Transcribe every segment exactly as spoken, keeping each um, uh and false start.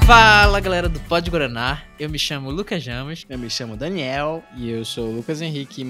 Fala galera do Pod Guaraná, eu me chamo Lucas James. Eu me chamo Daniel. E eu sou o Lucas Henrique,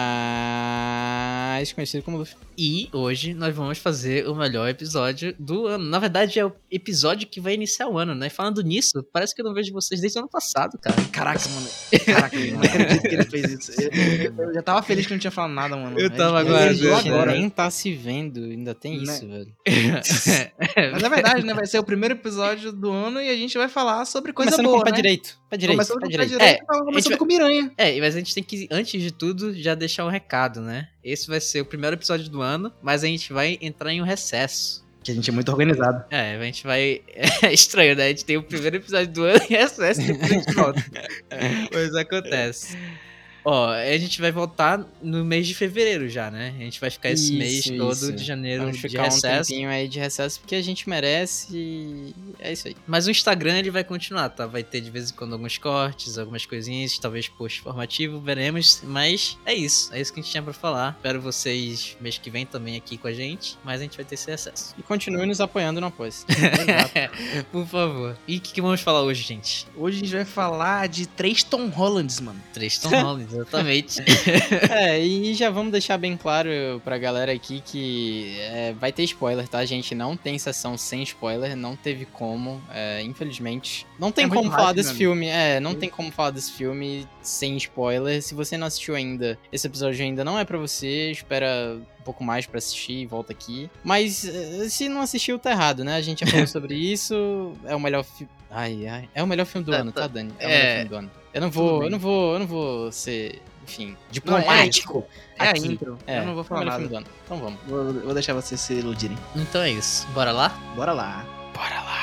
mais conhecido como Luffy. E hoje nós vamos fazer o melhor episódio do ano. Na verdade é o episódio que vai iniciar o ano, né? Falando nisso, parece que eu não vejo vocês desde o ano passado, cara. Caraca, mano. Caraca, eu não acredito que ele fez isso. Eu, eu, eu já tava feliz que não tinha falado nada, mano. Eu tava Ele- agora, ele viu né? agora. Nem tá se vendo, ainda tem Né? isso, velho. Mas é verdade, né? Vai ser o primeiro episódio do ano e a gente vai falar sobre coisa Começando boa, com o pé né? direito. Pé direito, Começando pé com o pé direito. direito, É, então começando a gente com Miranha. É, mas a gente tem que, antes de tudo, já deixar um recado, né? Esse vai ser o primeiro episódio do ano, mas a gente vai entrar em um recesso. Que a gente é muito organizado. É, a gente vai... É estranho, né? A gente tem o primeiro episódio do ano e recesso e depois a gente volta. Mas acontece. Ó, a gente vai voltar no mês de fevereiro já, né? A gente vai ficar esse Isso, mês todo isso. de janeiro Vamos de ficar um recesso. tempinho aí de recesso, porque a gente merece e é isso aí. Mas o Instagram ele vai continuar, tá? Vai ter de vez em quando alguns cortes, algumas coisinhas, talvez post formativo, veremos. Mas é isso, é isso que a gente tinha pra falar. Espero vocês mês que vem também aqui com a gente, mas a gente vai ter esse acesso. E continue nos apoiando no apoio. Por favor. E o que, que vamos falar hoje, gente? Hoje a gente vai falar de três Tom Hollands, mano. Três Tom Holland, exatamente. É, e já vamos deixar bem claro pra galera aqui que é, vai ter spoiler, tá, gente? Não tem sessão sem spoiler, não teve como, é, infelizmente. Não tem É muito como falar hype, desse né, filme, é, não tem como falar desse filme sem spoiler. Se você não assistiu ainda, esse episódio ainda não é pra você, espera um pouco mais pra assistir e volta aqui. Mas eh, se não assistiu, tá errado, né? A gente já falou sobre isso, é o melhor filme... Ai, ai, é o melhor filme do Tá, ano, tá. tá, Dani? É, o É. melhor filme do ano. Eu não Tudo vou, bem. eu não vou, eu não vou ser, enfim, Não, é diplomático. É a aqui. intro. É, Eu não vou falar é o melhor nada. filme do ano. Então vamos. Vou, vou deixar vocês se iludirem. Então é isso. Bora lá? Bora lá. Bora lá.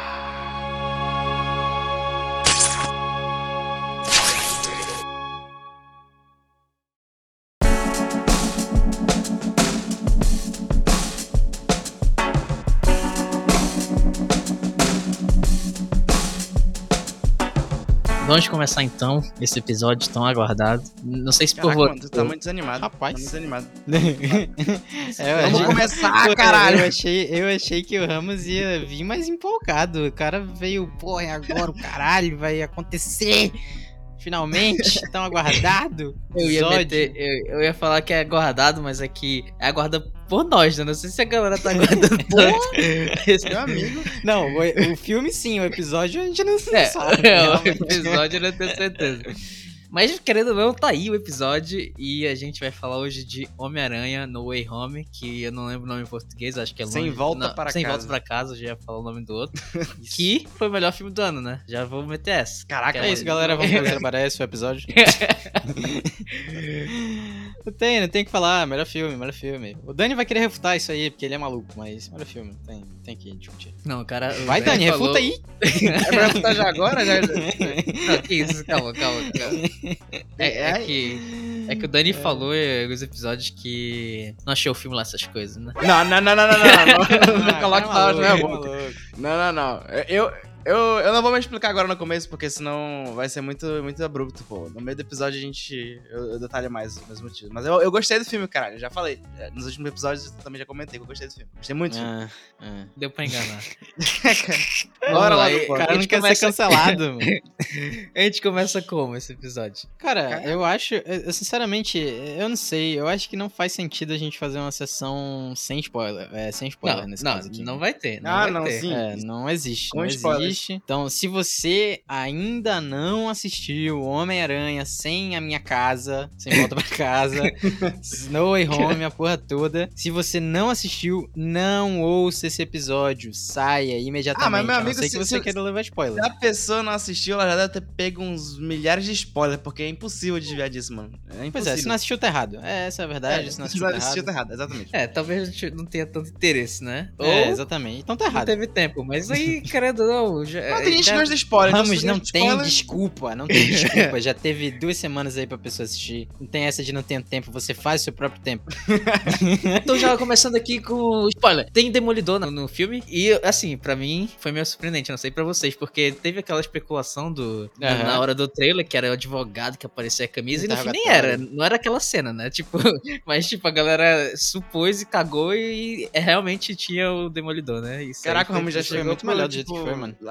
Vamos começar então esse episódio tão aguardado. Não sei se por Caraca, você. mano, tu tá muito desanimado. Rapaz. Tá muito desanimado. É, eu Vamos achei- começar, Eu caralho. achei, eu achei que o Ramos ia vir mais empolgado. O cara veio, porra, é agora o caralho vai acontecer. Finalmente, tão aguardado. Eu ia, episódio. meter, eu, eu ia falar que é aguardado, mas é que é aguardado por nós, né? Não sei se a galera tá aguardando tanto. Esse- Meu amigo. Não, o, o filme sim, o episódio a gente não É, sabe. é, o realmente. episódio eu não tenho certeza. Mas, querendo ou não, tá aí o episódio. E a gente vai falar hoje de Homem-Aranha No Way Home, que eu não lembro o nome em português, acho que é Sem Longe- Volta não, para Sem Casa. Volta para Casa, eu já ia falar o nome do outro. Que foi o melhor filme do ano, né? Já vou meter essa. Caraca, Que É isso, galera. Vamos trabalhar esse o episódio. Não tem, não tem o que falar. Melhor filme, melhor filme. O Dani vai querer refutar isso aí, porque ele é maluco, mas melhor filme. Tem, tem que discutir. Não, cara. o Vai, Dani, falou- refuta aí. É pra refutar já agora? Já... Não, que isso, calma, calma, calma. É, é que, é que o Dani falou em alguns episódios que não achei o filme lá essas coisas, né? Não, não, não, não, não, não. Não, não, Ah, coloque tá palavras na minha maluco, boca. tá maluco. Não, não, não. Eu, eu, eu não vou me explicar agora no começo, porque senão vai ser muito, muito abrupto, pô. No meio do episódio a gente. Eu, eu detalho mais os meus motivos. Mas eu, eu gostei do filme, caralho. Já falei. Nos últimos episódios eu também já comentei que eu gostei do filme. Gostei muito do filme. Ah, ah. Deu pra enganar. Bora lá, Vamos do O ponto. cara A não gente quer começa- ser cancelado, mano. A gente começa como esse episódio? Cara, eu acho, eu, eu, sinceramente, eu não sei, eu acho que não faz sentido a gente fazer uma sessão sem spoiler, é, sem spoiler Não, nesse não, caso aqui. não vai ter. Não Ah, vai não, ter. sim. É, não existe, Com não spoilers. existe. Então, se você ainda não assistiu Homem-Aranha sem a minha casa, sem volta pra casa, Snow Way Home, a porra toda, se você não assistiu, não ouça esse episódio, saia imediatamente, Ah, mas, meu a não amigo, ser se- que você se- queira levar Se spoiler. a pessoa não assistiu, ela já deve ter pego uns milhares de spoilers, porque é impossível desviar disso, mano. É Pois impossível. é, se não assistiu tá errado, é, essa é a verdade, É, se não assistiu tá errado. tá errado, exatamente. É, talvez a gente não tenha tanto interesse, né? É, Ou exatamente, então tá não errado. teve tempo, mas aí, querendo ou não... Já, Mas tem gente já- que gosta de spoiler. então Ramos, se não gosta de tem spoiler- desculpa, não tem desculpa. Já teve duas semanas aí pra pessoa assistir. Não tem essa de não ter tempo, você faz o seu próprio tempo. Então já começando aqui com spoiler. Tem Demolidor no, no filme e, assim, pra mim foi meio surpreendente, não sei pra vocês, porque teve aquela especulação do, do- Aham. na hora do trailer, que era o advogado que aparecia a camisa, e no fim nem Interrogatório. era, não era aquela cena, né? Tipo, mas tipo, a galera supôs e cagou e é, realmente tinha o Demolidor, né? Isso aí Caraca, o foi- Ramos já isso foi chegou muito pro, melhor do jeito tipo, que foi, mano.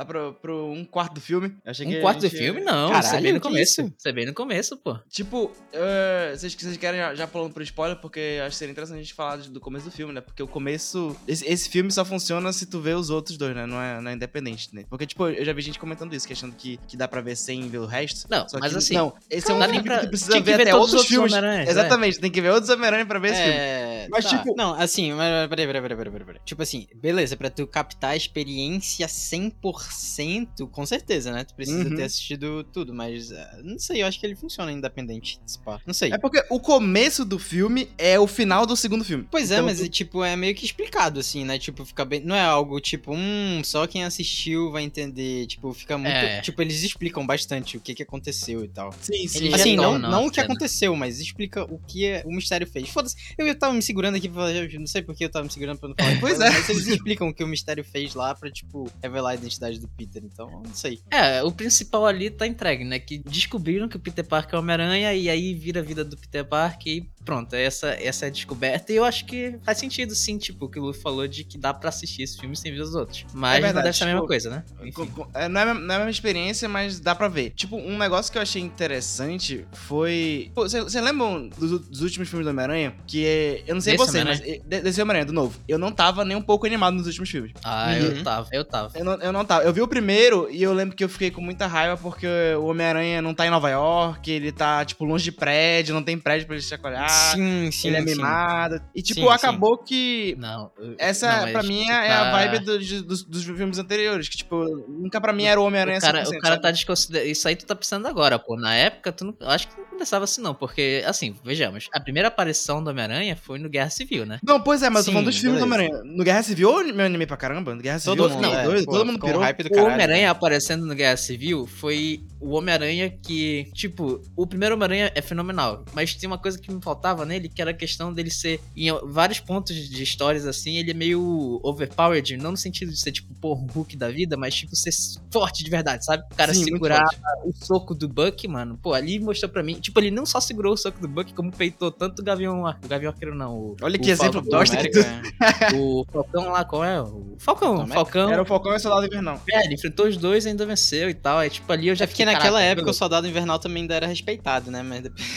lá pro, pro um quarto do filme. Eu achei que Um a quarto do gente- filme? Não, Caralho, isso é bem no que começo. isso? Isso é bem no começo, pô. Tipo, eh, vocês, vocês querem já, já pulando pro spoiler, porque acho que seria interessante a gente falar do começo do filme, né? Porque o começo... Esse, esse filme só funciona se tu vê os outros dois, né? Não é, não é independente, né? Porque, tipo, eu já vi gente comentando isso, que achando que, que dá pra ver sem ver o resto. Não, Só mas que, assim, Não, esse é um dá filme nem pra- que tu precisa tinha que ver ver até todos os outros outros filmes. Homem-Aranhas, é. Exatamente, tem que ver outros Homem-Aranha pra ver esse filme. É, Mas, tá. tipo- Não, assim, mas peraí, peraí, peraí, peraí, peraí, peraí. Tipo assim, beleza, pra tu captar a experiência cem por cento, com certeza, né? Tu precisa Uhum. ter assistido tudo, mas ah, não sei, eu acho que ele funciona independente desse pá. Não sei. É porque o começo do filme é o final do segundo filme. Pois é, Então, mas tu- tipo, é meio que explicado, assim, né? Tipo, fica bem. Não é algo tipo, hum, só quem assistiu vai entender. Tipo, fica muito. É. Tipo, eles explicam bastante o que, que aconteceu e tal. Sim, sim. Ele Assim, não, retorna não a o que cena. aconteceu, mas explica o que é- o mistério fez. Foda-se, eu eu tava me segurando aqui pra. Eu não sei porque eu tava me segurando pra não falar. Pois spoiler, é. Mas eles explicam o que o mistério fez lá pra, tipo, revelar a identidade do Peter. Então, não sei. É, o principal ali tá entregue, né? Que descobriram que o Peter Parker é o Homem-Aranha e aí vira a vida do Peter Parker e pronto, essa, essa é a descoberta. E eu acho que faz sentido, sim, tipo, o que o Lu falou de que dá pra assistir esse filme sem ver os outros. Mas É verdade, não deve ser a mesma tipo, coisa, né? Co- Enfim. co- é, Não é, a mesma- não é a mesma experiência, mas dá pra ver. Tipo, um negócio que eu achei interessante foi... Vocês lembram dos, dos últimos filmes do Homem-Aranha? Que é... Eu não sei Desse você, mas... Homem-Aranha? é, Desse Homem-Aranha, do novo. Eu não tava nem um pouco animado nos últimos filmes. Ah, Uhum. eu tava, eu tava. Eu não, eu não tava. Eu vi o primeiro e eu lembro que eu fiquei com muita raiva porque o Homem-Aranha não tá em Nova York, ele tá, tipo, longe de prédio, não tem prédio pra ele chacoalhar. sim, sim. ele é sim. mimado. E, tipo, Sim, acabou que... Não. eu- Essa, não, mas pra mim, tu é tá- a vibe do- de- dos, dos filmes anteriores. Que, tipo, nunca pra mim era o Homem-Aranha O cara, cem por cento, o cara sabe? tá desconsiderando. Isso aí tu tá pensando agora, pô. Na época, tu não. Eu acho que não começava assim, não. Porque, assim, vejamos. A primeira aparição do Homem-Aranha foi no Guerra Civil, né? Não, pois é, mas eu tô Sim, falando dos filmes do beleza. Homem-Aranha. No Guerra Civil, eu me animei pra caramba. No Guerra Civil, Todo eu mundo, fiquei é, doido, pô, todo mundo ficou um pirou. hype do O caralho. Homem-Aranha aparecendo no Guerra Civil foi o Homem-Aranha que, tipo, o primeiro Homem-Aranha é fenomenal, mas tem uma coisa que me faltava nele, que era a questão dele ser, em vários pontos de histórias assim, ele é meio overpowered, não no sentido de ser, tipo, porra, um Hulk da vida, mas, tipo, ser forte de verdade, sabe? O cara Sim, muito segurar forte. o soco do Buck, mano, pô, ali mostrou pra mim, tipo, ele não só segurou o soco do Buck, como peitou tanto o Gavião, o Gavião Arqueiro não, o, Olha o que exemplo Falcão, bosta que América, tu... é. o Falcão lá, qual é? O Falcão, Capitão Falcão, Era o Falcão e o Soldado Invernal. é, ele enfrentou os dois e ainda venceu e tal. É tipo ali eu já É porque fiquei, naquela caraca, época o beleza. Soldado Invernal também ainda era respeitado, né? Mas depois,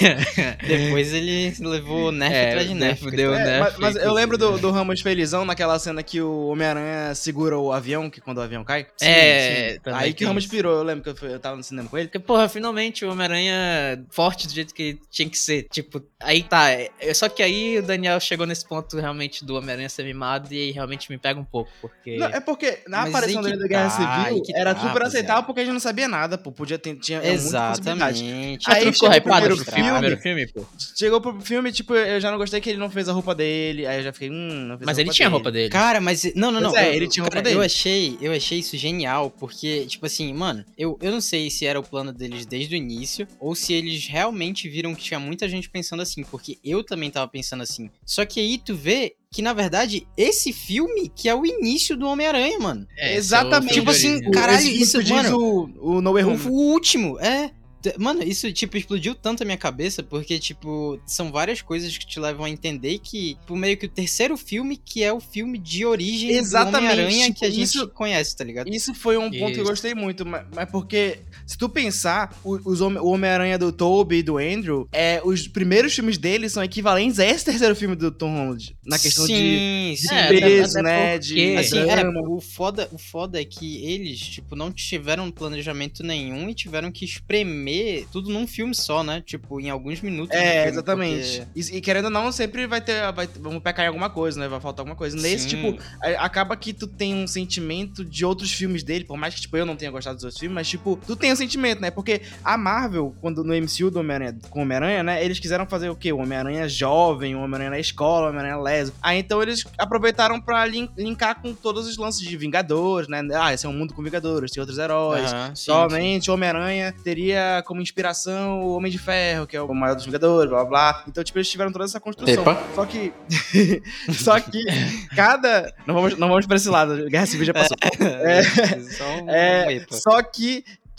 depois ele levou nerf É, atrás de nerf. nerf deu- coitado. É, né, mas, mas eu inclusive, lembro do, né? do Ramos felizão naquela cena que o Homem-Aranha segura o avião, que quando o avião cai. É, Sim. também Aí que tem o Ramos isso. pirou, eu lembro que eu, fui- eu tava no cinema com ele. Porque, porra, finalmente o Homem-Aranha forte do jeito que ele tinha que ser. Tipo, aí tá. é- Só que aí o Daniel chegou nesse ponto realmente do Homem-Aranha ser mimado e aí realmente me pega um pouco. Porque. Não, é porque na Mas aparição aí que dele da Guerra tá, Civil aí que era tá, super rapaziada. aceitável porque a gente não sabia nada, pô. Podia ter, tinha é, muita possibilidade. Exatamente. Ah, tu Aí não ficou chega o hypado primeiro pro filme, primeiro filme, pô? Chegou pro filme, tipo, eu já não gostei que ele não fez a roupa dele. Aí eu já fiquei, hum, não fez Mas a ele roupa tinha a dele. roupa dele. Cara, mas. Não, não, Pois não. é, eu- ele tinha roupa cara, dele. Eu achei, eu achei isso genial, porque, tipo assim, mano, eu, eu não sei se era o plano deles desde o início, ou se eles realmente viram que tinha muita gente pensando assim, porque eu também tava pensando assim. Só que aí tu vê que, na verdade, esse filme que é o início do Homem-Aranha, mano. É, esse Exatamente. é o filme Tipo de assim, origem. cara, Caralho, Esse filme isso, tu diz mano. O, o No Way O, Home. o último, é. T- Mano, isso, tipo, explodiu tanto a minha cabeça, porque, tipo, são várias coisas que te levam a entender que, tipo, meio que o terceiro filme, que é o filme de origem Exatamente, do Homem-Aranha tipo, que a gente isso- conhece, tá ligado? Isso foi um ponto que eu Isso. gostei muito, mas, mas porque, se tu pensar, o, os Home- o Homem-Aranha do Tobey e do Andrew, é, os primeiros filmes deles são equivalentes a esse terceiro filme do Tom Holland, na questão de sim, sim. É, peso, até né, porque- de Assim, é, drama. o foda, o foda é que eles, tipo, não tiveram planejamento nenhum e tiveram que espremer tudo num filme só, né? Tipo, em alguns minutos. do É, filme, exatamente. E, e querendo ou não, sempre vai ter. Vai, vamos pecar em alguma coisa, né? Vai faltar alguma coisa. Nesse, Sim. tipo, a- acaba que tu tem um sentimento de outros filmes dele, por mais que, tipo, eu não tenha gostado dos outros filmes, mas, tipo, tu tem um sentimento, né? Porque a Marvel, quando no M C U do Homem-Aranha, com o Homem-Aranha, né? Eles quiseram fazer o quê? O Homem-Aranha jovem, o Homem-Aranha na escola, o Homem-Aranha leso. Aí então eles aproveitaram pra lin- linkar com todos os lances de Vingadores, né? Ah, esse é um mundo com Vingadores, tem outros heróis. Aham, sim, Somente o Homem-Aranha teria como inspiração o Homem de Ferro, que é o maior dos Vingadores, blá blá blá. Então, tipo, eles tiveram toda essa construção. Epa. Só que. Só que cada. Não vamos, não vamos pra esse lado, Guerra Civil já passou. sim. Só um É, epa. só que.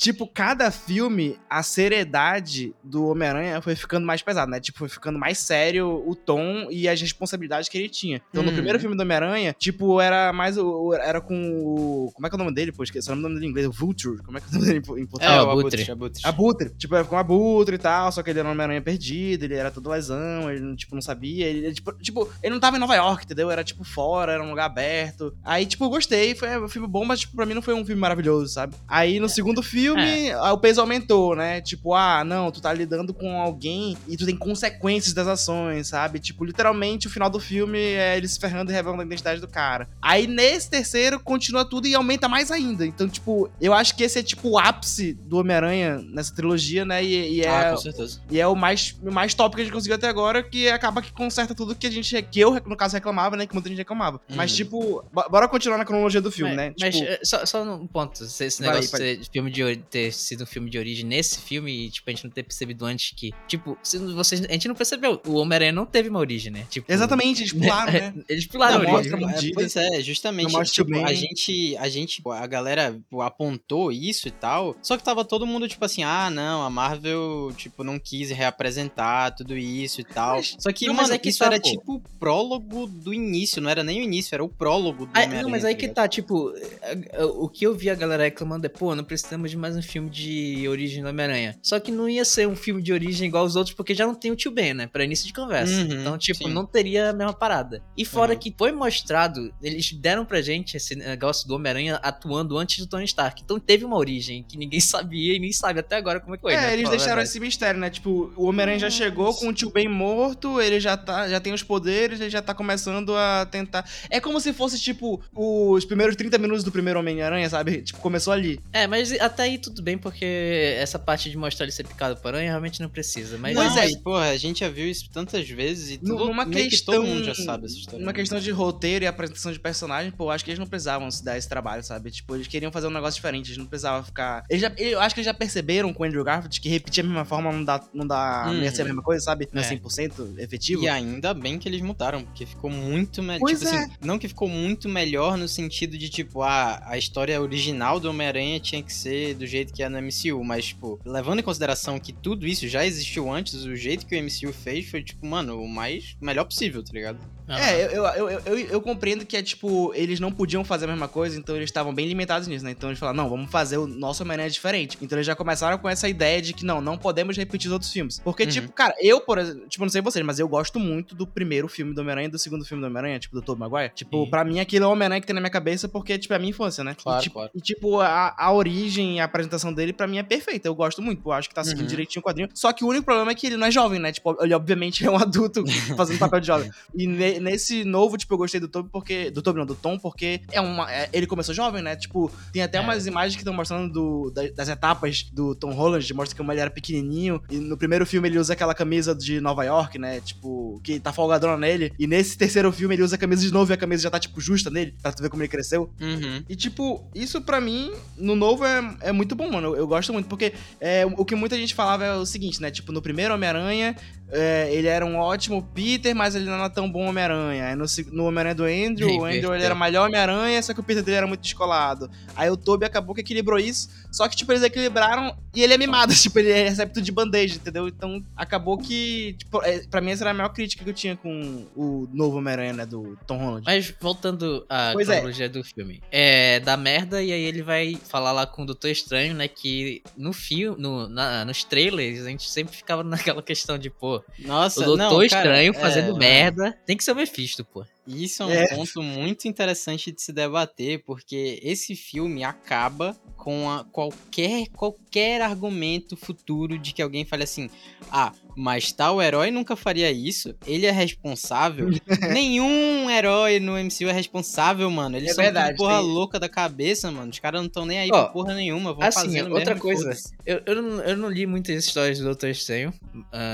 tipo, cada filme, a seriedade do Homem-Aranha foi ficando mais pesada, né? Tipo, foi ficando mais sério o tom e as responsabilidades que ele tinha. Então, no Uhum. primeiro filme do Homem-Aranha, tipo, era mais o... Era com o... Como é que é o nome dele? Pô, esqueci o nome dele em inglês. O Vulture. Como é que é o nome dele em português? É, Ah, o o Abutre. Abutre. Abutre. Abutre. Tipo, era com o Abutre e tal, só que ele era um Homem-Aranha perdido, ele era todo lesão, ele, tipo, não sabia. Ele, ele, tipo, tipo, ele não tava em Nova York, entendeu? Era, tipo, fora, era um lugar aberto. Aí, tipo, eu gostei, foi um filme bom, mas, tipo, pra mim não foi um filme maravilhoso, sabe? Aí, no segundo filme, o peso aumentou, né? Tipo, ah, não, tu tá lidando com alguém e tu tem consequências das ações, sabe? Tipo, literalmente, o final do filme é ele se ferrando e revelando a identidade do cara. Aí, nesse terceiro, continua tudo e aumenta mais ainda. Então, tipo, eu acho que esse é, tipo, o ápice do Homem-Aranha nessa trilogia, né? E, e é, Ah, com certeza. e é o mais, o mais top que a gente conseguiu até agora, que acaba que conserta tudo que a gente, que eu, no caso, reclamava, né? Que muita gente reclamava. Uhum. Mas, tipo, bo- bora continuar na cronologia do filme, mas, né? Mas tipo, eh, só, só um ponto, esse esse Vai aí, negócio vai. de ter, filme de, ori- ter sido um filme de origem nesse filme e, tipo, a gente não ter percebido antes que, tipo, se vocês, a gente não percebeu, o Homem-Aranha não teve uma origem, né? Tipo, exatamente, eles pularam, né? Eles pularam Não, a origem. mostra é, bandido. pois é, justamente, Não mostra tipo, bem. a gente, a gente, a galera tipo, apontou isso e tal, só que tava todo mundo, tipo assim, ah, não, a Marvel, tipo, não quis reapresentar tudo isso e tal. Mas- Só que, não, mas mano, é que isso tá, era pô. tipo o prólogo do início, não era nem o início, era o prólogo do Ah, Homem-Aranha. não, mas aí tá que ligado? tá, tipo, a- a- o que eu vi a galera reclamando é, pô, não precisamos de mais um filme de origem do Homem-Aranha. Só que não ia ser um filme de origem igual os outros, porque já não tem o Tio Ben, né? Pra início de conversa. Uhum, então, tipo, sim. não teria a mesma parada. E fora Uhum. que foi mostrado, eles deram pra gente esse negócio do Homem-Aranha atuando antes do Tony Stark. Então teve uma origem que ninguém sabia e nem sabe até agora como é que foi, É, né? eles Pra falar a deixaram verdade. esse mistério, né? Tipo, o Homem-Aranha já chegou com o tio Ben morto, ele já, tá, já tem os poderes, ele já tá começando a tentar... É como se fosse, tipo, os primeiros trinta minutos do primeiro Homem-Aranha, sabe? Tipo, começou ali. É, mas até aí tudo bem, porque essa parte de mostrar ele ser picado por aranha realmente não precisa. Mas Não, Pois é. e, porra, a gente já viu isso tantas vezes e Nu- tudo, numa meio questão, que todo mundo já sabe essa história. numa né? questão de roteiro e apresentação de personagem, pô, eu acho que eles não precisavam se dar esse trabalho, sabe? Tipo, eles queriam fazer um negócio diferente, eles não precisavam ficar... Eles já, eu acho que eles já perceberam com o Andrew Garfield que repetir a mesma forma não dá, não dá, não ia ser a Uhum. mesma coisa, sabe? Não é É. cem por cento efetivo. E ainda bem que eles mudaram, porque ficou muito melhor. Pois Tipo é. assim, não que ficou muito melhor no sentido de, tipo, ah, a história original do Homem-Aranha tinha que ser do jeito que é no M C U, mas, tipo, levando em consideração que tudo isso já existiu antes, o jeito que o M C U fez foi, tipo, mano, o mais o melhor possível, tá ligado? É, eu, eu, eu, eu, eu compreendo que é tipo, eles não podiam fazer a mesma coisa, então eles estavam bem limitados nisso, né? Então eles falaram, não, vamos fazer o nosso Homem-Aranha diferente. Então eles já começaram com essa ideia de que não, não podemos repetir os outros filmes. Porque, Uhum. tipo, cara, eu, por exemplo, tipo, não sei vocês, mas eu gosto muito do primeiro filme do Homem-Aranha e do segundo filme do Homem-Aranha, tipo, do Tobey Maguire. Tipo, Sim. pra mim aquilo é o Homem-Aranha que tem na minha cabeça porque, tipo, é a minha infância, né? Claro, e, tipo, claro. e, tipo, a, a origem e a apresentação dele, pra mim, é perfeita. Eu gosto muito, eu acho que tá seguindo Uhum. direitinho o quadrinho. Só que o único problema é que ele não é jovem, né? Tipo, ele obviamente é um adulto fazendo papel de jovem. E ne- nesse novo, tipo, eu gostei do Tobey porque... Do Tobey não, do Tom, porque é uma... é- ele começou jovem, né? Tipo, tem até É. umas imagens que estão mostrando do- da- das etapas do Tom Holland, mostra como ele era pequenininho. E no primeiro filme ele usa aquela camisa de Nova York, né? Tipo, que tá folgadona nele. E nesse terceiro filme ele usa a camisa de novo e a camisa já tá, tipo, justa nele, pra tu ver como ele cresceu. Uhum. E, tipo, isso pra mim, no novo, é, é muito bom, mano. Eu, eu gosto muito, porque é, o que muita gente falava é o seguinte, né? Tipo, no primeiro Homem-Aranha, é, ele era um ótimo Peter, mas ele não era tão bom Homem-Aranha. Aí no, seg- no Homem-Aranha do Andrew, o Andrew ele Inverteu. era melhor Homem-Aranha, só que o Peter dele era muito descolado. Aí o Tobey acabou que equilibrou isso, só que, tipo, eles equilibraram e ele é mimado. Tipo, ele recebe tudo de bandeja, entendeu? Então, acabou que, tipo, é, pra mim essa era a maior crítica que eu tinha com o novo Homem-Aranha, né? Do Tom Holland. Mas voltando à Pois é. cronologia do filme. É, dá merda e aí ele vai falar lá com o Doutor Estranho, né? Que no filme, no, na- nos trailers, a gente sempre ficava naquela questão de, pô, Nossa, o Doutor não, cara, Estranho é, fazendo é. merda. Tem que ser o Mephisto, pô. Isso é um É. ponto muito interessante de se debater, porque esse filme acaba com a qualquer, qualquer argumento futuro de que alguém fale assim, ah, mas tal herói nunca faria isso, ele é responsável. Nenhum herói no M C U é responsável, mano. Eles É são verdade, tudo porra tem- louca da cabeça, mano. Os caras não estão nem aí Ó, pra porra nenhuma, vão assim, fazendo outra mesmo e coisa, foda-se. Eu, eu, não, eu não li muitas histórias do Doutor Estranho. ah,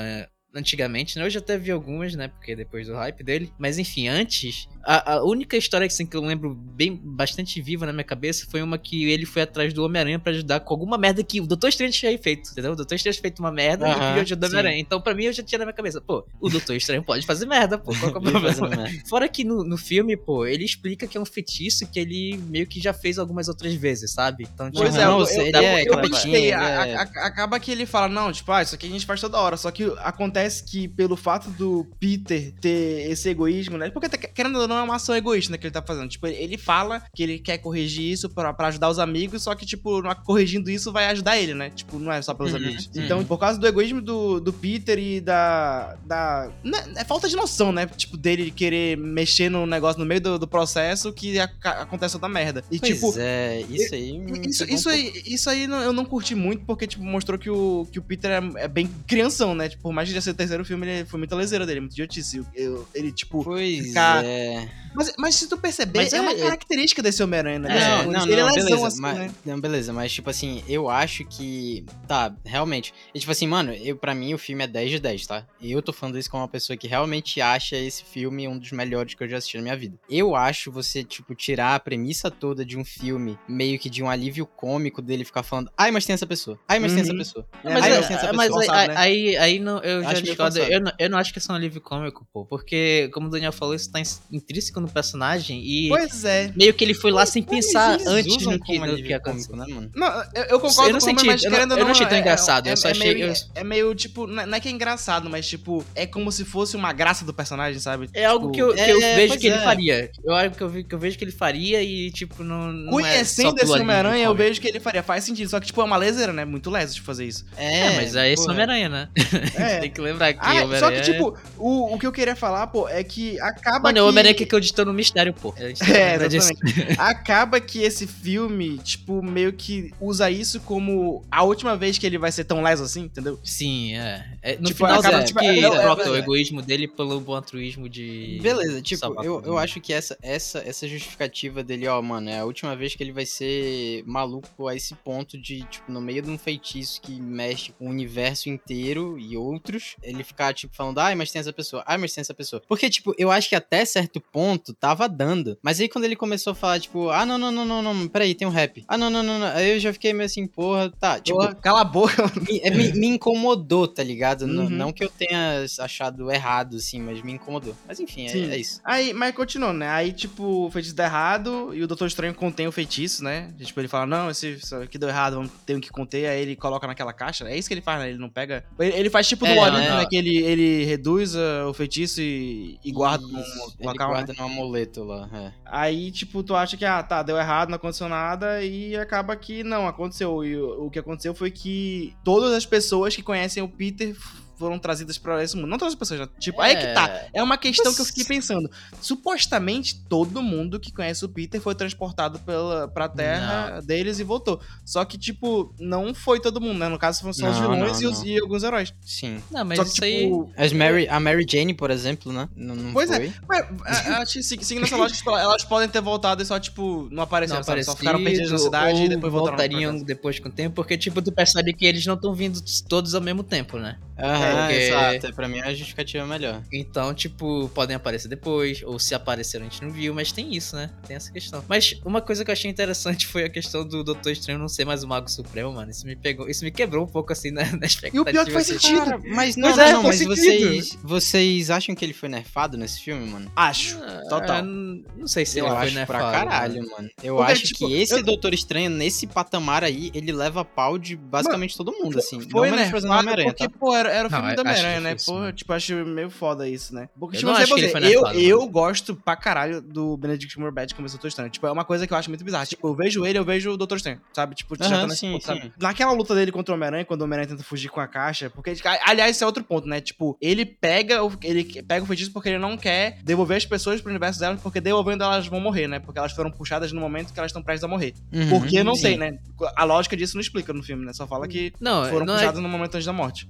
antigamente, né? Eu já até vi algumas, né? Porque depois do hype dele. Mas enfim, antes, a, a única história assim, que eu lembro bem, bastante viva na minha cabeça foi uma que ele foi atrás do Homem-Aranha pra ajudar com alguma merda que o Doutor Estranho tinha feito, entendeu? O Doutor Estranho tinha feito uma merda uh-huh, e pediu ajuda do Homem-Aranha. Então, pra mim, eu já tinha na minha cabeça, pô, o Doutor Estranho pode fazer merda, pô. Qual que é o problema? Fora que no, no filme, pô, ele explica que é um feitiço que ele meio que já fez algumas outras vezes, sabe? Então, pois tipo, é, não, eu, eu, ele eu, é, eu, eu pensei, é... a, a, acaba que ele fala, não, tipo, ah, isso aqui a gente faz toda hora, só que acontece que pelo fato do Peter ter esse egoísmo, né, porque querendo ou não é uma ação egoísta, né, que ele tá fazendo, tipo, ele fala que ele quer corrigir isso pra, pra ajudar os amigos, só que, tipo, corrigindo isso vai ajudar ele, né, tipo, não é só pelos uhum, amigos. Uhum. Então, por causa do egoísmo do, do Peter e da, da... É falta de noção, né, tipo, dele querer mexer no negócio no meio do, do processo que a, a, acontece toda merda. E, pois tipo... é, isso aí... Isso, isso, um aí, isso aí não, eu não curti muito, porque, tipo, mostrou que o, que o Peter é, é bem crianção, né? Tipo, por mais que já seja o terceiro filme, ele foi muita leseira dele, muito idiotice. Eu, ele, tipo... Pois ficar... é... Mas, mas se tu perceber, mas é, é uma característica desse Homem-Aranha, né? É, tipo, não, ele não, é beleza, lesão, assim, mas, né? Não, beleza, mas, tipo assim, eu acho que... Tá, realmente. E, tipo assim, mano, eu, pra mim o filme é dez de dez, tá? Eu tô falando isso como uma pessoa que realmente acha esse filme um dos melhores que eu já assisti na minha vida. Eu acho você, tipo, tirar a premissa toda de um filme, meio que de um alívio cômico dele ficar falando, ai, mas tem essa pessoa, ai, mas uhum. tem essa pessoa. É, mas ai, é, mas tem essa mas pessoa. Mas aí, né? aí, aí não, eu já acho discordo. Eu não, eu não acho que é um alívio cômico, pô. Porque, como o Daniel falou, isso tá intrínseco no personagem e... Pois é. Meio que ele foi lá sem mas pensar antes no que, no que ia acontecer, né, mano? Não, eu, eu concordo eu não com senti, o mas eu querendo não, ou não, eu não achei tão é, engraçado. É, eu só é, achei... meio, eu... é meio, tipo, não é que é engraçado, mas, tipo, é como se fosse uma graça do personagem, sabe? É algo tipo, que eu, que é, eu vejo que é. ele faria. Eu algo que eu, que eu vejo que ele faria e, tipo, não, não conhecendo é esse Homem-Aranha, eu vejo que ele faria. Faz sentido. Só que, tipo, é uma leseira, né? Muito leso de fazer isso. É, é mas é esse Homem-Aranha, né? É. Tem que lembrar que ah, Homem-Aranha... Só que, tipo, o, o que eu queria falar, pô, é que acaba Mano, que... Mano, o Homem-Aranha que acreditou no mistério, pô. É, exatamente. Acaba que esse filme, tipo, meio que usa isso como a última vez que ele vai ser tão leso assim, entendeu? Sim, é. é no tipo, final, acaba, é, tipo, que é, troca é, o é. egoísmo dele pelo bom altruísmo de... Beleza, tipo, eu, eu acho que essa, essa, essa justificativa dele, ó, mano, é a última vez que ele vai ser maluco a esse ponto de, tipo, no meio de um feitiço que mexe com o universo inteiro e outros, ele ficar, tipo, falando, ai, mas tem essa pessoa, ai, mas tem essa pessoa. Porque, tipo, eu acho que até certo ponto tava dando. Mas aí quando ele começou a falar, tipo, ah, não, não, não, não, não, peraí, tem um rap. Ah, não, não, não, não. Aí eu já fiquei meio assim, porra, tá, tipo... Porra, cala a boca. Me, me, me incomodou, tá ligado? Uhum. Não, não que eu tenha achado errado, assim, mas me incomodou. Mas enfim, é, é isso. Aí, mas continuando, né? Aí, tipo, o feitiço dá errado e o Doutor Estranho contém o feitiço, né? Tipo, ele fala, não, esse, isso aqui deu errado, vamos ter que conter. Aí ele coloca naquela caixa. É isso que ele faz, né? Ele não pega... Ele, ele faz tipo do É, Orif, é. né? Que ele, ele reduz uh, o feitiço e, e guarda Isso, no ele local, guarda né? no amuleto lá, é. Aí, tipo, tu acha que, ah, tá, deu errado, não aconteceu nada, e acaba que não, aconteceu. E o, o que aconteceu foi que todas as pessoas que conhecem o Peter foram trazidas pra esse mundo. Não todas as pessoas, já, tipo, é. aí que tá. É uma questão que eu fiquei pensando. Supostamente, todo mundo que conhece o Peter foi transportado pela, pra terra não. deles e voltou. Só que, tipo, não foi todo mundo, né? No caso, são não, os vilões não, e, os, e alguns heróis. Sim. Não, mas Só isso que, tipo, aí... As Mary, a Mary Jane, por exemplo, né? Não, não pois foi. é. Mas, acho que seguindo essa lógica, tipo, elas podem ter voltado e só, tipo, não apareceram, não só ficaram perdidos na cidade e depois voltariam depois com o tempo, porque, tipo, tu percebe que eles não estão vindo todos ao mesmo tempo, né? Aham, porque... exato. Pra mim, a justificativa é melhor. Então, tipo, podem aparecer depois, ou se apareceram a gente não viu, mas tem isso, né? Tem essa questão. Mas uma coisa que eu achei interessante foi a questão do Doutor Estranho não ser mais o Mago Supremo, mano. Isso me pegou, isso me quebrou um pouco, assim, na, na expectativa. E o pior que faz assim. sentido. Cara, mas não, mas não, é, não, mas sentido. vocês, vocês acham que ele foi nerfado nesse filme, mano? Acho, ah, total. Não sei se eu ele acho foi nerfado. pra caralho, mano. mano. Eu Porque, acho tipo, que esse eu... Doutor Estranho, nesse patamar aí, ele leva pau de basicamente mano, todo mundo, assim. Foi, não né? Homem-Aranha, porque, tá? pô, era, era o filme não, do Homem-Aranha, né? Isso, pô, mano. tipo, acho meio foda isso, né? Porque, eu tipo, não sei acho que você, ele foi eu, nerfado, eu mano. gosto pra caralho do Benedict Cumberbatch como esse Doutor Estranho. Tipo, é uma coisa que eu acho muito bizarra. Tipo, eu vejo ele, eu vejo o Doutor Estranho, sabe? Tipo, uhum, já tá nesse sim, ponto, sim. sabe? Naquela luta dele contra o Homem-Aranha, quando o Homem-Aranha tenta fugir com a caixa, porque, aliás, esse é outro ponto, né? Tipo, ele pega o, ele pega o feitiço porque ele não quer devolver as pessoas pro universo delas, porque devolvendo elas vão morrer, né? Porque elas foram puxadas no momento que elas estão prestes a morrer. Uhum, porque eu não sim. sei, né? A lógica disso não explica no filme, né? Só fala que não, foram não puxadas é... no momento antes da morte. É,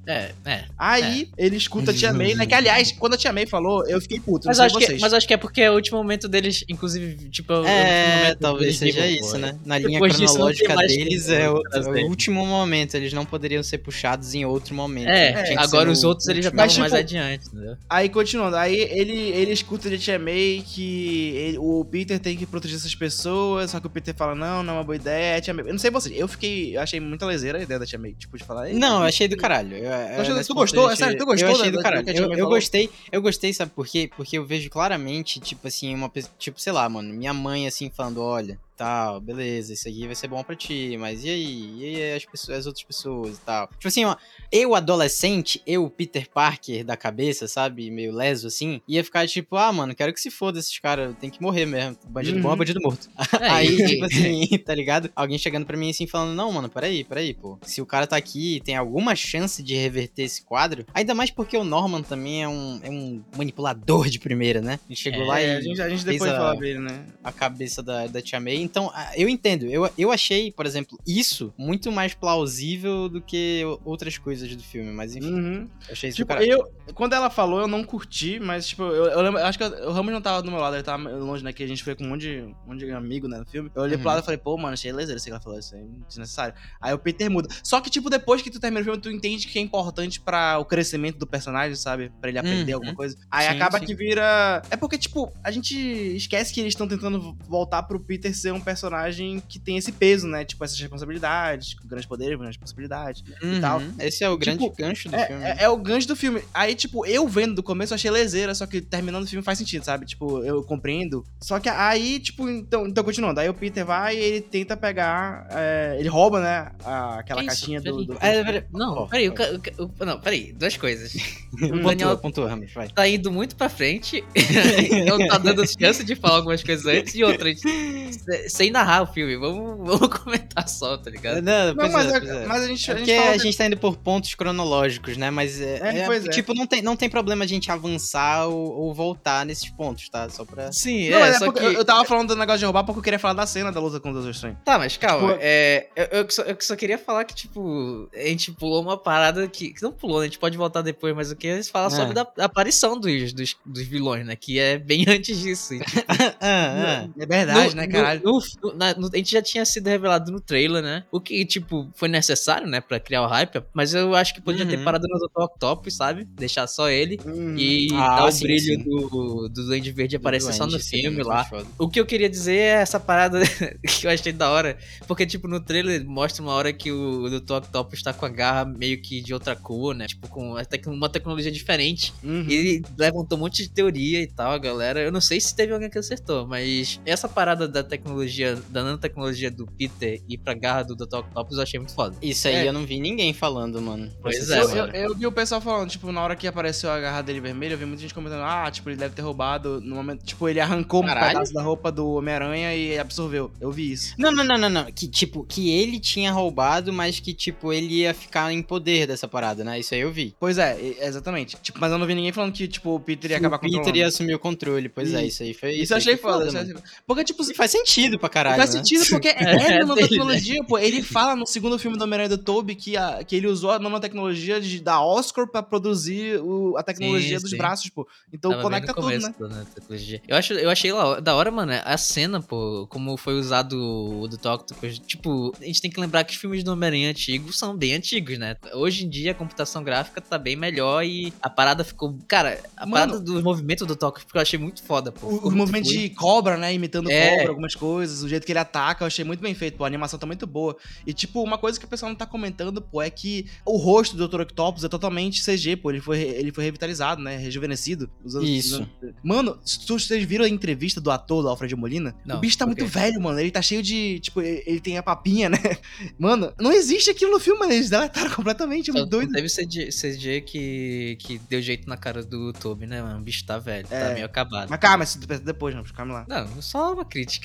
É. Aí ele escuta a Tia May, né? Que aliás, quando a Tia May falou, eu fiquei puto. Mas não acho, sei que, vocês. mas acho que é porque é o último momento deles, inclusive, tipo... é o último É, momento talvez deles seja vivos, isso, pô. né? Na linha Depois disso, não tem cronológica mais deles como é o, é trazer. o último momento, eles não poderiam ser puxados em outro momento. É, Tinha que ser agora no os outros eles já último. estavam Mas, mais tipo, adiante, entendeu? Aí, continuando, aí ele, ele escuta de Tia May que ele- o Peter tem que proteger essas pessoas, só que o Peter fala, não, não é uma boa ideia, é a Tia May. Eu não sei vocês, eu fiquei, eu achei muito lezeira a ideia da Tia May, tipo, de falar... "Ei, Não, eu Peter, achei do caralho. Eu, eu, achou- nesse tu ponto gostou? eu É achei- sério, tu gostou Eu achei da- do da- caralho. do que a Tia Eu, May eu falou? gostei, eu gostei, sabe por quê? Porque eu vejo claramente, tipo assim, uma pessoa, tipo, sei lá, mano, minha mãe assim falando, olha, tal, beleza, isso aqui vai ser bom pra ti, mas e aí? E aí as, pessoas, as outras pessoas e tal? Tipo assim, ó, eu adolescente, eu Peter Parker da cabeça, sabe, meio leso assim, ia ficar tipo, ah, mano, quero que se foda esses caras, tem que morrer mesmo, bandido bom é Uhum. bandido morto. É, Aí, e- tipo assim, tá ligado? Alguém chegando pra mim assim, falando, não, mano, peraí, peraí, pô. Se o cara tá aqui e tem alguma chance de reverter esse quadro, ainda mais porque o Norman também é um, é um manipulador de primeira, né? Ele chegou É, lá É, e a gente, a gente fez depois a- fala dele, né? a cabeça da, da Tia May. Então, ah, eu entendo. Eu, eu achei, por exemplo, isso muito mais plausível do que o- outras coisas do filme, mas enfim, Uhum. eu achei isso Tipo, do caralho. eu, quando ela falou, eu não curti, mas, tipo, eu, eu lembro, eu acho que o Ramos não tava do meu lado, ele tava longe, né, que a gente foi com um monte de, um monte de amigo, né, no filme. Eu olhei Uhum. pro lado e falei, pô, mano, achei lezeiro isso que ela falou, isso aí é desnecessário. Aí o Peter muda. Só que, tipo, depois que tu termina o filme, tu entende que é importante pra o crescimento do personagem, sabe? Pra ele aprender Uhum. alguma coisa. Aí Sim, acaba sim. que vira... É porque, tipo, a gente esquece que eles estão tentando voltar pro Peter ser um personagem que tem esse peso, né? Tipo, essas responsabilidades, com grandes poderes, grandes responsabilidades e tal. Uhum. Esse é o grande Tipo, gancho do É, filme. é, é o gancho do filme. Aí, tipo, eu vendo do começo, eu achei lezeira, só que terminando o filme faz sentido, sabe? Tipo, eu compreendo. Só que aí, tipo, então, então continuando. Aí o Peter vai e ele tenta pegar. é, ele rouba, né? a- aquela Que isso? caixinha do. do... É, pera- Não, Ó, peraí, o ca- o ca- o- não, peraí, duas coisas. O pontua, Daniel pontua, Ramos, vai. tá indo muito pra frente, não tá dando chance de falar algumas coisas antes, e outra, se- sem narrar o filme, vamos, vamos comentar só, tá ligado? Não, Não, pois mas, é, é- pois é. mas a gente. É a gente porque fala a gente tá indo por pontos cronológicos, né? Mas é, É, é, pois é. tipo, não tem, não tem problema a gente avançar ou, ou voltar nesses pontos, tá? Só pra. Sim, Não, é, mas é só porque que... eu, eu tava falando do negócio de roubar porque eu queria falar da cena da luta com o Doutor Estranho. Tá, mas calma, Tipo- é, eu, eu, só, eu só queria falar que, tipo, a gente pulou uma parada que, que não pulou, né? A gente pode voltar depois, mas eu queria falar É. sobre da, a aparição dos, dos, dos vilões, né? Que é bem antes disso. E, tipo, ah, ah. É verdade, no- né, no- caralho? no- no- na- no- a gente já tinha sido revelado no trailer, né? O que, tipo, foi necessário, né? Pra criar o hype, mas eu acho que podia ter Uhum. parado no doutor Octopus, sabe? Deixar só ele Hum. e Ah, dar o sim, brilho sim. do, do Duende Verde aparecer só no Duende seria filme muito lá. mais foda. O que eu queria dizer é essa parada que eu achei da hora. Porque, tipo, no trailer mostra uma hora que o doutor Octopus tá com a garra meio que de outra cor, né? Tipo, com a tec- uma tecnologia diferente. Uhum. E ele levantou um monte de teoria e tal, a galera. Eu não sei se teve alguém que acertou, mas essa parada da tecnologia, da nanotecnologia do Peter ir pra garra do doutor Octopus eu achei muito foda. Isso aí É. eu não vi ninguém falando, mano. Pra Pois ser é, eu, sincero. eu, eu vi o pessoal falando, tipo, na hora que apareceu a garra dele vermelha, eu vi muita gente comentando, ah, tipo, ele deve ter roubado no momento. Tipo, ele arrancou um Caralho. pedaço da roupa do Homem-Aranha e absorveu. Eu vi isso. Não, não, não, não, não. Que, tipo, que ele tinha roubado, mas que, tipo, ele ia ficar em poder dessa parada, né? Isso aí eu vi. Pois é, e- exatamente. Tipo, mas eu não vi ninguém falando que, tipo, o Peter ia Que acabar o Peter controlando. ia assumir o controle. Pois é, E- isso aí foi. Isso eu aí achei foi foda. isso eu mano. achei- Porque, tipo, E faz sentido pra caralho. faz né? sentido, porque é, É, é nanotecnologia, pô. Ele fala no segundo filme do Homem-Aranha do Tobey que, a- que ele usou a nanotecnologia de, da Oscorp pra produzir o- a tecnologia Sim, dos sim. braços, pô. Então Tava bem conecta no tudo, começo né? da nanotecnologia. Eu, acho, eu achei lá- da hora, mano, a cena, pô, como foi usado o do Octopus. Tipo, a gente tem que lembrar que os filmes do Homem-Aranha antigos são bem antigos, né? Hoje em dia a computação gráfica tá bem melhor e a parada ficou... Cara, a Mano, parada do movimento do Octopus eu achei muito foda, pô. O, Ficou o muito movimento fluido. de cobra, né? Imitando É. cobra, algumas coisas, o jeito que ele ataca, eu achei muito bem feito, pô. A animação tá muito boa. E, tipo, uma coisa que o pessoal não tá comentando, pô, é que o rosto do doutor Octopus é totalmente C G, pô. Ele foi, ele foi revitalizado, né? Rejuvenescido. Usando, Isso. usando- Mano, se tu- vocês viram a entrevista do ator, do Alfred Molina? Não, o bicho tá por muito quê? velho, mano. Ele tá cheio de. Tipo, ele, ele tem a papinha, né? Mano, não existe aquilo no filme, mano. Eles deletaram completamente. É Só muito doido. não teve C G, C G que, que deu jeito na cara do Toby, né, mano? O bicho tá velho, É. tá meio acabado. Mas calma, isso pensa depois, não. Calma lá. Não, só uma crítica. Quer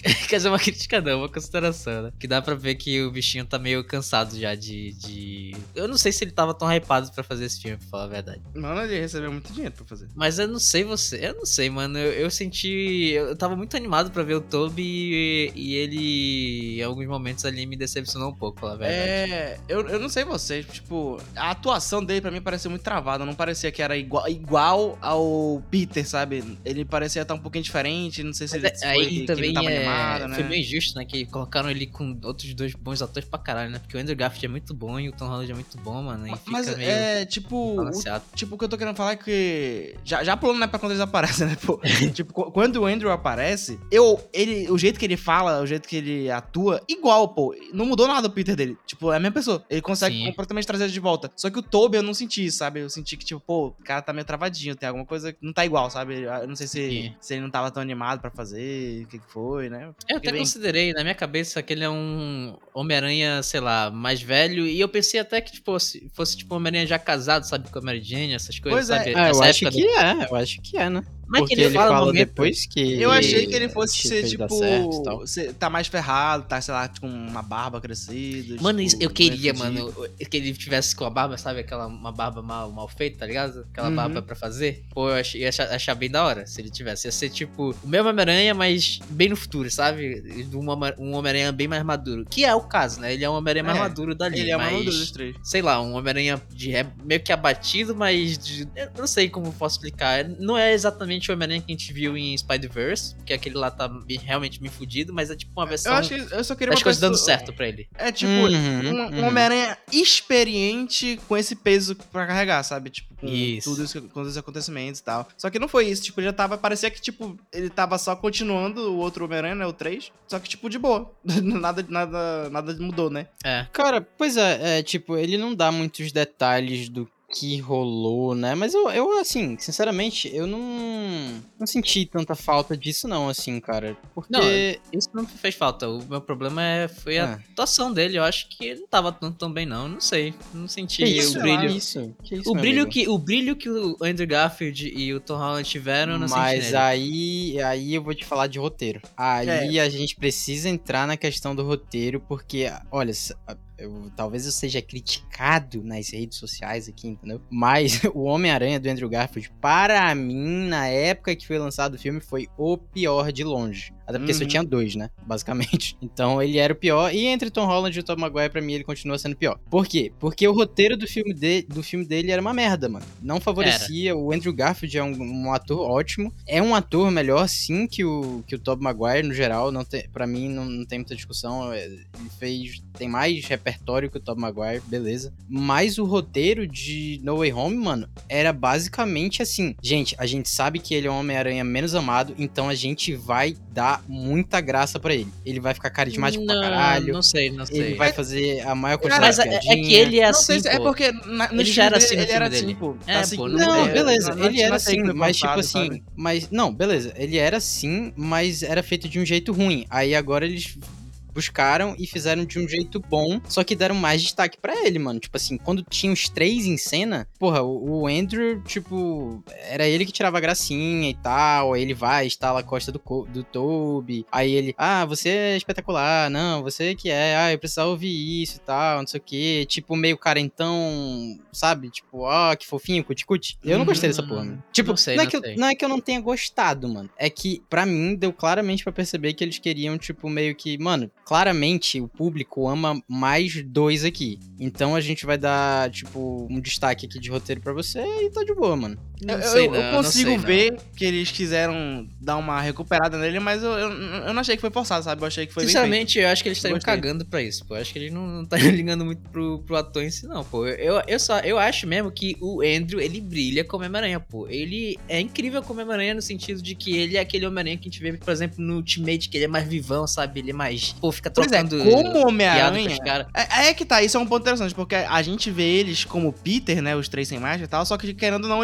Mas é uma crítica não, é uma consideração, né? Que dá pra ver que o bichinho tá meio cansado já de... de... Eu não sei se ele tava tão hypado pra fazer esse filme, pra falar a verdade. Mano, ele recebeu muito dinheiro pra fazer. Mas eu não sei você, eu não sei, mano. Eu, eu senti... Eu tava muito animado pra ver o Tobey e, e ele, em alguns momentos ali, me decepcionou um pouco, pra falar a verdade. É, eu, eu não sei vocês, tipo, a atuação dele pra mim pareceu muito travada, não parecia que era igual, igual ao Peter, sabe? Ele parecia estar um pouquinho diferente, não sei se ele Mas foi, aí que ele também tava é... animado, né? foi meio injusto, né? Que colocaram ele com outros dois bons atores pra caralho, né? Porque o Andrew Garfield é muito bom e o Tom Holland é muito bom, mano. E fica Mas meio é, tipo, o, balanceado. tipo, o que eu tô querendo falar é que, já, já pulando, né, pra quando eles aparecem, né, pô? Tipo, qu- quando o Andrew aparece, eu, ele, o jeito que ele fala, o jeito que ele atua, igual, pô, não mudou nada o Peter dele, tipo, é a mesma pessoa, ele consegue Sim. completamente trazer ele de volta, só que o Tobey eu não senti, sabe, eu senti que, tipo, pô, o cara tá meio travadinho, tem alguma coisa que não tá igual, sabe, eu não sei se, Sim. se ele não tava tão animado pra fazer, o que que foi, né? Eu até bem- considerei, na minha cabeça, que ele é um Homem-Aranha, sei lá, mais velho. E eu pensei até que tipo, fosse, fosse tipo um Homem-Aranha já casado, sabe? Com a Mary Jane, essas coisas, Pois é. sabe? Ah, eu Nessa acho época que do- é, eu acho que é, né? Mas Porque que ele ele fala no fala momento- depois que... Eu achei que ele fosse que ser, fez dar tipo, certo e tal. ser- tá mais ferrado, tá, sei lá, com uma barba crescida. Mano, tipo, isso, eu meio queria, fudido. mano, que ele tivesse com a barba, sabe? Aquela uma barba mal, mal feita, tá ligado? Aquela Uhum. barba pra fazer. Pô, eu achei, ia achar, achar bem da hora se ele tivesse. Ia ser tipo o mesmo Homem-Aranha, mas bem no futuro, sabe? Um, Homem- um Homem-Aranha bem mais maduro. Que é o caso, né? Ele é um Homem-Aranha mais É, maduro dali. Ele é mas... uma dos três. sei lá, um Homem-Aranha de é meio que abatido, mas de- eu não sei como eu posso explicar. Não é exatamente o Homem-Aranha que a gente viu em Spider-Verse, porque aquele lá tá me- realmente me fudido, mas é tipo uma versão Eu acho que eu só queria das uma coisas dando pessoa- certo pra ele. É tipo, Uhum, um, um uhum. Homem-Aranha experiente com esse peso pra carregar, sabe? Tipo, com Isso. tudo isso, com os acontecimentos e tal. Só que não foi isso, tipo, ele já tava, parecia que, tipo, ele tava só continuando o outro Homem-Aranha, né, o três, só que, tipo, de boa. nada, nada, nada mudou, né? É. Cara, pois é, é, tipo, ele não dá muitos detalhes do que rolou, né? Mas eu, eu assim, sinceramente, eu não, não senti tanta falta disso não, assim, cara. Porque... Não, isso não fez falta. O meu problema é, foi a Ah. atuação dele. Eu acho que ele não tava tão, tão bem, não. Não sei. Não senti que isso, o brilho. Que isso, que isso, O meu brilho, amigo? que, o brilho que o Andrew Garfield e o Tom Holland tiveram, eu não senti Mas nele. aí, aí eu vou te falar de roteiro. Aí É. a gente precisa entrar na questão do roteiro, porque, olha, s- eu- talvez eu seja criticado nas redes sociais aqui, entendeu? Mas o Homem-Aranha do Andrew Garfield, para mim, na época que foi lançado o filme, foi o pior de longe. Até porque só Uhum. tinha dois, né? Basicamente. Então ele era o pior. E entre Tom Holland e o Tom Maguire, pra mim, ele continua sendo pior. Por quê? Porque o roteiro do filme, de, do filme dele era uma merda, mano. Não favorecia. O Andrew Garfield é um, um ator ótimo. É um ator melhor, sim, que o, que o Tom Maguire, no geral. Não tem, pra mim, não, não tem muita discussão. Ele fez... Tem mais repertório que o Tom Maguire, beleza. Mas o roteiro de No Way Home, mano, era basicamente assim. Gente, a gente sabe que ele é o Homem-Aranha menos amado, então a gente vai dar muita graça pra ele. Ele vai ficar carismático não, pra caralho. Não sei, não sei. Ele vai fazer a maior quantidade Mas de é, é piadinha. que ele é não sei assim, se é pô. porque na, no Ele filme já era dele, assim no ele era filme assim, dele. pô. É, assim, pô, Não, Não, é, beleza, não- ele não era achei que assim, foi mas tipo forçado, assim, sabe? mas não, beleza, ele era assim, mas era feito de um jeito ruim. Aí agora eles buscaram e fizeram de um jeito bom, só que deram mais destaque pra ele, mano. Tipo assim, quando tinha os três em cena, porra, o, o Andrew, tipo, era ele que tirava a gracinha e tal, aí ele vai, estala a costa do, co- do Toby, aí ele, ah, você é espetacular, não, você que é, ah, eu precisava ouvir isso e tal, não sei o que, tipo, meio carentão, sabe? Tipo, ó, que fofinho, cuti-cuti. Eu não gostei dessa porra, mano. Tipo, não sei, não, é não que sei. eu, não é que eu não tenha gostado, mano. É que, pra mim, deu claramente pra perceber que eles queriam, tipo, meio que, mano, claramente o público ama mais dois aqui. Então a gente vai dar, tipo, um destaque aqui de roteiro pra você e tá de boa, mano. Não eu, sei, eu- não, eu não consigo sei, não. ver que eles quiseram dar uma recuperada nele, mas eu, eu, eu não achei que foi forçado, sabe? Eu achei que foi bem feito. Sinceramente, eu acho que eles estariam Gostei. cagando pra isso, pô. Eu acho que eles não não estariam ligando muito pro, pro ator em si, não, pô. Eu, eu, só, eu acho mesmo que o Andrew, ele brilha como Homem-Aranha, pô. Ele é incrível como Homem-Aranha no sentido de que ele é aquele Homem-Aranha que a gente vê, por exemplo, no Ultimate, que ele é mais vivão, sabe? Ele é mais... Pô, fica Pois é, trocando como piada com Homem-Aranha... os caras. É, é que tá, isso é um ponto interessante, porque a gente vê eles como Peter, né, os três sem máscara e tal, só que querendo ou não, eles estão agindo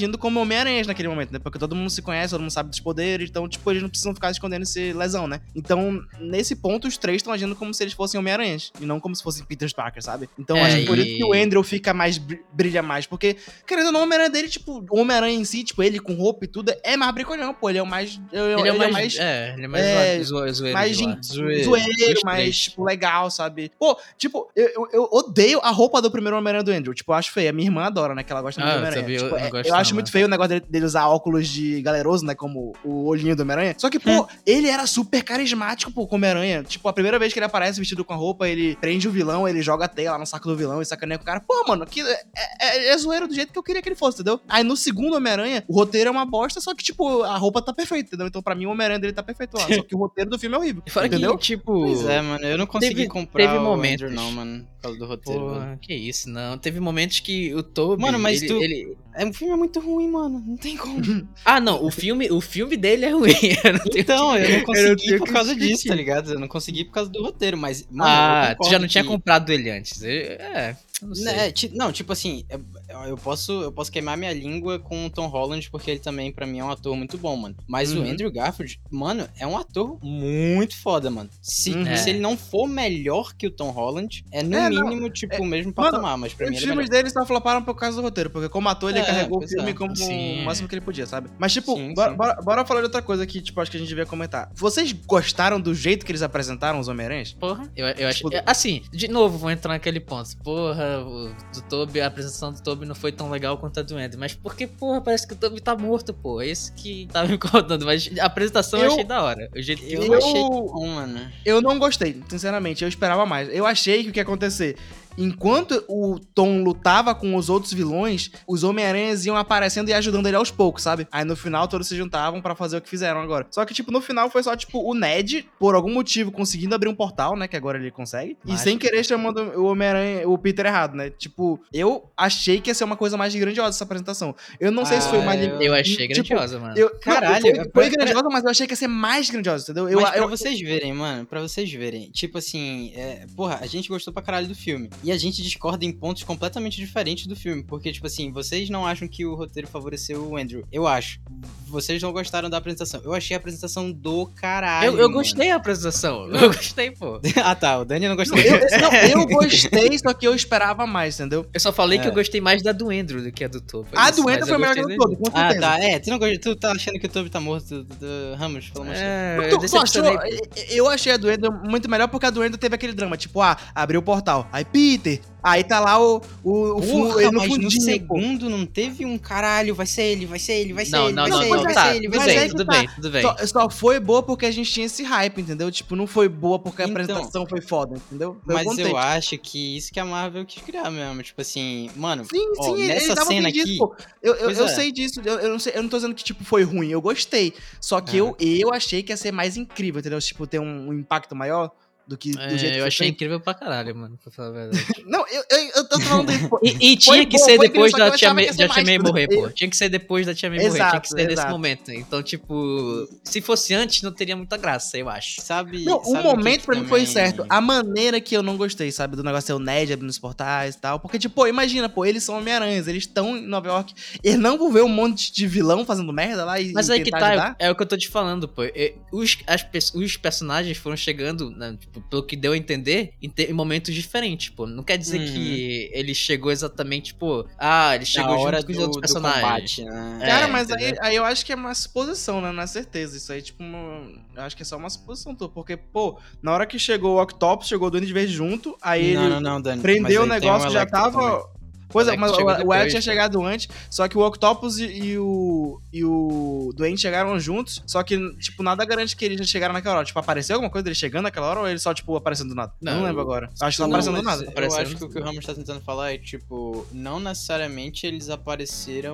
agindo como Homem-Aranha naquele momento, né? Porque todo mundo se conhece, todo mundo sabe dos poderes, então, tipo, eles não precisam ficar escondendo esse lesão, né? Então, nesse ponto, os três estão agindo como se eles fossem Homem-Aranhas, e não como se fossem Peter Parker, sabe? Então, É, acho que por e- isso que o Andrew fica mais, br- brilha mais, porque, querendo ou não, o Homem-Aranha dele, tipo, o Homem-Aranha em si, tipo, ele com roupa e tudo, é mais brincalhão, pô, ele é o mais... Ele é o mais. É, ele é mais é, zoa- zoeiro mais de lá. gen- Zoeiro. zoeiro, Dos mais, três. tipo, legal, sabe? Pô, tipo, eu, eu, eu odeio a roupa do primeiro Homem-Aranha do Andrew. Tipo, eu acho feia. Minha irmã adora, né? Que ela gosta muito Ah, do eu Homem-Aranha. também, eu Tipo, não é- gosto eu não, acho muito mano. feio o negócio dele, dele usar óculos de galeroso, né? Como o olhinho do Homem-Aranha. Só que, pô, ele era super carismático, pô, como Homem-Aranha. Tipo, a primeira vez que ele aparece vestido com a roupa, ele prende o vilão, ele joga a teia lá no saco do vilão e sacaneia com o cara. Pô, mano, que é, é, é zoeiro do jeito que eu queria que ele fosse, entendeu? Aí no segundo Homem-Aranha, o roteiro é uma bosta, só que, tipo, a roupa tá perfeita, entendeu? Então, pra mim, o Homem-Aranha dele tá perfeito lá. Só que o roteiro do filme é horrível. E fora entendeu? que, tipo. Pois é, mano, eu não consegui Teve- comprar teve o momentos. Andrew não, mano, por causa do roteiro, velho. Porra, que isso, não. Teve momentos que o Toby. Mano, mas ele, tu- ele- É, o filme é muito ruim, mano, não tem como. Ah, não, o filme, o filme dele é ruim. Eu não tenho Então, eu não eu não consegui tenho por que causa discutir. disso, tá ligado? Eu não consegui por causa do roteiro, mas, mano, Ah, eu tu concordo já não tinha que- comprado ele antes. Eu- É, eu não sei. Né, ti- não, tipo assim, eu, eu posso, eu posso queimar minha língua com o Tom Holland, porque ele também, pra mim, é um ator muito bom, mano. Mas o Uhum. Andrew Garfield, mano, é um ator muito foda, mano. Se, Uhum. se ele não for melhor que o Tom Holland, é no É, não, mínimo, tipo, é- o mesmo mano, patamar, mas pra mim Os ele é melhor. filmes dele só floparam por causa do roteiro, porque como ator ele É, carregou o pois filme é. como Sim. o máximo que ele podia, sabe? Mas tipo, Sim, bora, sim. bora- bora falar de outra coisa que, tipo, acho que a gente devia comentar. Vocês gostaram do jeito que eles apresentaram os Homem-Aranhas? Porra, eu, eu acho. Tipo- Assim, de novo, vou entrar naquele ponto. Porra, o do Toby, a apresentação do Toby não foi tão legal quanto a do Andrew. Mas porque, porra, parece que o Toby tá morto, pô. É isso que tava me incomodando. Mas a apresentação eu, Eu- achei da hora. O jeito que Eu eu achei bom, mano. Eu não gostei, sinceramente. Eu esperava mais. Eu achei que o que ia acontecer... Enquanto o Tom lutava com os outros vilões, os Homem-Aranhas iam aparecendo e ajudando ele aos poucos, sabe? Aí no final todos se juntavam pra fazer o que fizeram agora. Só que, tipo, no final foi só, tipo, o Ned, por algum motivo, conseguindo abrir um portal, né? Que agora ele consegue. E Mágico. sem querer chamando o Homem-Aranha, o Peter errado, né? Tipo, eu achei que ia ser uma coisa mais grandiosa essa apresentação. Eu não sei se foi Ah, mais... eu- Eu achei tipo, grandiosa, mano. Eu, Caralho, não, foi, pra- foi pra- grandiosa, mas eu achei que ia ser mais grandiosa, entendeu? Eu, Mas pra eu, vocês verem, mano, pra vocês verem, tipo assim, é, porra, a gente gostou pra caralho do filme. E a gente discorda em pontos completamente diferentes do filme. Porque, tipo assim, vocês não acham que o roteiro favoreceu o Andrew. Eu acho. Vocês não gostaram da apresentação. Eu achei a apresentação do caralho. Eu, eu mano. gostei da apresentação. Eu gostei, pô. Ah, tá. O Dani não gostou. eu, não, eu gostei, só que eu esperava mais, entendeu? Eu só falei É. que eu gostei mais da do Andrew do que a do Toby. A Isso, do Andrew mas foi eu melhor que gostei a do da- todo, com Ah, certeza. tá. É, tu, não, gosta- tu tá achando que o Toby tá morto, do, do Ramos, pelo amor de Deus. É, Tu- eu tu achou? decepcionei. Eu achei a do Ender muito melhor porque a do Ender teve aquele drama, tipo, ah, abriu o portal. Aí, Peter, aí tá lá o, o, o fundo, Porra, ele no mas no fundinho, pô. segundo não teve um caralho, vai ser ele, vai ser ele, vai ser Não, ele, não, vai não, ser não, ele, vai tá, ser ele, tudo vai mas ser bem, é ele. que tudo tá. bem, tudo bem. Só, só foi boa porque a gente tinha esse hype, entendeu? Tipo, não foi boa porque a Então, apresentação foi foda, entendeu? Foi o Mas eu contexto. acho que isso que a Marvel quis criar mesmo. Tipo assim, mano, Sim, ó, sim, eles nessa davam cena disso, aqui. pô. Eu, eu, Pois eu é. sei disso, eu, eu não sei, eu não tô dizendo que, tipo, foi ruim, eu gostei. Só que Ah. eu, eu achei que ia ser mais incrível, entendeu? Tipo, ter um, um impacto maior do que do É, jeito que eu foi achei feito. incrível pra caralho, mano, pra falar a verdade. Não, eu, eu, eu tô falando isso, pô. E, e Foi tinha que bom, ser foi depois incrível, só da que eu Tia achava May, que ia ser da Tia mais, May tudo. morrer, pô. Eu- Tinha que ser depois da Tia May morrer, tinha Exato, que ser nesse exato. momento. Então, tipo, se fosse antes, não teria muita graça, eu acho. Sabe. Não, o sabe que momento que pra mim foi também- certo. A maneira que eu não gostei, sabe? Do negócio ser o Ned abrindo os portais e tal. Porque, tipo, pô, imagina, pô, eles são Homem-Aranhas, eles estão em Nova York. Eles não vão ver um monte de vilão fazendo merda lá e, Mas e aí que tentar tá, ajudar. é o que eu tô te falando, pô. É, Os, as pe- os personagens foram chegando, né, tipo, pelo que deu a entender, em, te- em momentos diferentes, pô. Não quer dizer Uhum. que ele chegou exatamente, pô, ah, ele Na chegou hora junto com os do, outros do personagens. combate, né? É, Cara, mas aí, entendeu? aí eu acho que é uma suposição, né? Não é certeza. Isso aí, tipo, uma- eu acho que é só uma suposição tua. Porque, pô, na hora que chegou o Octopus, chegou o Duende Verde junto, aí não, ele não, não, Dani. prendeu o mas aí tem negócio, um já Electro tava... também. Pois é, Alex mas o, chegou o Ed depois, tinha pô. chegado antes, só que o Octopus e, e o e o Duende chegaram juntos, só que, tipo, nada garante que eles já chegaram naquela hora. Tipo, apareceu alguma coisa deles chegando naquela hora ou ele só, tipo, aparecendo do nada? Não, Não, não lembro eu- agora. Acho que só Não, aparecendo do mas nada. Eu Aparecendo acho que o que o Ramos tá tentando falar é, tipo, não necessariamente eles apareceram.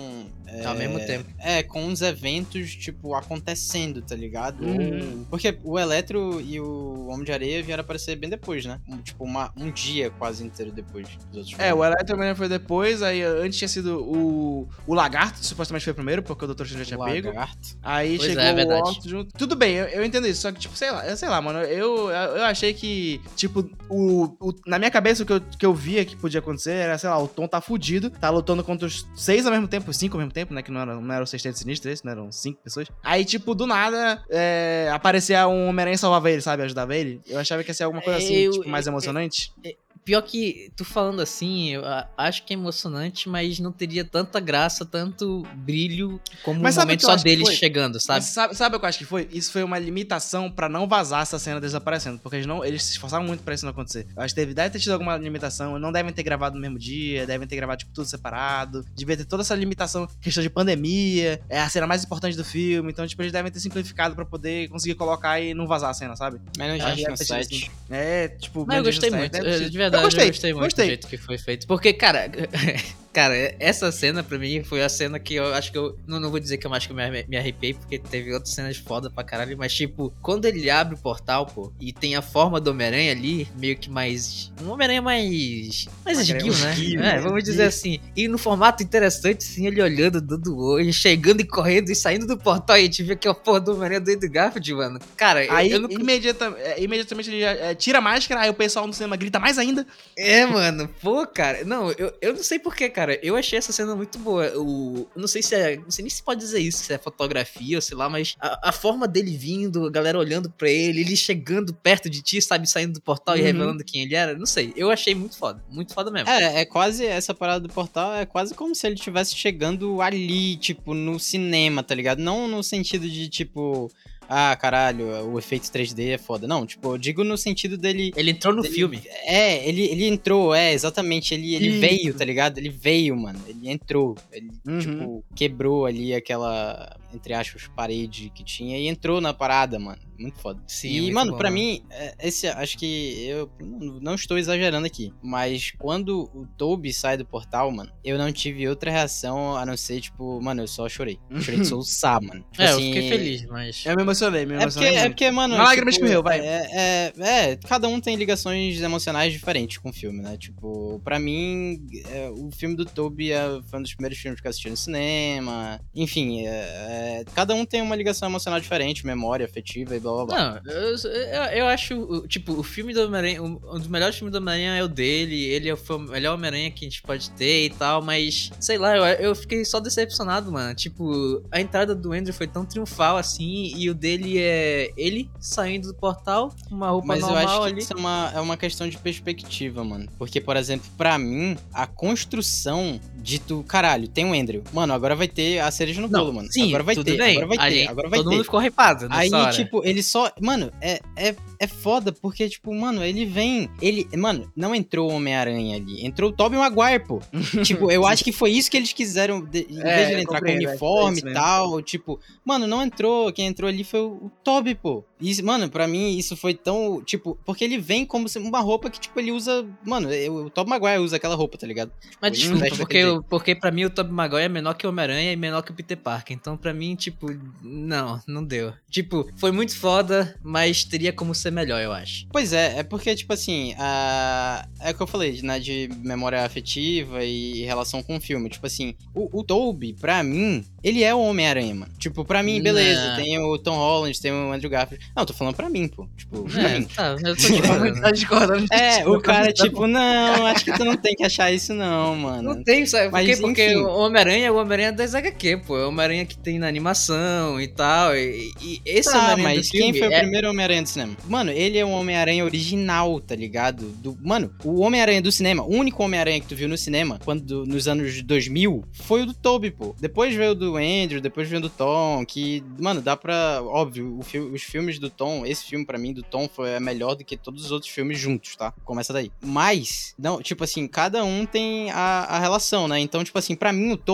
É, Ao mesmo tempo. É, com os eventos, tipo, acontecendo, tá ligado? Uhum. Ou- Porque o Eletro e Homem de Areia vieram aparecer bem depois, né? Um- tipo, uma, um dia quase inteiro depois dos outros É, o Electro Homem-Aranha foi depois, aí antes tinha sido o, o Lagarto, que supostamente foi o primeiro, porque o doutor Estranho já tinha pego. Lagarto. Aí Pois chegou é, é o verdade. Otto junto. Tudo bem, eu, eu entendo isso, só que, tipo, sei lá, sei lá, mano, eu, eu achei que, tipo, o, o, na minha cabeça o que eu, que eu via que podia acontecer era, sei lá, o Tom tá fudido, tá lutando contra os seis ao mesmo tempo, cinco ao mesmo tempo, né, que não eram não era o Sexteto Sinistro esse, né, eram cinco pessoas. Aí, tipo, do nada, é, aparecia um Homem-Aranha e salvava ele, sabe, ajudava ele. Eu achava que ia ser alguma coisa assim, Eu- tipo, mais eu- emocionante. Pior que, tu falando assim, eu a- acho que é emocionante, mas não teria tanta graça, tanto brilho, como Mas um sabe o momento que eu só acho que deles foi? chegando, sabe? Mas sabe, sabe o que eu acho que foi? Isso foi uma limitação pra não vazar essa cena desaparecendo. Porque eles, não, eles se esforçaram muito pra isso não acontecer. Eu acho que teve, deve ter tido alguma limitação. Não devem ter gravado no mesmo dia. Devem ter gravado, tipo, tudo separado. Devia ter toda essa limitação, questão de pandemia. É a cena mais importante do filme. Então, tipo, eles devem ter simplificado pra poder conseguir colocar e não vazar a cena, sabe? Menos Acho gente que no deve ter sido set. É, tipo... Mas eu menos gostei gente no muito, set, deve ter eu- sido- de verdade, eu gostei, eu gostei muito gostei. do jeito que foi feito. Porque, cara, cara, essa cena pra mim foi a cena que eu acho que eu. Não, não vou dizer que eu acho que eu me, me arrepiei, porque teve outras cenas foda pra caralho, mas tipo, quando ele abre o portal, pô, e tem a forma do Homem-Aranha ali, meio que mais. Um Homem-Aranha mais. Mais Homem-Aranha esguio, né? esguio, É, né? vamos dizer assim. E no formato interessante, assim, ele olhando, dando oi, chegando e correndo e saindo do portal, e a gente vê que é a porra do Homem-Aranha do Andrew Garfield, mano. Cara, eu, Aí, eu não. imediata- é, imediatamente, ele já, é, tira a máscara, aí o pessoal no cinema grita mais ainda. É, mano, pô, cara. Não, eu, eu não sei porquê, cara. Eu achei essa cena muito boa. O, eu não sei se é. Não sei nem se pode dizer isso, se é fotografia ou sei lá, mas a, a forma dele vindo, a galera olhando pra ele, ele chegando perto de ti, sabe, saindo do portal e Uhum. revelando quem ele era. Não sei. Eu achei muito foda. Muito foda mesmo. É, é quase, essa parada do portal é quase como se ele estivesse chegando ali, tipo, no cinema, tá ligado? Não no sentido de, tipo, ah, caralho, o efeito três D é foda. Não, tipo, eu digo no sentido dele... Ele entrou no Ele- filme. É, ele, ele entrou, é, exatamente. Ele, ele Isso. veio, tá ligado? Ele veio, mano. Ele entrou. Ele, Uhum. tipo, quebrou ali aquela, entre aspas, parede que tinha e entrou na parada, mano. Muito foda. Sim, e, muito mano, bom, pra né? mim, é, esse, acho que eu não não estou exagerando aqui, mas quando o Toby sai do portal, mano, eu não tive outra reação a não ser, tipo, mano, eu só chorei. Eu chorei de soluçar, mano. Tipo É, eu assim, fiquei feliz, mas. Eu me emocionei, me é porque, emocionei é muito. porque, mano. Uma lágrima tipo, escorreu, vai. É, é, é, cada um tem ligações emocionais diferentes com o filme, né? Tipo, pra mim, é, o filme do Toby é, foi um dos primeiros filmes que eu assisti no cinema. Enfim, é, é, cada um tem uma ligação emocional diferente, memória, afetiva e blá blá blá. Não, eu, eu, eu acho, o- tipo, o filme do Homem-Aranha, um um dos melhores filmes do Homem-Aranha é o dele, ele é o melhor Homem-Aranha que a gente pode ter e tal, mas, sei lá, eu, eu fiquei só decepcionado, mano. Tipo, a entrada do Andrew foi tão triunfal assim, e o dele é ele saindo do portal, com uma roupa Mas eu normal acho que ali. isso é uma, é uma questão de perspectiva, mano. Porque, por exemplo, pra mim, a construção de tu. Caralho, tem um Andrew. Mano, agora vai ter a cereja no bolo, mano. sim, agora vai tudo ter, bem. agora vai A ter, gente- agora vai todo ter. mundo ficou hypado nessa Aí, hora. tipo, ele só. Mano, é, é, é foda, porque, tipo, mano, ele vem. Ele. Mano, não entrou o Homem-Aranha ali. Entrou o Tobey Maguire, pô. Tipo, eu acho que foi isso que eles quiseram. de- em É, vez de ele eu entrar com compreendo, é, uniforme foi isso e mesmo. tal, tipo, mano, não entrou. Quem entrou ali foi o, o Tobey, pô. Isso, mano, pra mim, isso foi tão. Tipo, porque ele vem como se uma roupa que, tipo, ele usa. Mano, o, o Tobey Maguire usa aquela roupa, tá ligado? Mas Ele desculpa, veste porque, daquele eu- porque pra mim o Tobey Maguire é menor que o Homem-Aranha e menor que o Peter Parker. Então pra mim, tipo, não, não deu. Tipo, foi muito foda, mas teria como ser melhor, eu acho. Pois é, é porque, tipo assim, a... é o que eu falei, né, de memória afetiva e relação com o filme. Tipo assim, o, o Tobey, pra mim, ele é o Homem-Aranha, mano. Tipo, pra mim, beleza, Não. tem o Tom Holland, tem o Andrew Garfield. Não, tô falando pra mim, pô. Tipo, pra É, mim. tá, eu tô Vamos discordando. tá discordando. É, o cara, Tá tipo, não, acho que tu não tem que achar isso não, mano. Não tem, sabe? Por Mas, quê? Porque enfim. o Homem-Aranha é o Homem-Aranha das H Q, pô. É o Homem-Aranha que tem na animação e tal. E, e esse Tá, Homem-Aranha mas do quem filme foi o é... primeiro Homem-Aranha do cinema? Mano, ele é um Homem-Aranha original, tá ligado? Do... Mano, o Homem-Aranha do cinema, o único Homem-Aranha que tu viu no cinema, quando nos anos dois mil, foi o do Tobey, pô. Depois veio o do Andrew, depois veio o do Tom, que, mano, dá pra... Óbvio, o fi... os filmes do Tom, esse filme pra mim do Tom foi é melhor do que todos os outros filmes juntos, tá? Começa daí. Mas, não, tipo assim, cada um tem a, a relação, né? Então, tipo assim, pra mim o Tobey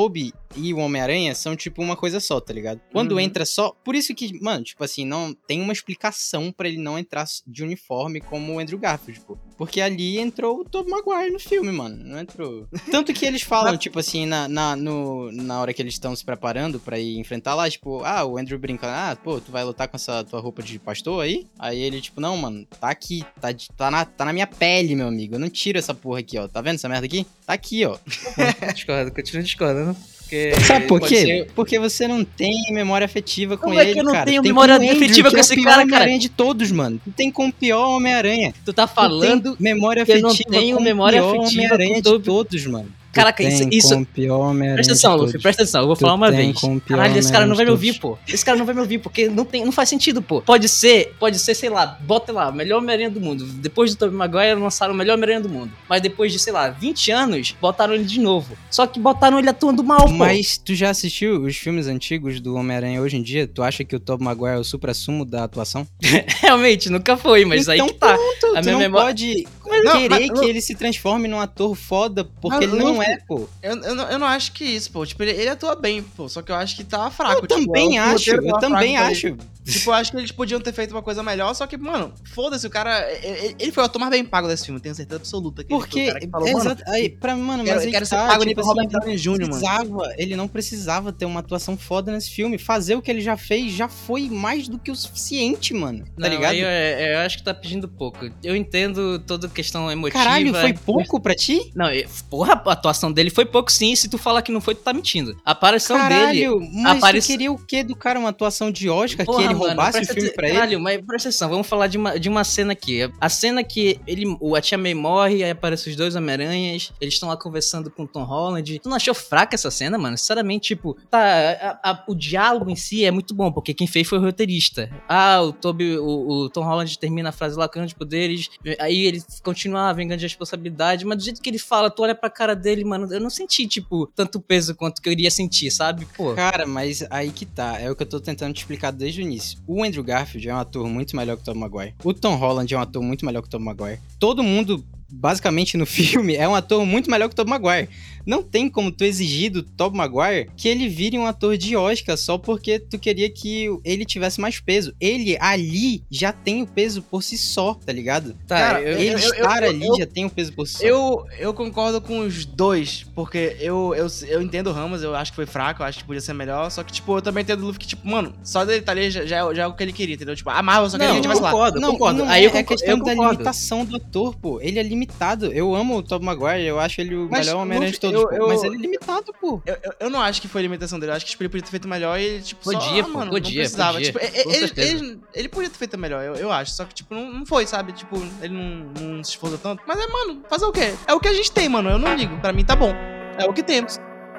e o Homem-Aranha são, tipo, uma coisa só, tá ligado? Quando Uhum. entra só... Por isso que, mano, tipo assim, não tem uma explicação pra ele não entrar de uniforme como o Andrew Garfield, pô. Porque ali entrou o Tobey Maguire no filme, mano. Não entrou... Tanto que eles falam, tipo assim, na, na, no, na hora que eles estão se preparando pra ir enfrentar lá, tipo... Ah, o Andrew brinca, ah, pô, tu vai lutar com essa tua roupa de pastor aí? Aí ele, tipo, não, mano, tá aqui, tá, de- tá, na, tá na minha pele, meu amigo. Eu não tiro essa porra aqui, ó. Tá vendo essa merda aqui? Tá aqui, ó. Discordo, continuo discordando. Porque Sabe por pode quê? ser- Porque você não tem memória afetiva com Como é que ele, eu não cara. tenho Tem memória com o Andrew, afetiva que com é esse o pior cara, cara? Homem-Aranha de todos, mano. Tu tem com o pior Homem-Aranha. Tu tá Tu falando... tem memória que eu não afetiva tenho com memória o pior afetiva Homem-Aranha com de todo- todos, mano. Tu Caraca, isso- tem isso- com o pior Homem-Aranha Presta de atenção, todos. Luffy, presta atenção, eu vou Tu falar uma tem vez. com o pior Caralho, esse cara não vai me Homem-Aranha ouvir, de pô. Esse cara não vai me ouvir, porque não, tem, não faz sentido, pô. Pode ser, pode ser, sei lá, bota lá, melhor Homem-Aranha do mundo. Depois do Tobey Maguire, lançaram o melhor Homem-Aranha do mundo. Mas depois de, sei lá, vinte anos, botaram ele de novo. Só que botaram ele atuando mal, pô. Mas tu já assistiu os filmes antigos do Homem-Aranha hoje em dia? Tu acha que o Tobey Maguire é o supra-sumo da atuação? Realmente, nunca foi, mas aí Então que tá. Tu, A tu minha não memória- pode Não, querer mas- que ele se transforme num ator foda, porque Mas, ele não Luffy, é, pô. Eu, eu, não, eu não acho que isso, pô. Tipo, ele, ele atua bem, pô. Só que eu acho que tava fraco. Eu tipo, também o acho, roteiro eu tava também fraco pra acho. ele. Tipo, eu acho que eles podiam ter feito uma coisa melhor, só que, mano, foda-se, o cara. Ele, ele foi o ator mais bem pago desse filme, tenho certeza absoluta. Que Porque, ele foi o cara que falou, é mano, exato, aí, pra, mano, quero- mas aí quero que ser tá, pago tipo nível assim, Robert ele não Downey Júnior, mano. precisava, ele não precisava ter uma atuação foda nesse filme. Fazer o que ele já fez já foi mais do que o suficiente, mano. Tá Não, ligado? aí eu, eu acho que tá pedindo pouco. Eu entendo toda a questão emotiva. Caralho, foi pouco pra ti? Não, e- porra, a atuação dele foi pouco sim. Se tu falar que não foi, tu tá mentindo. A aparição dele. Caralho, mas apare- tu queria o quê do cara? Uma atuação de Oscar? Porra, que ele mano, roubasse o presta filme aten- pra ele? Caralho, mas presta atenção, vamos falar de uma, de uma cena aqui. A cena que ele, o, a Tia May morre, aí aparecem os dois Homem-Aranhas, eles estão lá conversando com o Tom Holland. Tu não achou fraca essa cena, mano? Sinceramente, tipo, tá, a- a- o diálogo em si é muito bom, porque quem fez foi o roteirista. Ah, o Toby, o, o Tom Holland termina a frase lá, com de poderes, aí ele continua vengando de responsabilidade, mas do jeito que ele fala, tu olha pra cara dele, mano, eu não senti, tipo, tanto peso quanto que eu iria sentir, sabe? Pô. Cara, mas aí que tá, é o que eu tô tentando te explicar desde o início. O Andrew Garfield é um ator muito melhor que o Tobey Maguire. O Tom Holland é um ator muito melhor que o Tobey Maguire. Todo mundo, basicamente, no filme, é um ator muito melhor que o Tobey Maguire. Não tem como tu exigir do Tobey Maguire que ele vire um ator de Oscar só porque tu queria que ele tivesse mais peso. Ele ali já tem o peso por si só, tá ligado? Tá, Cara, eu, Ele eu- eu- estar eu- ali eu- já tem o peso por si só. Eu, eu concordo com os dois, porque eu, eu, eu entendo o Ramos, eu acho que foi fraco, eu acho que podia ser melhor, só que, tipo, eu também entendo o Luffy que, tipo, mano, só dele estar ali já, já, é- já é o que ele queria, entendeu? Tipo, a Marvel só queria que não, ele tivesse lá. concordo, Não, concordo. não Aí é, eu é concordo, questão eu da concordo. limitação do ator, pô. Ele é limitado. Eu amo o Tobey Maguire, eu acho ele o Mas, melhor Homem-Aranha de Luffy, todos, eu- pô, eu- mas ele é limitado, pô. Eu, eu, eu não acho que foi limitação dele, eu acho que tipo, ele podia ter feito melhor e ele, tipo, só, Podia, ah, pô, mano, podia, não precisava. podia, Tipo, com ele, ele, certeza. ele, ele podia ter feito melhor, eu, eu acho, só que, tipo, não, não foi, sabe? Tipo, ele não, não se esforçou tanto. Mas é, mano, fazer o quê? É o que a gente tem, mano, eu não ligo, pra mim tá bom. É o que temos.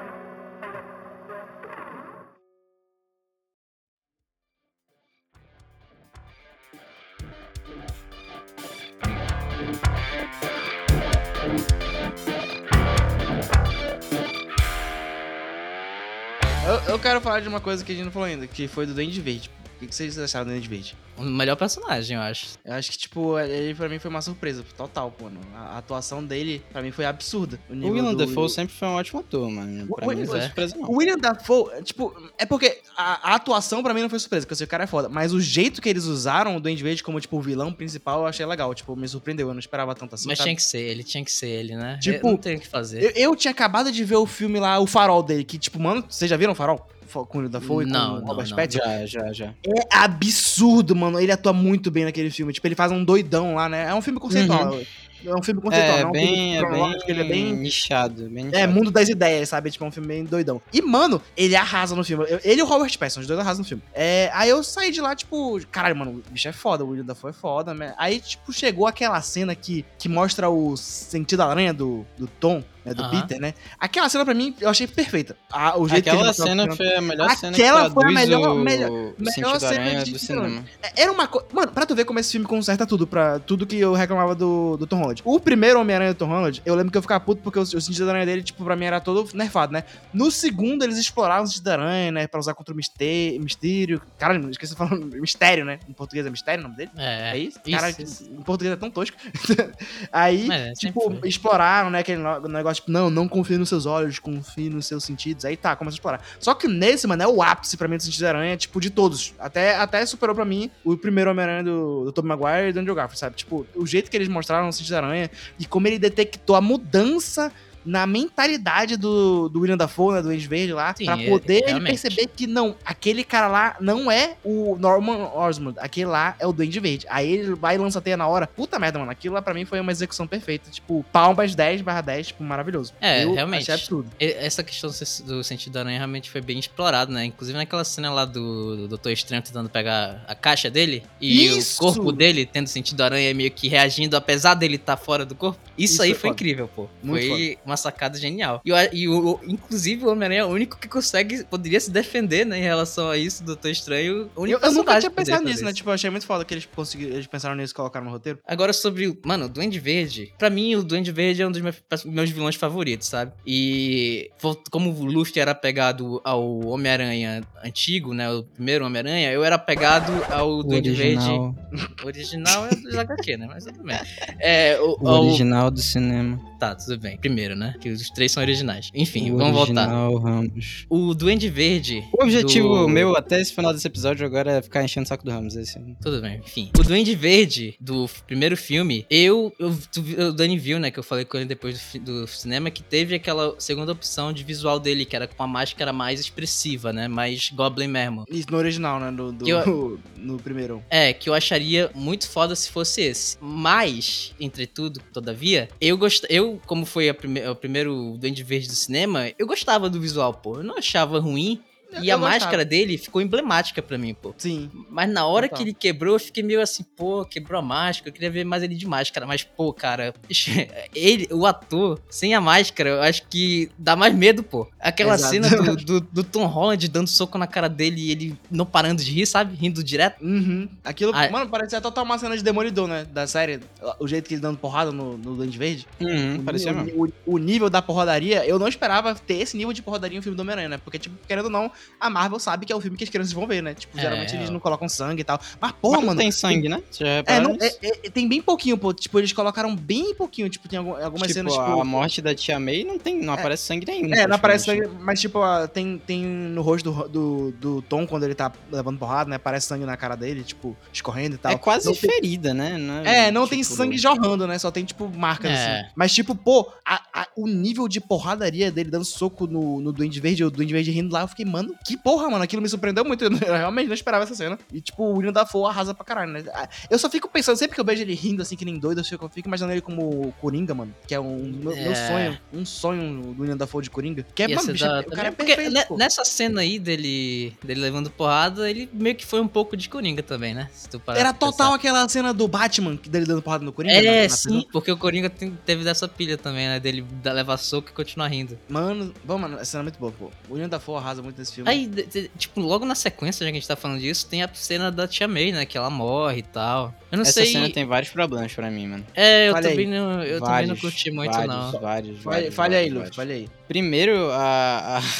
Eu, eu quero falar de uma coisa que a gente não falou ainda, que foi do Duende Verde. O que que vocês acharam do Duende Verde? O melhor personagem, eu acho. Eu acho que, tipo, ele pra mim foi uma surpresa total, pô. Mano. A atuação dele, pra mim, foi absurda. O nível Willem do- Dafoe sempre foi um ótimo ator, mano. Pra O- mim não foi é. surpresa, não. O William Dafoe, tipo, é porque a, a atuação pra mim não foi surpresa, porque eu sei que o cara é foda. Mas o jeito que eles usaram o Duende Verde como, tipo, o vilão principal, eu achei legal. Tipo, me surpreendeu, eu não esperava tanto assim, Mas sabe? tinha que ser ele, tinha que ser ele, né? Tipo, Eu não tem o que fazer. Eu, eu tinha acabado de ver o filme lá, O Farol dele, que, tipo, mano, vocês já viram o Farol? Fo- Com o William Dafoe e com Não, o não, Robert não. Pattinson? Já, já, já. É absurdo, mano. Ele atua muito bem naquele filme. Tipo, ele faz um doidão lá, né? É um filme conceitual. É um filme conceitual, É, não é um bem, filme é cronológico, bem, ele é bem... nichado, bem nichado. É, mundo das ideias, sabe? Tipo, é um filme bem doidão. E, mano, ele arrasa no filme. Eu- Ele e o Robert Pattinson, os dois arrasam no filme. É, aí eu saí de lá, tipo, caralho, mano, o bicho é foda, o William Dafoe é foda, né? Aí, tipo, chegou aquela cena que, que mostra o sentido da aranha do, do Tom, né? Do Aham. Peter, né? Aquela cena, pra mim, eu achei perfeita. A- o jeito que Aquela ele mostrou a cena foi a melhor cena Aquela que foi a traduz melhor- o, melhor- o melhor sentido da cena aranha de do cinema. cinema. Era uma coisa. Mano, pra tu ver como esse filme conserta tudo, pra tudo que eu reclamava do, do Tom Holland. Holland. O primeiro Homem-Aranha do Tom Holland, eu lembro que eu ficava puto porque o, o sentido da aranha dele, tipo, pra mim era todo nerfado, né? No segundo, eles exploraram o sentido da aranha, né? Pra usar contra o mistério. mistério. Cara, esqueci de falar mistério, né? Em português é mistério o nome dele? É, É isso? isso, Cara, isso. em português é tão tosco. Aí, Mas é, tipo, sempre foi. exploraram, né? Aquele no- negócio, tipo, não, não confie nos seus olhos, confie nos seus sentidos. Aí tá, começa a explorar. Só que nesse, mano, é o ápice pra mim do sentido da aranha, tipo, de todos. Até, até superou pra mim o primeiro Homem-Aranha do, do Tobey Maguire e do Andrew Garfield, sabe? Tipo, o jeito que eles mostraram o sentido da aranha e como ele detectou a mudança na mentalidade do, do William Dafoe, né, do Duende Verde lá, Sim, pra é- poder ele realmente. perceber que não, aquele cara lá não é o Norman Osborn, aquele lá é o Duende Verde. Aí ele vai e lança a teia na hora. Puta merda, mano, aquilo lá pra mim foi uma execução perfeita. Tipo, palmas dez barra dez, tipo, maravilhoso. É, Eu realmente. achei absurdo. E- Essa questão do sentido da aranha realmente foi bem explorado, né? Inclusive naquela cena lá do, do Doutor Estranho tentando pegar a caixa dele e Isso! o corpo dele tendo sentido da aranha meio que reagindo, apesar dele estar fora do corpo. Isso, Isso aí é foi foda. incrível, pô. Muito foi uma sacada genial. E, o, e o, inclusive o Homem-Aranha é o único que consegue, poderia se defender, né, em relação a isso, do Doutor Estranho. O único Eu, eu nunca personagem tinha que poderia pensado nisso, fazer né? isso. Tipo, eu achei muito foda que eles conseguiram, eles pensaram nisso e colocaram no roteiro. Agora sobre o... Mano, o Duende Verde. Pra mim, o Duende Verde é um dos meus, meus vilões favoritos, sabe? E como o Luffy era apegado ao Homem-Aranha antigo, né? O primeiro Homem-Aranha, eu era apegado ao O Duende original, Verde. O original é dos H Q, né? Mas tudo bem. É, o, o ao- original do cinema. Tá, tudo bem. Primeiro, né? Que os três são originais. Enfim, o vamos voltar. original Ramos. O Duende Verde. O objetivo do- meu até esse final desse episódio agora é ficar enchendo o saco do Ramos. Esse... Tudo bem, enfim. O Duende Verde do f- primeiro filme, eu, eu, tu vi- o Dani viu, né, que eu falei com ele depois do, fi- do cinema, que teve aquela segunda opção de visual dele, que era com uma máscara mais expressiva, né, mais Goblin mesmo. Isso no original, né? Do, do, Que eu- no primeiro. É, que eu acharia muito foda se fosse esse. Mas, entretudo, todavia, eu gost... eu, como foi a prime... o primeiro Duende Verde do cinema, eu gostava do visual, pô. Eu não achava ruim. Eu- E eu a gostava. máscara dele ficou emblemática pra mim, pô. Sim. Mas na hora Total. que ele quebrou, eu fiquei meio assim, pô, quebrou a máscara. Eu queria ver mais ele de máscara. Mas, pô, cara, ele, o ator, sem a máscara, eu acho que dá mais medo, pô. Aquela Exato. cena do, do, do Tom Holland dando soco na cara dele e ele não parando de rir, sabe? Rindo direto. Uhum. Aquilo, Ah, mano, parece total uma cena de Demolidor, né? Da série. O jeito que ele dando porrada no, no Duende Verde. Uhum, O parecia nível- mesmo. O, o nível da porradaria, eu não esperava ter esse nível de porradaria no filme do Homem-Aranha, né? Porque, tipo, querendo ou não, a Marvel sabe que é o filme que as crianças vão ver, né? Tipo, É, geralmente eles ó. não colocam sangue e tal. Mas, porra, Mas não mano. tem sangue, né? Você já É, reparou não, nisso? é- é- tem bem pouquinho, pô. Tipo, eles colocaram bem pouquinho. Tipo, tem algum- algumas Tipo, cenas, a tipo. morte da Tia May não, tem, não aparece sangue nenhum. É, não aparece praticamente. sangue, mas tipo, ó, tem, tem no rosto do, do, do Tom, quando ele tá levando porrada, né? Aparece sangue na cara dele, tipo, escorrendo e tal. É quase Não tem- ferida, né? Não É, não tipo, tem sangue jorrando, né? Só tem, tipo, marcas É. assim. Mas, tipo, pô, a- a- o nível de porradaria dele dando soco no, no Duende Verde, o Duende Verde rindo lá, eu fiquei, mano, que porra, mano. Aquilo me surpreendeu muito. Eu realmente não esperava essa cena. E, tipo, o William Dafoe arrasa pra caralho, né? Eu só fico pensando, sempre que eu vejo ele rindo assim, que nem doido, eu fico, eu fico imaginando ele como Coringa, mano. Que é um meu, meu É. sonho. Um sonho do William Dafoe de Coringa. Que é, Ia mano, ser bicho, da- o cara é porque perfeito, ne- pô. nessa cena aí dele, dele levando porrada, ele meio que foi um pouco de Coringa também, né? Se tu parar Era pra total pensar. aquela cena do Batman, que dele dando porrada no Coringa. na- É, na sim, prisão. porque o Coringa tem- teve dessa pilha também, né? Dele da- levar soco e continuar rindo. Mano, bom, mano, essa cena é muito boa, pô. O William Dafoe arrasa muito nesse filme. Aí, de- de- tipo, logo na sequência, já que a gente tá falando disso, tem a cena da Tia May, né? Que ela morre e tal. Eu não Essa sei. cena tem vários problemas pra mim, mano. É, eu Falha aí. também não, eu também não curti muito, vários, não. Vários, Falha, vários, falha aí, vários, Luffy, vários. falha aí. Primeiro, a, a,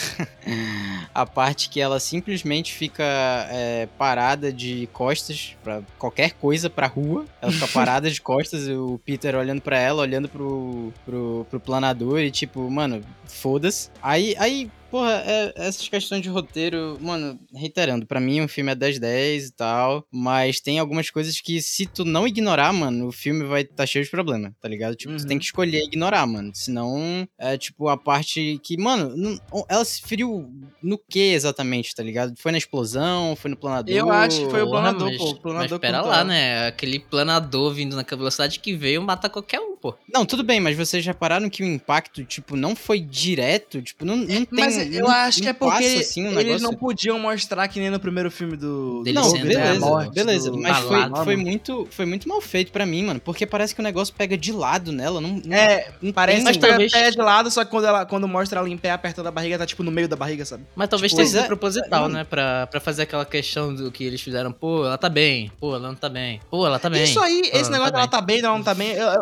a parte que ela simplesmente fica é, parada de costas pra qualquer coisa pra rua. Ela fica parada de costas, e o Peter olhando pra ela, olhando pro, pro, pro planador e tipo, mano, foda-se. Aí, aí porra, é- essas questões de roteiro, mano, reiterando, pra mim o filme é dez dez e tal, mas tem algumas coisas que se tu não ignorar, mano, o filme vai tá cheio de problema, tá ligado? Tipo, tu Uhum. tem que escolher ignorar, mano, senão é tipo a parte que, mano, não- ela se feriu no que exatamente, tá ligado? Foi na explosão, foi no planador? Eu acho que foi o Porra, planador, mas, pô, o planador mas pera contou lá, ela. né? Aquele planador vindo naquela velocidade que veio mata qualquer um, pô. Não, tudo bem, mas vocês repararam que o impacto, tipo, não foi direto, tipo, não, não tem... Mas eu não- acho que não é porque passa, assim, um eles negócio... não podiam mostrar que nem no primeiro filme do... Dele do Não, sendo Logan, né, a beleza, morte beleza, do- mas da foi, lava. foi, muito, foi muito mal feito pra mim, mano, porque parece que o negócio pega de lado nela, não... não É, não parece tem- Mas que pega talvez- pé de lado, só que quando, ela, quando mostra ela em pé apertando a barriga, tá tipo no meio da barriga, sabe? Mas talvez Tipo, tenha sido é- proposital, mano. né? Pra, pra fazer aquela questão do que eles fizeram. Pô, ela tá bem. Pô, ela não tá bem. Pô, ela tá bem. Isso aí, Pô, esse negócio dela tá bem, ela não tá bem, eu, eu até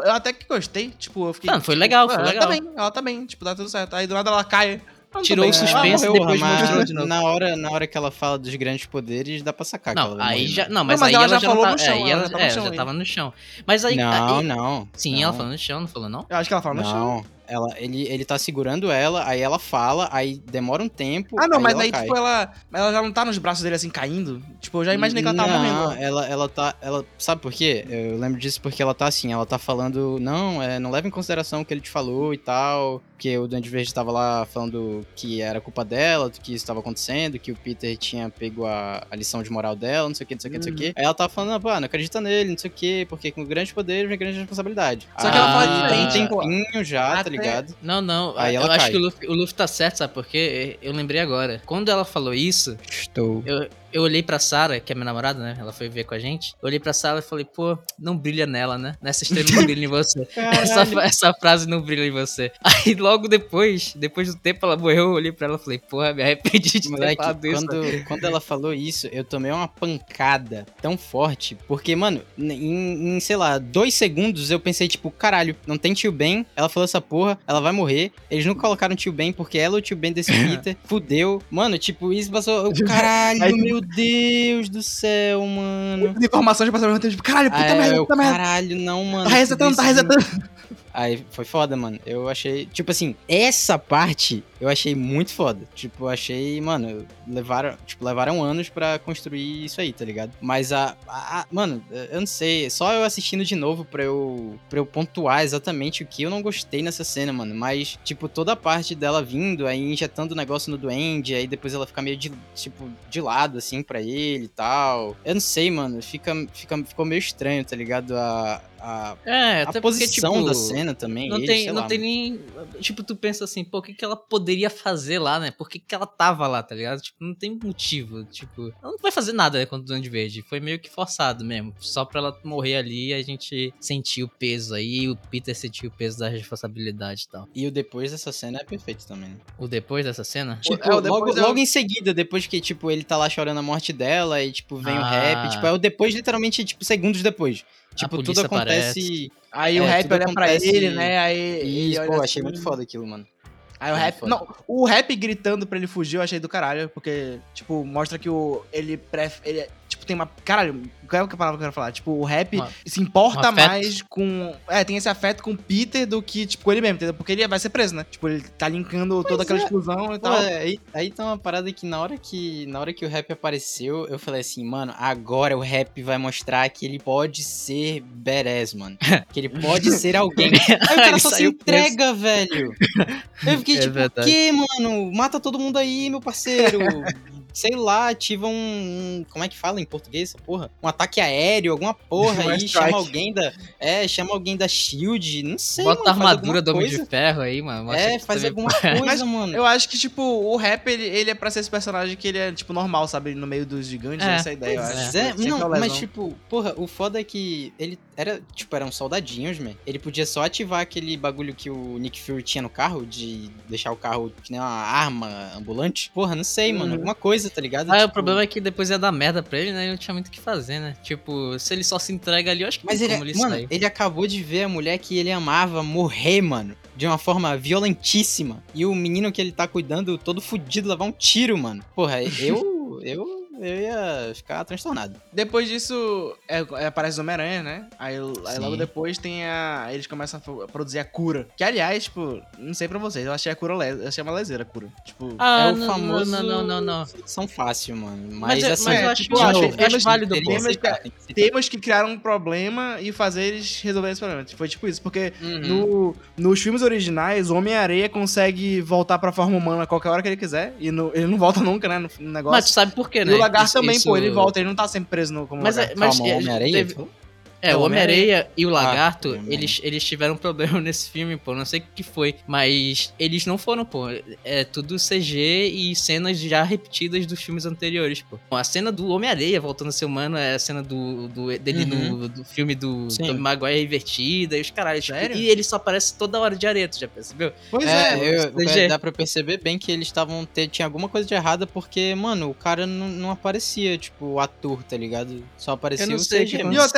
gostei. Tipo, eu fiquei. Não, foi tipo, legal, ah, foi ela legal. tá bem, ela tá bem, tipo, tá tudo certo. Aí do nada ela cai. Ah, não tô Tirou bem. o suspense Ah, e morreu. depois Porra, mostrou mas de novo. na hora, na hora que ela fala dos grandes poderes, dá pra sacar que Não, ela vai aí morrer, já. mano. Não, mas Não, mas aí ela ela já já não falou tá, no chão, é, aí ela ela, já tava é, no chão já aí. tava no chão. Mas aí. Não, aí- não. Sim, não. ela falou no chão, não falou não? Eu acho que ela fala no chão. Não, ela, ele, ele tá segurando ela, aí ela fala, aí demora um tempo, Ah, não, aí mas ela aí, cai. tipo, ela, ela já não tá nos braços dele assim caindo. Tipo, eu já imaginei que ela tava Não, morrendo. ela, ela tá. Ela, sabe por quê? Eu lembro disso porque ela tá assim, ela tá falando, não, é, não leva em consideração o que ele te falou e tal. Porque o Duende Verde tava lá falando que era culpa dela, do que isso tava acontecendo, que o Peter tinha pego a, a lição de moral dela, não sei o que, não sei o que, não sei o que. Aí ela tava falando, ah, pô, não acredita nele, não sei o que, porque com grande poder vem grande responsabilidade. Só que ela fala Aí dá um diferente, pô. tempinho já, tá Até- ligado? Não, não. Aí eu ela acho cai. que o Luffy, o Luffy tá certo, sabe por quê? Eu lembrei agora. Quando ela falou isso, Estou. eu, eu olhei pra Sarah, que é minha namorada, né? Ela foi ver com a gente. Eu olhei pra Sarah e falei, pô, não brilha nela, né? Nessa estrela não brilha em você. Essa, essa frase não brilha em você. Aí logo depois, depois do tempo ela morreu, eu olhei pra ela e falei, porra, me arrependi de ter Moleque, falado isso. quando, quando ela falou isso, eu tomei uma pancada tão forte, porque, mano, em, em, sei lá, dois segundos eu pensei, tipo, caralho, não tem tio Ben, ela falou essa porra, ela vai morrer, eles não colocaram tio Ben porque ela é o tio Ben desse Peter, fudeu, mano, tipo, isso passou, eu, caralho, Aí- meu Deus do céu, mano. Muitas informações de passaram tipo, caralho, puta Aí merda, eu, puta merda. caralho, não, mano. Tá resetando, tá tudo isso- resetando. Aí foi foda, mano. Eu achei. Tipo assim, essa parte eu achei muito foda. Tipo, eu achei, mano, levaram, tipo, levaram anos pra construir isso aí, tá ligado? Mas a, a- a- Mano, eu não sei. Só eu assistindo de novo pra eu, pra eu pontuar exatamente o que eu não gostei nessa cena, mano. Mas, tipo, toda a parte dela vindo, aí injetando o negócio no duende, aí depois ela fica meio de, tipo, de lado, assim, pra ele e tal. Eu não sei, mano. Fica, fica, ficou meio estranho, tá ligado? A. A, É, a até posição porque, tipo, da cena também. Não ele, tem, sei não lá, tem mano. nem. Tipo, tu pensa assim, pô, o que, que ela poderia fazer lá, né? Por que, que ela tava lá, tá ligado? Tipo, não tem motivo. Tipo, ela não vai fazer nada, né, contra o Duende Verde. Foi meio que forçado mesmo. Só pra ela morrer ali, a gente sentiu o peso aí. O Peter sentiu o peso da responsabilidade e tal. E o depois dessa cena é perfeito também, né? O depois dessa cena? Tipo, é, o depois logo, é o- logo em seguida, depois que, tipo, ele tá lá chorando a morte dela e, tipo, vem o Ah. rap. Tipo, é o depois, literalmente, tipo, segundos depois. Tipo, tudo polícia acontece... Aí É, o rap tudo olha pra acontece- ele, né? Aí ele E, olha pô, achei assim. muito foda aquilo, mano. Aí o Foi rap. foda. Não, o rap gritando pra ele fugir eu achei do caralho, porque, tipo, mostra que o. Ele prefere. Ele, tipo, tem uma. Caralho, qual é a palavra que eu quero falar? Tipo, o rap Uma- se importa um afeto. mais com. É, tem esse afeto com o Peter do que, tipo, com ele mesmo, entendeu? Porque ele vai ser preso, né? Tipo, ele tá linkando toda aquela é. explosão e Pô, tal. aí, aí tá uma parada que na hora que na hora que o rap apareceu, eu falei assim, mano, agora o rap vai mostrar que ele pode ser badass, mano. Que ele pode ser alguém. Aí o cara Ele só se saiu preso. entrega, velho. Eu fiquei É tipo, verdade. o que, mano? Mata todo mundo aí, meu parceiro. Sei lá, ativa um, um- como é que fala em português essa porra? Um ataque aéreo, alguma porra Um aí, strike. chama alguém da, é, chama alguém da Shield, não sei, Bota a mano, faz armadura alguma do Homem de coisa. Ferro aí, mano. Mostra É, que tu faz também- alguma coisa, Mas mano. Eu acho que, tipo, o rap, ele, ele é pra ser esse personagem que ele é, tipo, normal, sabe? No meio dos gigantes, É, essa é a ideia, eu Pois acho. é, Sempre não, é o mas lesão. tipo, porra, o foda é que ele era, tipo, eram soldadinhos, man. Ele podia só ativar aquele bagulho que o Nick Fury tinha no carro, de deixar o carro que nem uma arma ambulante. Porra, não sei, mano, Uhum. alguma coisa, tá ligado? Ah, Tipo, o problema é que depois ia dar merda pra ele, né? Ele não tinha muito o que fazer, né? Tipo, se ele só se entrega ali, eu acho que Mas tem ele, como ele mano, sair. ele acabou de ver a mulher que ele amava morrer, mano. De uma forma violentíssima. E o menino que ele tá cuidando, todo fudido, levar um tiro, mano. Porra, eu. eu. Eu ia ficar transtornado. Depois disso, é, é, aparece o Homem-Aranha, né? Aí, aí Sim. logo depois tem a. Eles começam a pro- produzir a cura. Que, aliás, tipo, não sei pra vocês, eu achei a cura le... eu achei uma leseira a cura. Tipo. Ah, é o não, famoso. não, não, não, não. São fácil, mano. Mas Mas, é- assim, mas eu é, acho, tipo, eu acho, de eu novo, acho válido, tem pô. que Temos aceitar, que- tem que aceitar. Temos que criar um problema e fazer eles resolverem esse problema. Foi tipo isso, porque Uhum. no, nos filmes originais, o Homem-Areia consegue voltar pra forma humana a qualquer hora que ele quiser. E no- ele não volta nunca, né? No, no negócio. Mas tu sabe por quê, né? E o Lagarto Isso- também, isso- pô, ele volta, ele não tá sempre preso no, como Mas, é, lagarto. mas Calma, é, Homem-Areia? teve- tu falou? É, É, o o Homem-Areia e o Ah, Lagarto, Homem-Aranha. eles, eles tiveram problema nesse filme, pô. Não sei o que foi. Mas eles não foram, pô. É tudo C G e cenas já repetidas dos filmes anteriores, pô. A cena do Homem-Areia voltando a ser humano é a cena do, do- dele Uhum. no do filme do Sim. Tobey Maguire invertida e os caralhos. Tipo, Sério? e ele só aparece toda hora de areia, tu já percebeu? Pois É, é, eu- C G. dá pra perceber bem que eles estavam. ter- Tinha alguma coisa de errada, porque, mano, o cara não, não aparecia, tipo, o ator, tá ligado? Só aparecia Eu não o sei o C G, que mano. E eu até, eu aconteceu, até mano.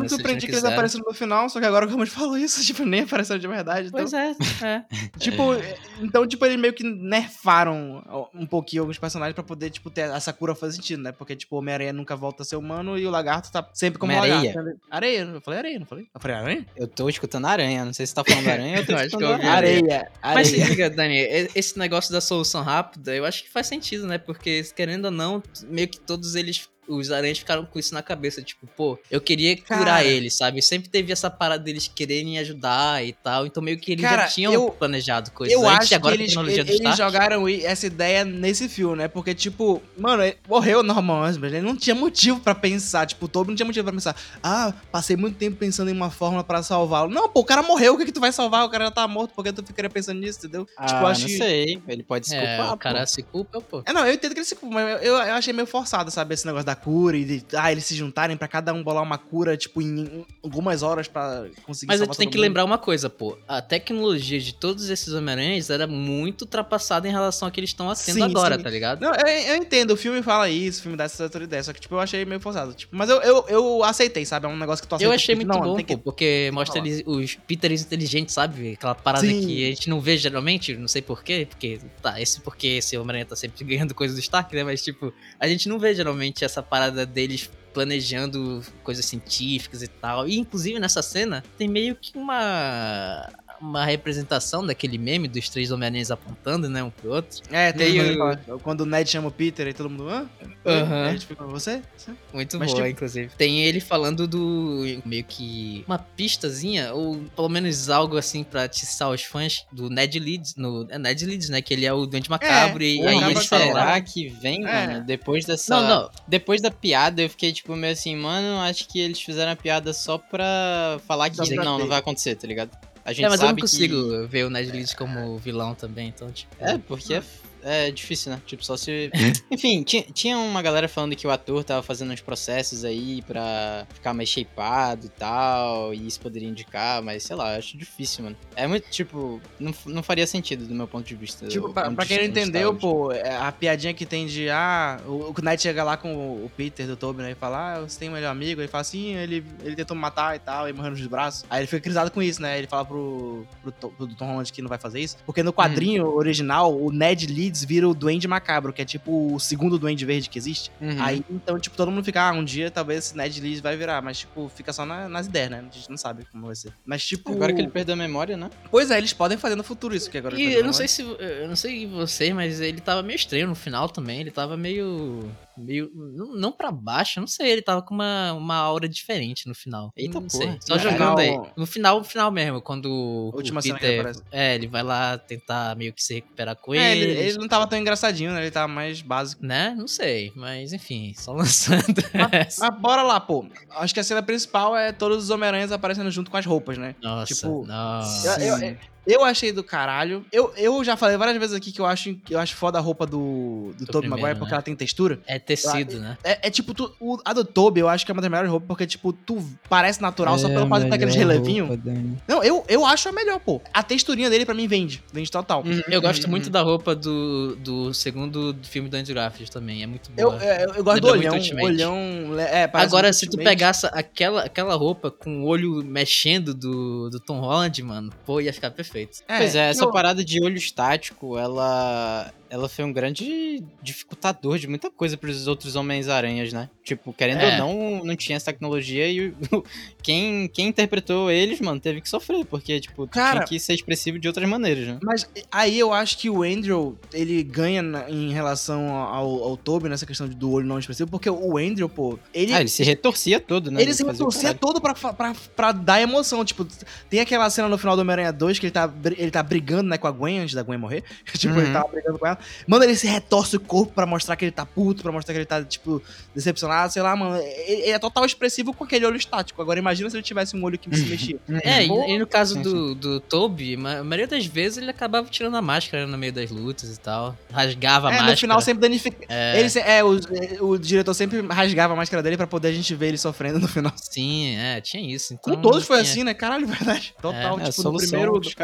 se eles surpreendi não que eles quiseram. apareceram no final, só que agora como a gente falou isso, tipo, nem apareceram de verdade. Então, Pois é, é. tipo, então, tipo, eles meio que nerfaram um pouquinho alguns personagens pra poder, tipo, ter a Sakura fazer sentido, né? Porque, tipo, o Homem-Aranha nunca volta a ser humano e o Lagarto tá sempre como Homem-Areia. lagarto. Areia, eu falei areia, não falei? Eu falei aranha? Eu tô escutando aranha, não sei se você tá falando aranha ou eu tô Eu acho escutando que eu ouvi aranha. Areia, Mas se areia. liga, Dani, e- esse negócio da solução rápida, eu acho que faz sentido, né? Porque, querendo ou não, meio que todos eles, os aranhas ficaram com isso na cabeça. Tipo, pô, eu queria curar Cara. ele, sabe? Sempre teve essa parada deles quererem ajudar e tal. Então, meio que eles Cara, já tinham eu- planejado coisas Eu antes. acho E agora que com a eles, tecnologia do eles Stark. jogaram i- essa ideia nesse filme, né? Porque, tipo, mano, ele morreu Norman Osborn, ele não tinha motivo pra pensar, tipo, todo não tinha motivo pra pensar. Ah, passei muito tempo pensando em uma fórmula pra salvá-lo. Não, pô, o cara morreu, o que que tu vai salvar? O cara já tá morto, por que tu ficaria pensando nisso, entendeu? Ah, tipo, eu acho não que... sei, ele pode se É, culpar, o cara pô. se culpa, pô. É, não, eu entendo que ele se culpa, mas eu, eu achei meio forçado, sabe, esse negócio da cura e de, ah, eles se juntarem pra cada um bolar uma cura, tipo, em algumas horas pra conseguir Mas a salvar gente tem todo que mundo. lembrar uma coisa, pô. A tecnologia de todos esses Homem-Aranhas era muito ultrapassada em relação ao que eles estão tendo Sim, agora, sim. tá ligado? Não, eu, eu entendo, o filme fala isso, o filme dá essa outra ideia, só que, tipo, eu achei meio forçado. Tipo, mas eu, eu, eu aceitei, sabe? É um negócio que tu aceita. Eu achei porque, muito não, bom, tem que... pô, porque mostra falar. eles, os Peters inteligentes, sabe? Aquela parada Sim. que a gente não vê geralmente, não sei porquê, porque, tá, esse porque esse Homem-Aranha tá sempre ganhando coisa do Stark, né? Mas, tipo, a gente não vê geralmente essa parada deles planejando coisas científicas e tal. E, inclusive, nessa cena, tem meio que uma... uma representação daquele meme dos três Homem-Aranhas apontando, né, um pro outro. É, tem Meio- quando, ele fala- quando o Ned chama o Peter e todo mundo, hã? Aham. Aí ele fica, você? Você? Muito Mas, boa, tipo- inclusive. Tem ele falando do meio que uma pistazinha, ou pelo menos algo assim pra atiçar os fãs do Ned Leeds, no é Ned Leeds, né? Que ele é o Duende Macabro, e porra, aí acaba eles que falam será lá. que vem, É. mano? Depois dessa. Não, não. Depois da piada, eu fiquei, tipo, meio assim, mano, acho que eles fizeram a piada só pra falar que Só pra não, ter. não vai acontecer, tá ligado? A gente É, mas eu não sabe consigo que. ver o Ned Leeds como vilão também, então, tipo. É, porque é, é difícil, né? Tipo, só se. Enfim, tinha, tinha uma galera falando que o ator tava fazendo uns processos aí pra ficar mais shapeado e tal, e isso poderia indicar, mas sei lá, eu acho difícil, mano. É muito, tipo, não, não faria sentido do meu ponto de vista. Tipo, o pra, como pra quem não a gente tá entendeu, hoje. pô, é, a piadinha que tem de, ah, o, o Ned chega lá com o, o Peter do Tobey, né, e fala, ah, você tem um melhor amigo? Ele fala assim, ele, ele tentou me matar e tal, e morreu nos braços. Aí ele fica crisado com isso, né, ele fala pro, pro, To- pro Tom Holland que não vai fazer isso, porque no quadrinho original, o Ned Leeds vira o Duende Macabro, que é tipo o segundo Duende Verde que existe. Uhum. Aí, então, tipo, todo mundo fica, ah, um dia talvez esse Ned Leeds vai virar, mas, tipo, fica só na- nas ideias, né, a gente não sabe como vai ser. Mas, tipo... Agora que ele perdeu a memória, né? Pois é, eles podem fazer no futuro isso, que agora... E eu não sei se. Eu não sei vocês, mas ele tava meio estranho no final também. Ele tava meio. meio. Não, não pra baixo, eu não sei. Ele tava com uma, uma aura diferente no final. Eita não porra. sei. Só No jogando aí. final- No final, no final mesmo, quando o Última cena que ele Peter. aparece. É, ele vai lá tentar meio que se recuperar com É, ele, eles. ele não tava tão engraçadinho, né, ele tava mais básico. Né? Não sei. Mas enfim, só lançando. Mas bora lá, pô. Acho que a cena principal é todos os Homem-Aranhas aparecendo junto com as roupas, né? Nossa. tipo, nossa. Eu, eu, eu achei do caralho. Eu, eu já falei várias vezes aqui que eu acho, eu acho foda a roupa do, do, Do Tobey primeiro, Maguire porque né? ela tem textura. É tecido, né? É, é tipo, tu, o- a do Tobey eu acho que é uma das melhores roupas porque, tipo, tu parece natural É só pelo fato de ter aqueles relevinhos. Não, eu, eu acho a melhor, pô. A texturinha dele pra mim vende. Vende total. Uhum, Eu gosto uhum, muito uhum. da roupa do, do segundo filme do Andrew Garfield também. É muito Eu, boa. eu, eu gosto do Lembra olhão. muito Ultimate. Olhão. É, parece Agora, muito se tu Ultimate. pegasse aquela, aquela roupa com o olho mexendo do, do Tom Holland, mano, pô, ia ficar perfeito. Pois é, essa eu- parada de olho estático, ela ela foi um grande dificultador de muita coisa pros outros Homens-Aranhas, né? Tipo, querendo É. ou não, não tinha essa tecnologia e o- quem, quem interpretou eles, mano, teve que sofrer, porque, tipo, tu Cara- tinha que ser expressivo de outras maneiras, né? Mas aí eu acho que o Andrew, ele ganha na- em relação ao, ao Tobey nessa questão do olho não expressivo, porque o Andrew, pô, ele... Ah, ele se retorcia todo, né? Ele se fazia o retorcia caralho. todo pra, fa- pra, pra dar emoção. Tipo, tem aquela cena no final do Homem-Aranha dois que ele tá, br- ele tá brigando, né, com a Gwen antes da Gwen morrer. tipo, Uhum. ele tava brigando com ela. Mano, ele se retorce o corpo pra mostrar que ele tá puto, pra mostrar que ele tá, tipo, decepcionado, sei lá, mano. Ele, ele é total expressivo com aquele olho estático. Agora imagina se ele tivesse um olho que se mexia. É, Pô, e, e no caso sim, do, do Toby, ma- a maioria das vezes ele acabava tirando a máscara no meio das lutas e tal. Rasgava a É, máscara. no final sempre danifica. É, Ele se- é, o, o diretor sempre rasgava a máscara dele pra poder a gente ver ele sofrendo no final. sim, é, tinha isso. Então Com todos foi tinha- assim, né? Caralho, verdade. Total, É, a tipo, no solução primeiro. que os caras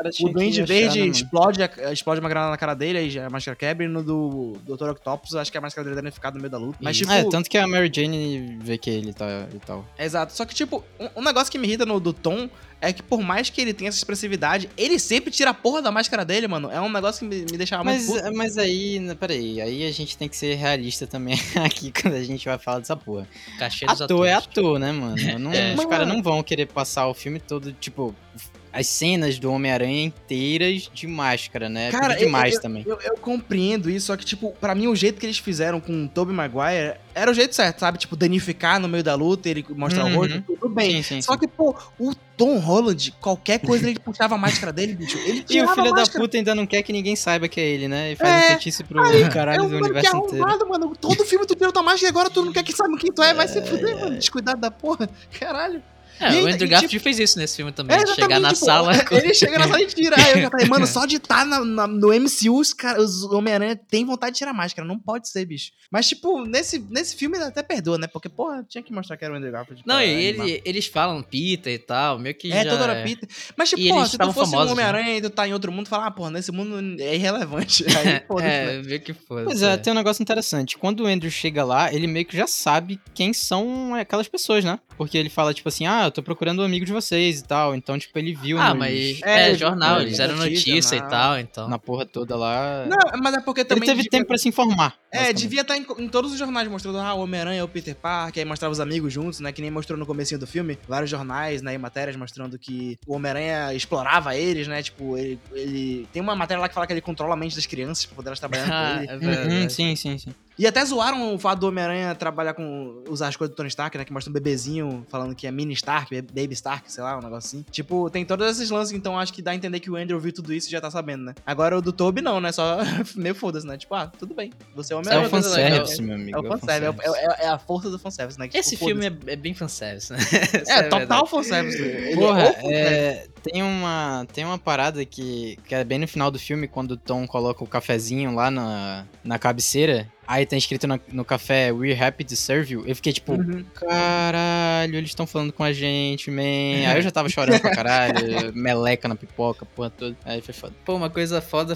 cara o tinha que Duende achar, Verde né, mano? explode, a- explode uma granada na cara dele, aí já- a máscara quebra, e no do doutor Octopus, acho que a máscara dele deve ficar no meio da luta. Mas, Isso. tipo, É, tanto que a Mary Jane vê que ele tá e tal. exato. Só que, tipo, um, um negócio que me irrita no do Tom é que por mais que ele tenha essa expressividade, ele sempre tira a porra da máscara dele, mano. É um negócio que me, me deixava Mas, muito puto. mas aí, né, peraí, aí a gente tem que ser realista também aqui quando a gente vai falar dessa porra. Cachê dos Ator é atores. ator, né, mano? Não, É. Os caras não vão querer passar o filme todo, tipo, as cenas do Homem-Aranha inteiras de máscara, né? Cara, Tudo demais eu, também. Eu, eu compreendo isso, só que, tipo, pra mim o jeito que eles fizeram com o Tobey Maguire era o jeito certo, sabe? Tipo, danificar no meio da luta, ele mostrar Uhum. o rosto, tudo bem. Sim, sim, Só sim. que, pô, o Tom Holland, qualquer coisa ele puxava a máscara dele, bicho. Ele E tirava o filho a da máscara. puta ainda não quer que ninguém saiba que é ele, né? E faz É, um feitiço pro caralho É um do mano que é universo inteiro. arrombado, mano. Todo filme tu tira tua máscara e agora tu não quer que saiba quem tu é. Vai se fuder, mano. Descuidado da porra. Caralho. É, E o ainda- Andrew e, Garfield tipo, fez isso nesse filme também. É, de chegar na tipo, sala. Ele chega na sala e tira. Aí eu já falei, mano, só de estar na, na- no M C U, os, cara, os Homem-Aranha tem vontade de tirar a máscara. Não pode ser, bicho. Mas, tipo, nesse, nesse filme ele até perdoa, né? Porque, porra, tinha que mostrar que era o Andrew Garfield. Não, pra e animar. ele, eles falam Peter e tal, meio que É, já... toda hora Peter. Mas, tipo, E porra, eles se tu estavam fosse um famosos, Homem-Aranha e tu tá em outro mundo, fala, ah, porra, nesse mundo é irrelevante. Aí, foda-se, né? É, meio que foda. Pois é, tem um negócio interessante. Quando o Andrew chega lá, ele meio que já sabe quem são aquelas pessoas, né? Porque ele fala, tipo assim, ah, eu tô procurando um amigo de vocês e tal. Então, tipo, ele viu Ah, nos- mas... É, É, jornal, é, eles eram notícia, notícia e não. tal, então... na porra toda lá. Não, mas é porque Ele também... teve devia- tempo pra se informar. É, basicamente. devia estar em, em todos os jornais mostrando, ah, o Homem-Aranha é o Peter Parker, aí mostrava os amigos juntos, né, que nem mostrou no comecinho do filme, vários jornais, né, e matérias mostrando que o Homem-Aranha explorava eles, né, tipo, ele, ele... Tem uma matéria lá que fala que ele controla a mente das crianças pra poder elas trabalhar Ah, com ele. é Uhum, verdade. sim, sim, sim. E até zoaram o fato do Homem-Aranha trabalhar com... usar as coisas do Tony Stark, né, que mostra um bebezinho falando que é mini Stark, Baby Stark, sei lá, um negócio assim. Tipo, tem todos esses lances, então acho que dá a entender que o Andrew viu tudo isso e já tá sabendo, né. Agora o do Tobey não, né, só meio foda-se, né, tipo, ah, tudo bem, você é o É Homem-Aranha. o coisa legal. fanservice, meu amigo. É o fanservice, é, o- é, é a força do fanservice, né? que, Esse tipo, filme foda-se. é, é bem fanservice, né? Essa É, a total verdade. fanservice. Ele Porra, é o fanservice. é, tem, uma, tem uma parada que, que é bem no final do filme, quando o Tom coloca o cafezinho lá na, na cabeceira, aí tá escrito no, no café, We're happy to serve you. Eu fiquei tipo, Uhum. caralho, eles estão falando com a gente, man. Aí eu já tava chorando pra caralho, meleca na pipoca, porra toda. Aí foi foda. Pô, uma coisa foda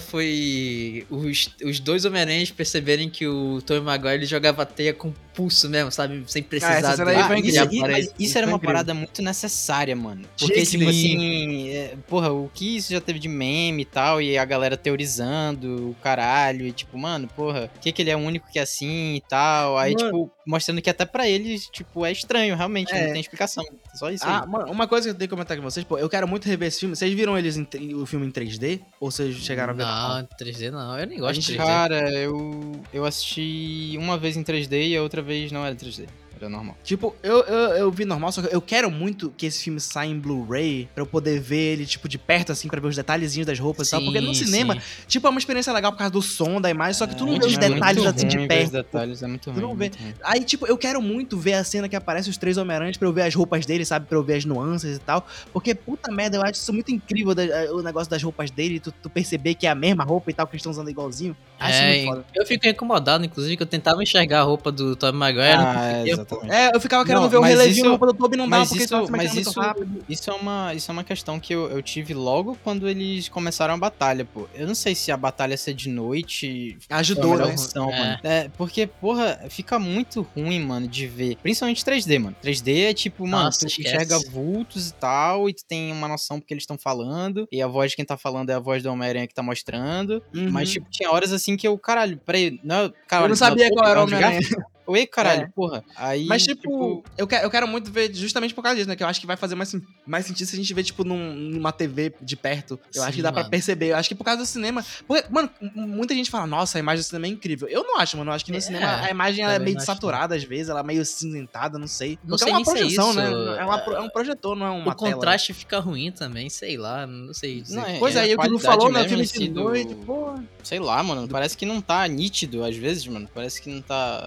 foi os, os dois Homem-Aranhas perceberem que o Tobey Maguire ele jogava teia com pulso mesmo, sabe? Sem precisar essa cena aí dele foi isso, incrível. criar isso- parede. mas isso era foi uma incrível. parada muito necessária, mano. Porque, Gente, tipo sim. assim, é, porra, o que isso já teve de meme e tal, e a galera teorizando, o caralho, e tipo, mano, porra, o que que ele é o único que é assim e tal. Aí, Mano. tipo, mostrando que até pra eles, tipo, é estranho, realmente, É. não tem explicação. Só isso Ah, aí. mano, uma coisa que eu tenho que comentar com vocês, pô, eu quero muito rever esse filme. Vocês viram eles em, tre- o filme em três D? Ou vocês chegaram a ver normal? Não, três D não. Eu nem gosto de gente- três D. Cara, eu, eu assisti uma vez em três D e a outra vez não era três D. Era normal. Tipo, eu, eu, eu vi normal, só que eu quero muito que esse filme saia em Blu-ray pra eu poder ver ele, tipo, de perto, assim, pra ver os detalhezinhos das roupas e tal. Porque no Sim, cinema, sim. tipo, é uma experiência legal por causa do som, da imagem, só que tu não É, vê os é detalhes muito assim de ruim ver perto. Os detalhes é muito Tu ruim. não vê. muito ruim. Aí, tipo, eu quero muito ver a cena que aparece os três Homem-Aranhas pra eu ver as roupas deles, sabe? Pra eu ver as nuances e tal. Porque, puta merda, eu acho isso muito incrível, da- o negócio das roupas dele, tu, tu perceber que é a mesma roupa e tal, que eles estão usando igualzinho. Acho É, muito foda. eu fico incomodado, inclusive, que eu tentava enxergar a roupa do Tobey Maguire. não Ah, conseguia, pô. exatamente. É, eu ficava querendo Não, ver o mas relevinho isso- na roupa do Toby e não dava, Mas porque isso, tava se mas mexendo isso, muito rápido. isso, é uma, isso é uma questão que eu, eu tive logo quando eles começaram a batalha, pô. Eu não sei se a batalha ser de noite foi a Ajudou, melhor né? opção, É. mano. É, porque, porra, fica muito ruim, mano, de ver. Principalmente três D, mano. três D é tipo, mano, Nossa, tu esquece. enxerga vultos e tal, e tu tem uma noção porque eles estão falando, e a voz de quem tá falando é a voz do Homem-Aranha que tá mostrando. Uhum. Mas, tipo, tinha horas assim que eu, caralho, peraí, não, caralho, Eu não sabia não, qual era o é de Homem-Aranha. Garfield? Oi, caralho, É. porra. Aí, Mas, tipo, eu, quero, eu quero muito ver justamente por causa disso, né? Que eu acho que vai fazer mais, sen- mais sentido se a gente ver, tipo, num- numa T V de perto. Eu Sim, acho que dá pra mano. perceber. Eu acho que por causa do cinema. Porque, mano, m- muita gente fala, nossa, a imagem do cinema é incrível. Eu não acho, mano. Eu acho que no É, cinema a imagem ela é também meio não acho, desaturada às vezes, ela é meio cinzentada, não sei. Não Porque sei é uma nem se é projeção, isso, né? É, uma pro- é um projetor, não é uma O tela. contraste fica ruim também, sei lá, não sei dizer. Não, é- Pois é, e o que tu qualidade falou, né? O mesmo filme em de si do- noite, pô. Sei lá, mano, parece que não tá nítido às vezes, mano. Parece que não tá, sei lá. É,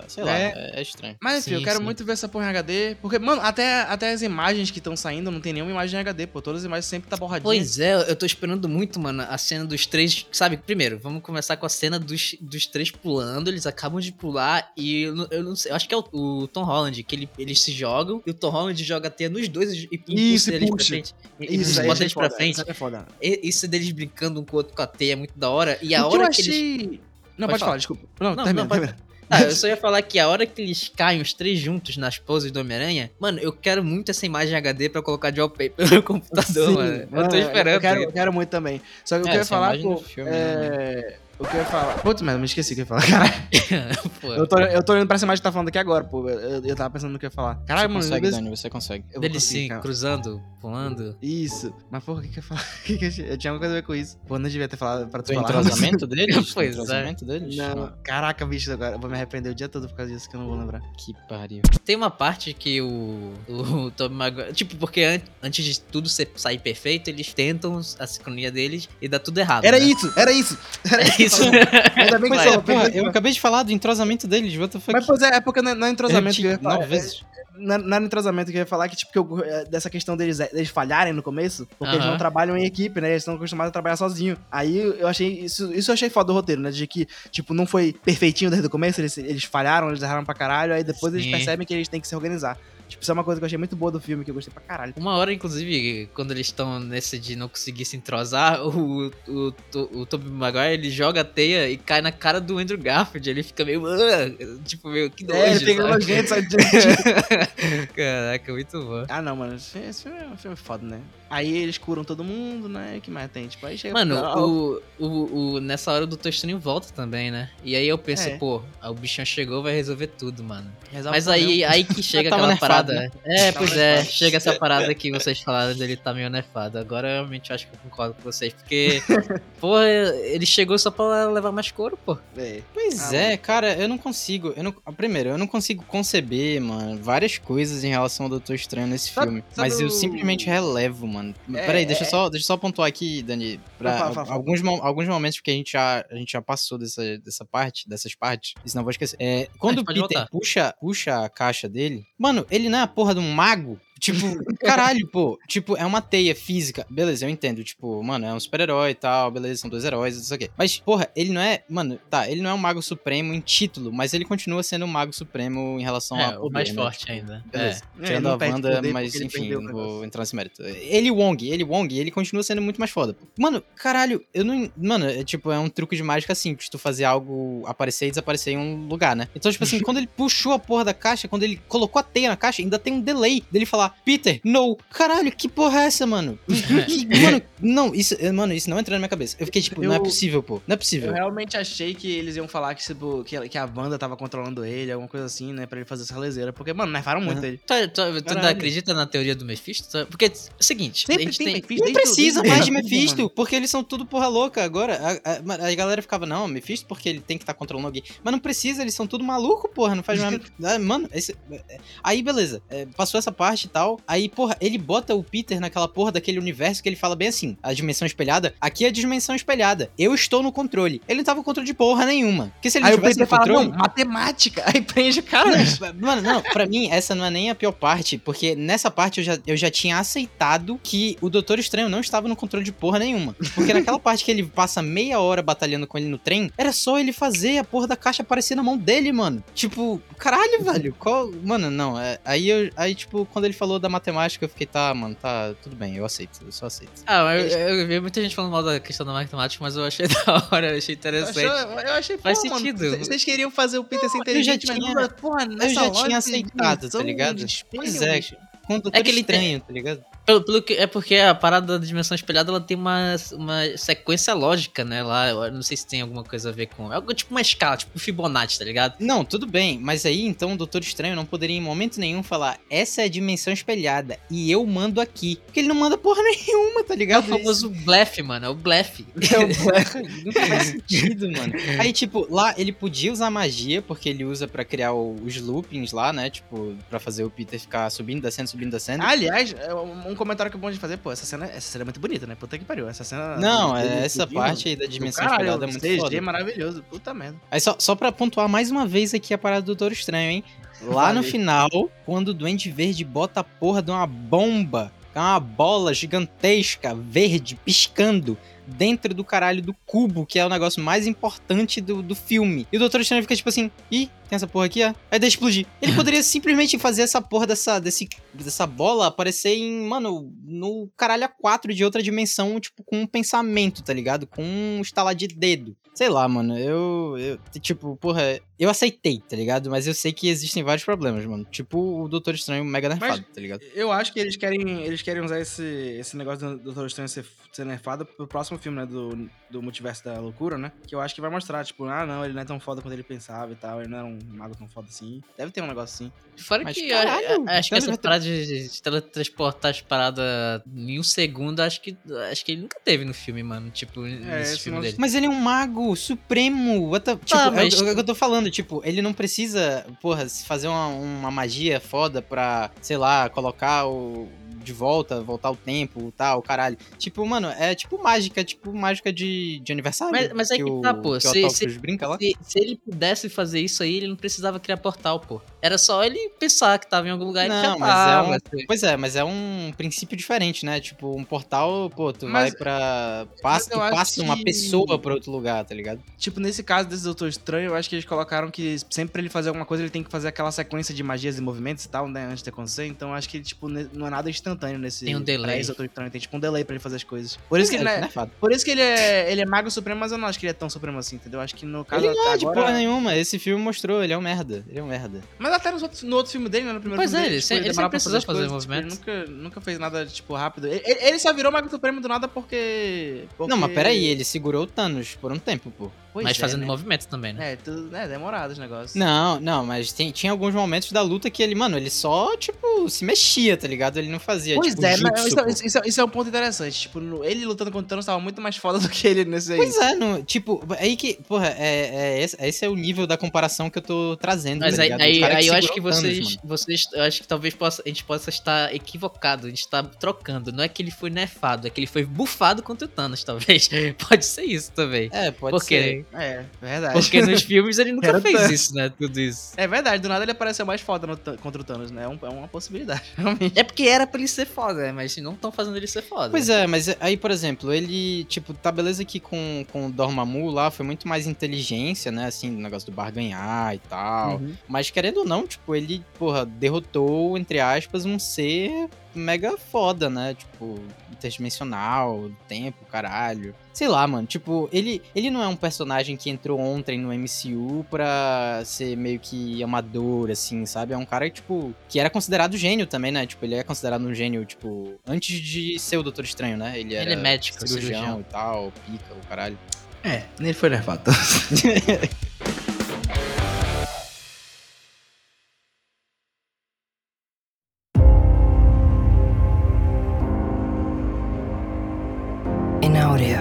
é, é estranho. Mas enfim, Sim, eu quero sim. muito ver essa porra em H D. Porque, mano, até, até as imagens que estão saindo não tem nenhuma imagem em H D, pô. Todas as imagens sempre tá borradinha. Pois é, eu tô esperando muito, mano, a cena dos três. Sabe, primeiro, vamos começar com a cena dos, dos três pulando. Eles acabam de pular e eu, não- eu não sei. Eu acho que é o, o Tom Holland, que ele, eles se jogam e o Tom Holland joga a teia nos dois e impulsa Isso, e eles pra puxa. frente. E, e Isso, aí bota é eles pra foda. frente. Isso é foda. E- Isso deles brincando um com o outro com a teia é muito da hora. E a O que hora eu que eles. achei... Não, Pode pode, falar. falar, desculpa. Não, Não, termina, não, pode- termina. Ah, eu só ia falar que a hora que eles caem os três juntos nas poses do Homem-Aranha, mano, eu quero muito essa imagem H D pra colocar de wallpaper no computador, Sim, mano. Eu tô esperando. Eu quero, eu quero muito também. Só que o que É, eu ia essa falar, imagem pô, do filme, é... O que eu ia falar... Putz, mas eu me esqueci o que eu ia falar, caralho. Pô, Eu tô, eu tô olhando pra essa imagem que tá falando aqui agora, pô. Eu, eu tava pensando no que eu ia falar. Você Caralho, mano, às consegue, vezes... Dani, você consegue. Eu vou deles conseguir, sim, calma. cruzando, pulando. Isso. Mas, porra, o que que eu ia falar? O que que eu, tinha- eu tinha alguma coisa a ver com isso. Pô, não devia ter falado pra tu Do falar. entrosamento deles? Pois Do é. entrosamento deles? Não, caraca, bicho, agora eu vou me arrepender o dia todo por causa disso que eu não vou lembrar. Que pariu. Tem uma parte que o, o Tobey Maguire... Tipo, porque an- antes de tudo ser, sair perfeito, eles tentam a sincronia deles e dá tudo errado, Era né? isso, era isso. Era É isso. Ainda bem que Pois você é, falou, porra, perfeito. eu acabei de falar do entrosamento deles, what the fuck? Mas, pois é, é porque não não é entrosamento que eu ia repeti falar. nove é- vezes. Não não era entrosamento que eu ia falar, que tipo, que eu, é, dessa questão deles, deles falharem no começo, porque eles Aham. não trabalham em equipe, né? Eles estão acostumados a trabalhar sozinho. Aí eu achei, isso, isso eu achei foda do roteiro, né? De que, tipo, não foi perfeitinho desde o começo, eles, eles falharam, eles erraram pra caralho, aí depois eles Sim. percebem que eles têm que se organizar. Tipo, isso é uma coisa que eu achei muito boa do filme, que eu gostei pra caralho. Uma hora, inclusive, quando eles estão nesse de não conseguir se entrosar, o, o, o, o Tobey Maguire, ele joga a teia e cai na cara do Andrew Garfield. Ele fica meio... "Ah", tipo, meio... Que nojo, É, ele pega sabe? nojento, sabe? Caraca, muito bom. Ah, não, mano, esse esse filme é um filme foda, né? Aí eles curam todo mundo, né? O que mais tem? Tipo, aí chega... Mano, Ah, o, o, o, nessa hora o Doutor Estranho volta também, né? E aí eu penso, É. pô, o bichão chegou, vai resolver tudo, mano. resolve Mas o problema. aí, aí que chega Tava aquela nerfado, parada. É, Tava pois é, nerfado. chega essa parada que vocês falaram dele tá meio nerfado. Agora eu realmente acho que eu concordo com vocês, porque, pô, ele chegou só pra levar mais couro, pô. É. Pois Ah, é, cara, eu não consigo. Eu não, primeiro, eu não consigo conceber, mano, várias coisas em relação ao Doutor Estranho nesse Sabe- filme. sabe mas eu o- simplesmente relevo, mano. É, Peraí, deixa, é- eu só, deixa eu só pontuar aqui, Dani, pra Fala, fala, fala. alguns, mo- alguns momentos que a gente já, a gente já passou dessa, dessa parte, dessas partes, e senão eu vou esquecer. É, quando Ah, o pode Peter voltar. puxa, puxa a caixa dele, mano, ele não é a porra de um mago? Tipo, caralho, pô. Tipo, é uma teia física. Beleza, eu entendo. Tipo, mano, é um super-herói e tal. Beleza, são dois heróis, não sei o quê. Mas, porra, ele não é. Mano, tá, ele não é um mago supremo em título, mas ele continua sendo um mago supremo em relação É, a o poder, mais né? forte Tipo, ainda. Beleza. É, Tirando não a perde Wanda, poder mas porque ele enfim, perdeu o não vou negócio. entrar nesse mérito. Ele e o Wong, ele e o Wong, ele continua sendo muito mais foda. Mano, caralho, eu não. Mano, é tipo, é um truque de mágica simples. Tu fazer algo aparecer e desaparecer em um lugar, né? Então, tipo assim, quando ele puxou a porra da caixa, quando ele colocou a teia na caixa, ainda tem um delay dele falar, Peter, no. Caralho, que porra é essa, mano? Que- mano, não, isso, mano, isso não entrou na minha cabeça. Eu fiquei tipo, não é Eu- possível, pô. Não é Eu possível. realmente achei que eles iam falar que, tipo, que, que a Wanda tava controlando ele, alguma coisa assim, né? Pra ele fazer essa relezeira. Porque, mano, nerfaram muito Uhum. ele. Tu, tu, tu ainda Caralho. acredita na teoria do Mephisto? Porque é o seguinte, a Sempre gente tem tem... Mephisto Não desde o- precisa desde mais de o- Mephisto, mano. porque eles são tudo porra louca agora. A, a- a galera ficava, não, Mephisto porque ele tem que estar controlando alguém. Mas não precisa, eles são tudo maluco, porra. Não faz mais. Ah, mano, esse- é, aí beleza. é, passou essa parte e tal. Aí, porra, ele bota o Peter naquela porra daquele universo que ele fala bem assim: a dimensão espelhada. Aqui é a dimensão espelhada. Eu estou no controle. Ele não tava com controle de porra nenhuma. Porque se ele Aí não o tivesse Peter no fala, controle. não, matemática. Aí prende o cara. Mano, não, pra mim, essa não é nem a pior parte, porque nessa parte eu já, eu já tinha aceitado que o Doutor Estranho não estava no controle de porra nenhuma. Porque naquela parte que ele passa meia hora batalhando com ele no trem, era só ele fazer a porra da caixa aparecer na mão dele, mano. Tipo, caralho, velho. Qual... Mano, não, é, aí eu, aí tipo, quando ele falou da matemática, eu fiquei, tá, mano, tá, tudo bem, eu aceito, eu só aceito. Ah, eu, eu, eu vi muita gente falando mal da questão da matemática, mas eu achei da hora, eu achei interessante. Eu, eu achei, Faz pô, mano, sentido. vocês- Vocês queriam fazer o Peter ser eu já inteligente, mas tinha- não, porra, nessa eu já lógica tinha de aceitado, tá dimensão ligado? de espelho, Pois é, bicho. com o Doutor É que ele tem- Estranho, tá ligado? Pelo, pelo que, é porque a parada da dimensão espelhada ela tem uma, uma sequência lógica, né? Lá, eu não sei se tem alguma coisa a ver com. É algo tipo uma escala, tipo Fibonacci, tá ligado? Não, tudo bem, mas aí então o Doutor Estranho não poderia em momento nenhum falar essa é a dimensão espelhada e eu mando aqui. Porque ele não manda porra nenhuma, tá É o ligado? famoso blefe, mano. É o blefe. Não faz sentido, mano. Aí, tipo, lá ele podia usar magia, porque ele usa pra criar o- os loopings lá, né? Tipo, pra fazer o Peter ficar subindo, descendo, subindo, descendo. Aliás, é um, um comentário que é bom de fazer, pô, essa cena, essa cena é muito bonita, né? Puta que pariu, essa cena... Não, dele é essa explodindo, parte aí da dimensão caralho, espelhada é muito C G foda. maravilhoso, puta merda. Aí só, só pra pontuar mais uma vez aqui a parada do Doutor Estranho, hein? Lá no Vale. final, quando o Duende Verde bota a porra de uma bomba, que é uma bola gigantesca, verde, piscando, dentro do caralho do cubo, que é o negócio mais importante do, do filme. E o Doutor Estranho fica tipo assim, ih, tem essa porra aqui, ó. Aí deixa explodir. Ele poderia simplesmente fazer essa porra dessa, desse, dessa bola aparecer em, mano, no caralho A quatro de outra dimensão, tipo, com um pensamento, tá ligado? Com um estalar de dedo. Sei lá, mano, eu, eu, tipo, porra, eu aceitei, tá ligado? Mas eu sei que existem vários problemas, mano. Tipo o Doutor Estranho mega nerfado, tá ligado? Eu acho que eles querem, eles querem usar esse, esse negócio do Doutor Estranho ser, ser nerfado pro próximo filme, né? Do, do Multiverso da Loucura, né? Que eu acho que vai mostrar, tipo, ah, não, ele não é tão foda quanto ele pensava e tal, ele não era um mago tão foda assim. Deve ter um negócio assim. Fora Mas, que caralho, a- a- acho que então essa ele vai ter- parada de, de teletransportar as paradas em um segundo, acho que, acho que ele nunca teve no filme, mano. Tipo, nesse esse filme não- dele. Mas ele é um mago supremo. What the- tipo, Tá, é mas- o é o que eu tô falando. Tipo, ele não precisa, porra, fazer uma, uma magia foda pra, sei lá, colocar o. De volta, voltar o tempo, tal, caralho. Tipo, mano, é tipo mágica, tipo mágica de, de aniversário. Mas, mas aí que, o, tá, pô. que o Se, Octopus se, brinca lá. se, se ele pudesse fazer isso aí, ele não precisava criar portal, pô. Era só ele pensar que tava em algum lugar e ele já Não, mas é tava. um. assim. Pois é, mas é um princípio diferente, né? Tipo, um portal, pô, tu Mas- vai pra. mas Passa, eu tu acho passa uma que- pessoa pra outro lugar, tá ligado? Tipo, nesse caso desse Doutor Estranho, eu acho que eles colocaram que sempre pra ele fazer alguma coisa, ele tem que fazer aquela sequência de magias e movimentos e tal, né, antes de acontecer. Então, eu acho que, tipo, ne- não é nada instantâneo nesse... Tem um delay. pra esse Doutor Estranho, tem, tipo, um delay pra ele fazer as coisas. Por isso que ele, é, não é- nerfado. por isso que ele é, ele é mago supremo, mas eu não acho que ele é tão supremo assim, entendeu? Eu acho que no caso Ele não é até de agora... porra nenhuma. Esse filme mostrou, ele é um merda. Ele é um merda. Mas até nos outros- no outro filme dele, né, no primeiro Pois filme é, dele, ele tipo, sem- ele demorava sempre pra precisou fazer as coisas, tipo, ele movimentos. nunca, nunca fez nada, tipo, rápido. Ele, ele- ele só virou mago supremo do nada porque... porque... Não, mas peraí, ele segurou o Thanos por um tempo, pô. Pois Mas é, fazendo né? movimento também, né? É, tudo, é demorado os negócios. Não, não, mas tem- tinha alguns momentos da luta que ele, mano, ele só, tipo, se mexia, tá ligado? Ele não fazia, Pois tipo, é, jutsu, mas isso, pô. isso- isso- isso é um ponto interessante. Tipo, no- ele lutando contra o Thanos tava muito mais foda do que ele nesse aí. Pois é, no, tipo, aí que, porra, é, é, esse, esse é o nível da comparação que eu tô trazendo, Mas tá aí, ligado? O aí, cara aí eu acho segurou que o Thanos, vocês, mano. vocês. Eu acho que talvez possa, a gente possa estar equivocado. A gente tá trocando. Não é que ele foi nerfado, é que ele foi bufado contra o Thanos, talvez. Pode ser isso também. É, pode Porque, ser. É, verdade. porque nos filmes ele nunca Era o fez Thanos. isso, né? Tudo isso. É verdade, do nada ele apareceu mais foda no Tha- contra o Thanos, né? É, um- é uma possibilidade, realmente. É porque era pra ele ser foda, né? Mas não estão fazendo ele ser foda. Pois é, mas aí, por exemplo, ele, tipo, tá beleza que com, com o Dormammu lá foi muito mais inteligência, né, assim, o negócio do barganhar e tal. Uhum. Mas querendo ou não, tipo, ele, porra, derrotou, entre aspas, um ser mega foda, né? Tipo, interdimensional, tempo, caralho. Sei lá, mano, tipo, ele, ele não é um personagem que entrou ontem no M C U pra ser meio que amador, assim, sabe? É um cara, tipo, que era considerado gênio também, né? Tipo, ele é considerado um gênio, tipo, antes de ser o Doutor Estranho, né? Ele, era é médico, cirurgião, cirurgião. e tal, pica, o caralho. É, ele foi nerfado. In audio.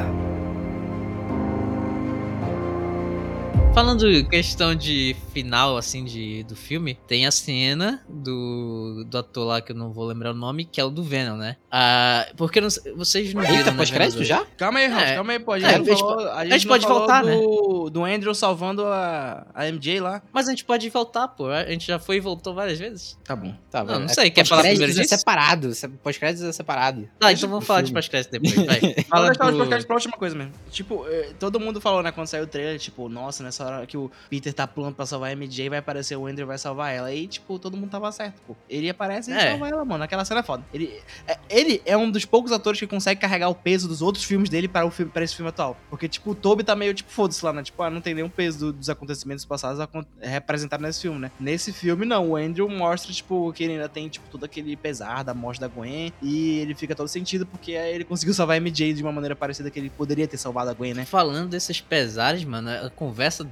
Falando questão de final, assim, de, do filme, tem a cena do, do ator lá, que eu não vou lembrar o nome, que é o do Venom, né? Ah, porque não sei- vocês não viram, Eita, né, pós-crédito Venom já? Calma aí, Ralph, É. calma aí, pô. A É, gente, a não gente falou, po- a a gente gente não pode falou voltar, né? do, do Andrew salvando a, a M J lá. Mas a gente pode voltar, pô. A gente já foi e voltou várias vezes. Tá bom. Tá, Não, não é sei, quer falar pós-créditos primeiro é disso? separado, se- pós-créditos é separado. Tá, Deixa então vamos pro falar de filme. pós-crédito depois, vai. Fala Fala deixar os do... podcasts pra última coisa mesmo. Tipo, eh, todo mundo falou, né, quando saiu o trailer, tipo, nossa, nessa hora que o Peter tá pulando pra salvar a M J, vai aparecer o Andrew e vai salvar ela. E, tipo, todo mundo tava certo, pô. Ele aparece e É. salva ela, mano. Aquela cena é foda. Ele é, ele é um dos poucos atores que consegue carregar o peso dos outros filmes dele para, o filme, para esse filme atual. Porque, tipo, o Tobey tá meio, tipo, foda-se lá, né? Tipo, ah, não tem nenhum peso do- dos acontecimentos passados acon- é, representado nesse filme, né? Nesse filme, não. O Andrew mostra, tipo, que ele ainda tem, tipo, todo aquele pesar da morte da Gwen. E ele fica todo sentido porque aí ele conseguiu salvar a M J de uma maneira parecida que ele poderia ter salvado a Gwen, né? Falando desses pesares, mano, a conversa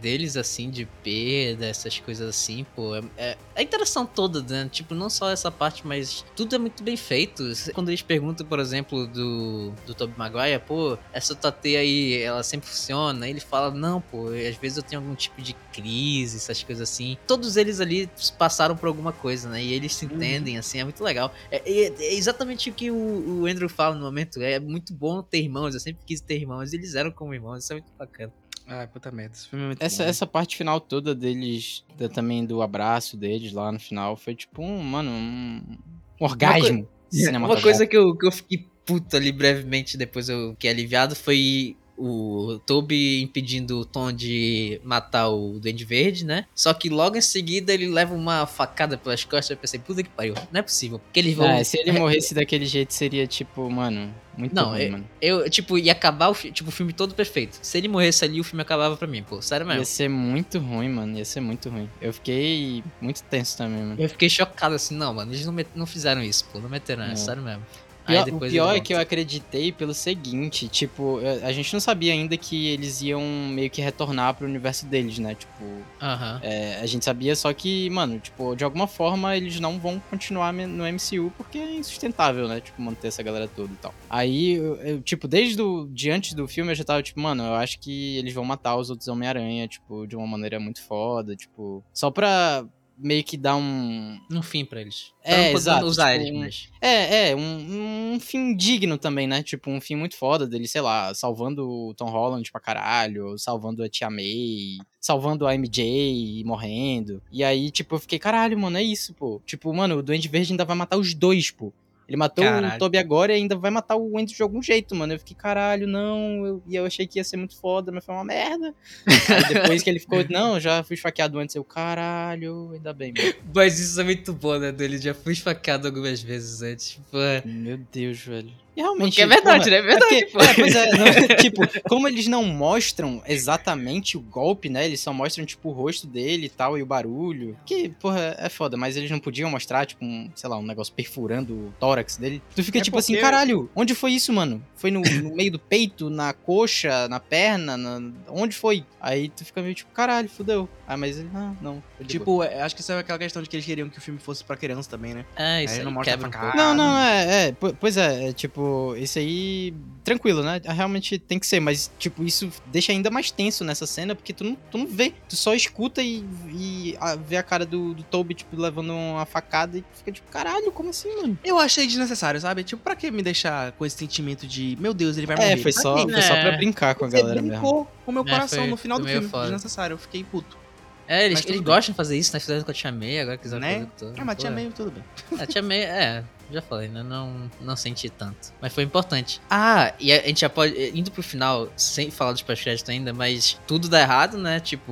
deles, assim, de perda, essas coisas assim, pô, é, é a interação toda, né? Tipo, não só essa parte, mas tudo é muito bem feito. Quando eles perguntam, por exemplo, do, do Tobey Maguire, pô, essa tua teia aí, ela sempre funciona? Ele fala, não, pô, às vezes eu tenho algum tipo de crise, essas coisas assim. Todos eles ali passaram por alguma coisa, né? E eles se entendem, assim, é muito legal. É, é, é exatamente o que o, o Andrew fala no momento. É muito bom ter irmãos, eu sempre quis ter irmãos. Eles eram como irmãos, isso é muito bacana. Ai, puta merda, esse filme é muito Essa, bom. essa parte final toda deles, da- também do abraço deles lá no final, foi tipo um, mano, um, um orgasmo Uma cinematográfico. coisa que eu, que eu fiquei puto ali brevemente, depois eu fiquei aliviado, foi o Toby impedindo o Tom de matar o Duende Verde, né? Só que logo em seguida ele leva uma facada pelas costas. Eu pensei, puta que pariu, não é possível. Porque eles vão. É, se ele morresse daquele jeito seria tipo, mano, muito Não, ruim, eu, mano. eu, tipo, ia acabar o, fi- tipo, o filme todo perfeito. Se ele morresse ali, o filme acabava pra mim, pô. Sério mesmo. Ia ser muito ruim, mano, ia ser muito ruim. Eu fiquei muito tenso também, mano. Eu fiquei chocado assim, não, mano, eles não, met- não fizeram isso, pô. Não meteram essa, Não. sério mesmo. Pior- Aí o depois pior ele é que eu volta. acreditei pelo seguinte, tipo, eu- a gente não sabia ainda que eles iam meio que retornar pro universo deles, né? Tipo, Aham. é, a gente sabia só que, mano, tipo, de alguma forma eles não vão continuar me- no M C U porque é insustentável, né? Tipo, manter essa galera toda e tal. Aí, eu, eu, tipo, desde do, de antes do filme eu já tava, tipo, mano, eu acho que eles vão matar os outros Homem-Aranha, tipo, de uma maneira muito foda, tipo, só pra meio que dar um... Um fim pra eles. É, pra não poder exato, usar tipo, eles, um- mas. É, é, um, um fim digno também, né? Tipo, um fim muito foda dele, sei lá, salvando o Tom Holland pra caralho, salvando a Tia May, salvando a M J e morrendo. E aí, tipo, eu fiquei, caralho, mano, é isso, pô. Tipo, mano, o Duende Verde ainda vai matar os dois, pô. Ele matou o Caralho. Tobey agora e ainda vai matar o Andrew de algum jeito, mano. Eu fiquei, caralho, não. Eu, e eu achei que ia ser muito foda, mas foi uma merda. Aí depois que ele ficou, não, já fui esfaqueado antes, eu, caralho, ainda bem, mano. Mas isso é muito bom, né? Dele já fui esfaqueado algumas vezes antes. Tipo, é. Meu Deus, velho. E realmente. Porque é verdade, porra, né? É verdade, porque- pô. é, pois é. não- tipo, como eles não mostram exatamente o golpe, né? Eles só mostram, tipo, o rosto dele e tal, e o barulho. Que, porra, é foda, mas eles não podiam mostrar, tipo, um, sei lá, um negócio perfurando o tórax dele. Tu fica É tipo assim, porque- caralho, onde foi isso, mano? Foi no, no meio do peito, na coxa, na perna? na- Onde foi? Aí tu fica meio tipo, caralho, fudeu. Ah, mas ele, ah, não. foi de boa. Tipo, é, acho que isso é aquela questão de que eles queriam que o filme fosse pra criança também, né? É, isso Aí aí não mostra quebra um facada. pouco. Não, não, é, é, po- pois é, é, tipo, isso aí, tranquilo, né? Realmente tem que ser, mas, tipo, isso deixa ainda mais tenso nessa cena, porque tu não, tu não vê, tu só escuta e, e a- vê a cara do, do Toby, tipo, levando uma facada e fica tipo, caralho, como assim, mano? Eu achei desnecessário, sabe? Tipo, pra que me deixar com esse sentimento de, meu Deus, ele vai morrer? É, foi Pra só, quê? foi só pra É. brincar com a Você galera mesmo. brincou com o meu É, coração foi- no final foi do meio filme. foda. Desnecessário, eu fiquei puto. É, eles, Mas tudo eles bem. gostam de fazer isso, né? Fizeram com a Tia May, agora quiseram Né? fazer com todo. Ah, mas tinha Pô, meio, tudo bem. A Tia May, é, já falei, né? Não, não senti tanto. Mas foi importante. Ah, e a gente já pode. Indo pro final, sem falar dos pós-créditos ainda, mas tudo dá errado, né? Tipo,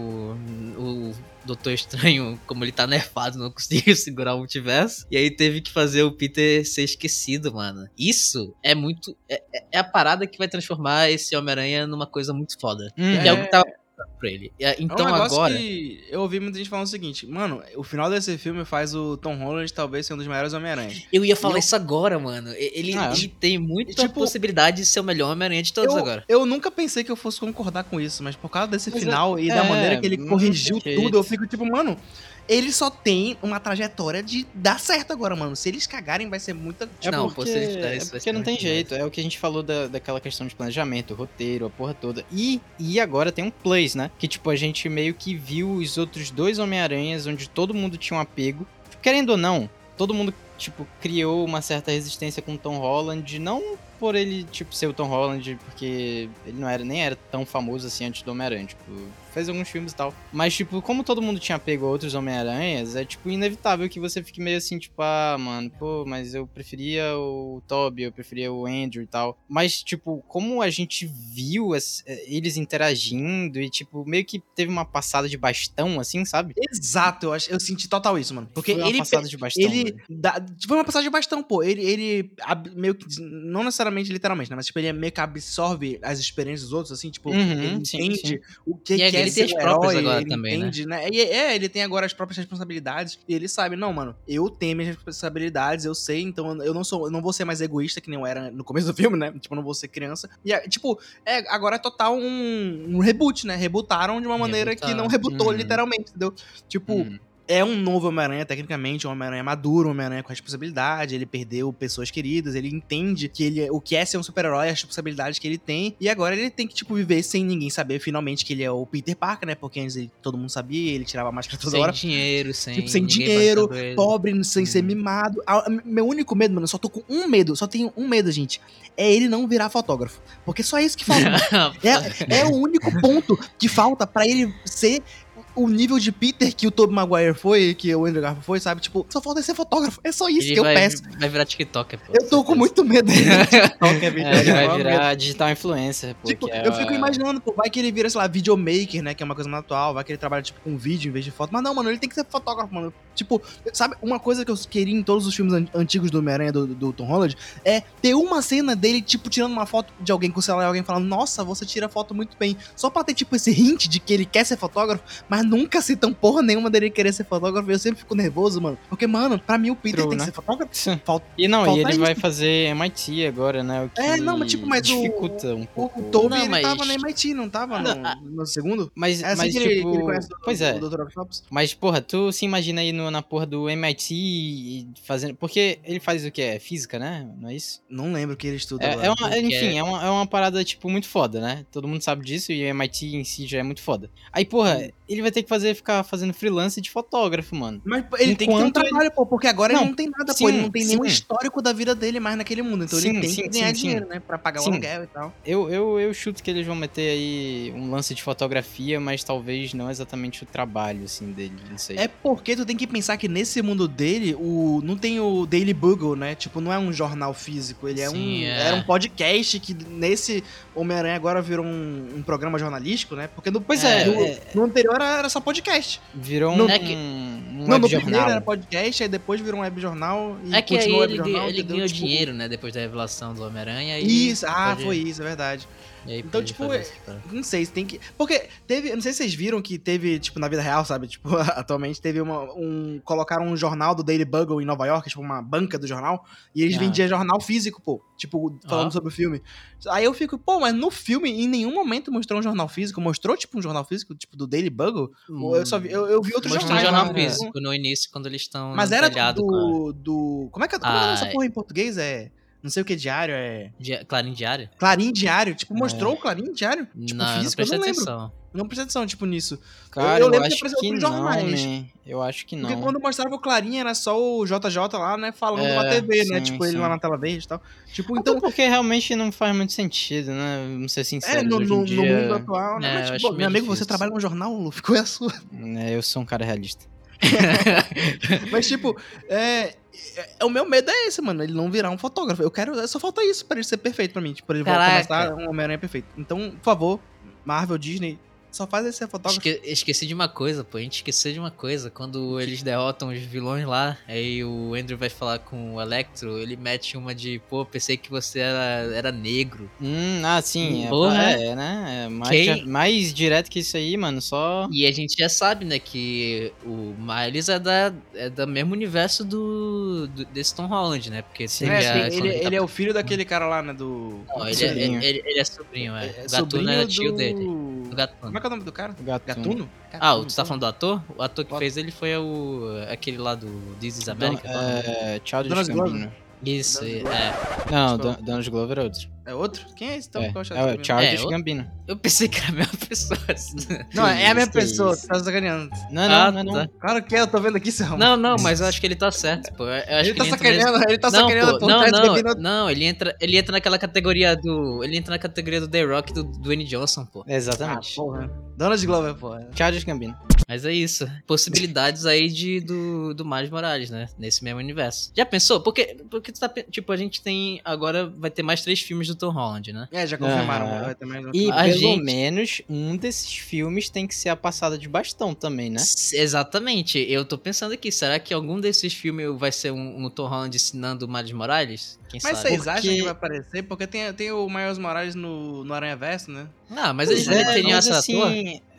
o Doutor Estranho, como ele tá nerfado, não conseguiu segurar o multiverso. E aí teve que fazer o Peter ser esquecido, mano. Isso é muito. É, é- é a parada que vai transformar esse Homem-Aranha numa coisa muito foda. Uhum. Que é o que tava pra ele. E, É um Então negócio agora. que eu ouvi muita gente falando o seguinte, mano, o final desse filme faz o Tom Holland talvez ser um dos maiores Homem-Aranha. Eu ia falar eu- isso agora, mano. Ele, Ah, ele tem muita tipo, possibilidade de ser o melhor Homem-Aranha de todos Eu, agora. eu nunca pensei que eu fosse concordar com isso, mas por causa desse Mas é- final e é, da maneira que ele não corrigiu tem tudo, eu jeito. fico tipo, mano, ele só tem uma trajetória de dar certo agora, mano. Se eles cagarem, vai ser muita. É Não, porque, pô, se eles fizerem é isso, vai porque ser não tem muito jeito. É o que a gente falou da, daquela questão de planejamento, roteiro, a porra toda. E, e agora tem um plus, né? Que, tipo, a gente meio que viu os outros dois Homem-Aranhas, onde todo mundo tinha um apego. Tipo, querendo ou não, todo mundo, tipo, criou uma certa resistência com o Tom Holland. Não por ele, tipo, ser o Tom Holland, porque ele não era, nem era tão famoso assim antes do Homem-Aranha. Tipo, fez alguns filmes e tal. Mas, tipo, como todo mundo tinha apego a outros Homem-Aranhas, é, tipo, inevitável que você fique meio assim, tipo, ah, mano, pô, mas eu preferia o Tobey, eu preferia o Andrew e tal. Mas, tipo, como a gente viu as- eles interagindo e, tipo, meio que teve uma passada de bastão, assim, sabe? Exato, eu, acho, eu senti total isso, mano. Porque Foi uma ele. passada de bastão, Ele. velho. Dá, foi uma passagem de bastão, pô. Ele, ele ab- meio que. Não necessariamente literalmente, né? Mas, tipo, ele meio que absorve as experiências dos outros, assim, tipo, Uhum, ele sim, entende sim. o que, E é que é conhece ele tem o as próprias herói, agora ele também, né? entende, né? E, é, ele tem agora as próprias responsabilidades e ele sabe, não, mano, eu tenho minhas responsabilidades, eu sei, então eu não sou, eu não vou ser mais egoísta que nem eu era no começo do filme, né? Tipo, eu não vou ser criança. E, é, tipo, é, agora é total um, um reboot, né? Rebootaram de uma maneira que não rebutou, Uhum. literalmente, entendeu? Tipo, Hum. é um novo Homem-Aranha, tecnicamente, um Homem-Aranha maduro, um Homem-Aranha com responsabilidade, ele perdeu pessoas queridas, ele entende que ele, o que é ser um super-herói, as responsabilidades que ele tem, e agora ele tem que, tipo, viver sem ninguém saber, finalmente, que ele é o Peter Parker, né, porque antes ele, todo mundo sabia, ele tirava a máscara toda Sem hora. dinheiro, sem, Tipo, sem ninguém dinheiro, bancando ele. pobre, sem ser Hum. mimado. Ah, meu único medo, mano, eu só tô com um medo, só tenho um medo, gente, é ele não virar fotógrafo, porque só isso que falta, mano. É, é o único ponto que falta pra ele ser o nível de Peter que o Tobey Maguire foi, que o Andrew Garfield foi, sabe? Tipo, só falta ele ser fotógrafo. É só isso Ele que eu vai, peço. vai virar TikToker, pô. Eu tô com certeza. muito medo dele. TikToker, bicho. É, ele É, vai maior medo. virar digital influencer, pô. Tipo, que é eu fico a- imaginando, pô, vai que ele vira, sei lá, videomaker, né, que é uma coisa mais atual, vai que ele trabalha, tipo, com vídeo em vez de foto. Mas não, mano, ele tem que ser fotógrafo, mano. Tipo, sabe, uma coisa que eu queria em todos os filmes an- antigos do Homem-Aranha, do, do Tom Holland, é ter uma cena dele, tipo, tirando uma foto de alguém com o celular e alguém falando, nossa, você tira foto muito bem. Só pra ter, tipo, esse hint de que ele quer ser fotógrafo, mas nunca citam porra nenhuma dele querer ser fotógrafo. Eu sempre fico nervoso, mano. Porque, mano, pra mim o Peter True, tem né? que ser fotógrafo. Falta... E não, Falta e ele isso. vai fazer M I T agora, né? O que É, não, mas tipo, mas o- dificulta um O, pouco. o Tobey, Não, ele mas- tava na M I T, não tava no, no segundo? Mas, É assim mas que, ele, tipo, que ele conhece o, pois é. o doutor Octopus? Mas, porra, tu se imagina aí no, na porra do M I T e fazendo... Porque ele faz o que? É física, né? Não é isso? Não lembro o que ele estuda É, agora. é uma, Porque enfim, é uma, é uma parada, tipo, muito foda, né? Todo mundo sabe disso e o M I T em si já é muito foda. Aí, porra, Hum. ele vai ter que fazer, ficar fazendo freelance de fotógrafo, mano. Mas pô, ele tem que ter um Enquanto trabalho, pô, porque agora Não, ele não tem nada, sim, pô. Ele não tem nenhum sim. histórico da vida dele mais naquele mundo. Então Sim, ele tem sim, que ganhar sim, dinheiro, sim. né? Pra pagar o Sim. aluguel e tal. Eu, eu, eu chuto que eles vão meter aí um lance de fotografia, mas talvez não exatamente o trabalho, assim, dele, não sei. É porque tu tem que pensar que nesse mundo dele, o não tem o Daily Bugle, né? Tipo, não é um jornal físico, ele é Sim, um é. era um podcast que nesse Homem-Aranha agora virou um, um programa jornalístico, né? Porque no, Pois É, é, no, é, no anterior era só podcast. virou Não, um, é que- um não, no primeiro webjornal. era podcast, aí depois virou um webjornal e É que aí continuou ele, webjornal, ganha- ele entendeu? ganhou Tipo, dinheiro, né? Depois da revelação do Homem-Aranha. e Isso, ah, pode- foi isso, é verdade. e aí Então, pode tipo, fazer é- essa parada. Não sei, se tem que. Porque teve. Eu não sei se vocês viram que teve, tipo, na vida real, sabe? Tipo, atualmente teve uma. Um, colocaram um jornal do Daily Bugle em Nova York, tipo, uma banca do jornal. E eles Ah. vendiam jornal físico, pô. Tipo, falando Ah. sobre o filme. Aí eu fico, pô, mas no filme, em nenhum momento mostrou um jornal físico. Mostrou, tipo, um jornal físico, tipo, do Daily Bugle. Ou eu só vi. Eu, eu vi outros Mostrou um jornais. jornal lá, né? físico no início, quando eles estão Mas no era telhado do. com a- do, do- Como é que é, como é que é essa Ah, porra em português? É. Não sei o que diário, é. Dia- Clarim Diário? Clarim Diário. Tipo, mostrou o Clarim Diário? Tipo, não, eu não físico, eu prestei não lembro. atenção. Não prestei atenção, tipo, nisso. Cara, eu eu, lembro que acho apareceu que outros não, jornais. né? Eu acho que não. Porque quando mostrava o Clarim era só o J J lá, né, falando É, na T V, né? sim, Tipo, ele sim. lá na tela verde e tal. Tipo, Então, então. porque realmente não faz muito sentido, né? Vamos ser sinceros, É, no, hoje no, em no dia... mundo atual, né? É, Mas, eu tipo, acho meu meio amigo, difícil. você trabalha no jornal, Lu, ficou é a sua. É, eu sou um cara realista. Mas, tipo, é, é. O meu medo é esse, mano. Ele não virar um fotógrafo. Eu quero. Só falta isso pra ele ser perfeito pra mim. Tipo, pra ele Caraca. começar um Homem-Aranha perfeito. Então, por favor, Marvel, Disney, só faz ele ser fotógrafo. Esque- esqueci de uma coisa, pô. A gente esqueceu de uma coisa. Quando eles derrotam os vilões lá, aí o Andrew vai falar com o Electro, ele mete uma de, pô, pensei que você era, era negro. Hum, ah, sim. É, Porra. é, né? É mais, Quem- di- mais direto que isso aí, mano. Só... E a gente já sabe, né, que o Miles é da, é do mesmo universo do, do- desse Tom Holland, né? Porque Sim, teve É, a- tem- quando ele, tá- ele é o filho daquele cara lá, né? Do. Não, ele, sobrinho. é, ele, ele é sobrinho, é. É o Gatuno sobrinho é tio do... dele. Do Gatuno. Como é que é o nome do cara? Gatuno. Gatuno? Ah, o- tu tá falando do ator? O ator que Pode. fez ele foi o, aquele lá do This is America. Don- qual é o nome dele? é, Childish Donald Gambino. Glover. Isso, Donald é. Não, Tipo- Don- Donald Glover é outro. É outro? Quem é esse então? É, que eu achei é o que era Childish É, o- Gambino. Eu pensei que era a mesma pessoa. Não, é a mesma Que pessoa, isso. você tá sacaneando. Não, não, Ah, não, não. tá. Claro que é, eu tô vendo aqui, seu Não, não, mas eu acho que ele tá certo, pô. Eu acho Ele que tá ele entra nesse- sacaneando, ele tá Não, sacaneando pô, por não, trás do não, Gambino. não, ele entra, ele entra naquela categoria do, ele entra na categoria do The Rock do Dwayne Johnson, pô. Ah, Exatamente. porra. Donald Glover, porra. Childish Gambino. Mas é isso, possibilidades aí de do do Miles Morales, né, nesse mesmo universo. Já pensou? Porque porque tu tá, pe- tipo, a gente tem agora vai ter mais três filmes do Tom Holland, né? É, já confirmaram. Aham. Vai ter mais um. E A pelo gente- menos um desses filmes tem que ser a passada de bastão também, né? S- Exatamente. Eu tô pensando aqui, será que algum desses filmes vai ser um, um Tom Holland ensinando o Miles Morales? Quem Mas sabe? vocês acham Porque- que vai aparecer? Porque tem, tem o Miles Morales no, no Aranha Verso, né? Não, mas Pois eles não é, meteriam mas essa ator? assim,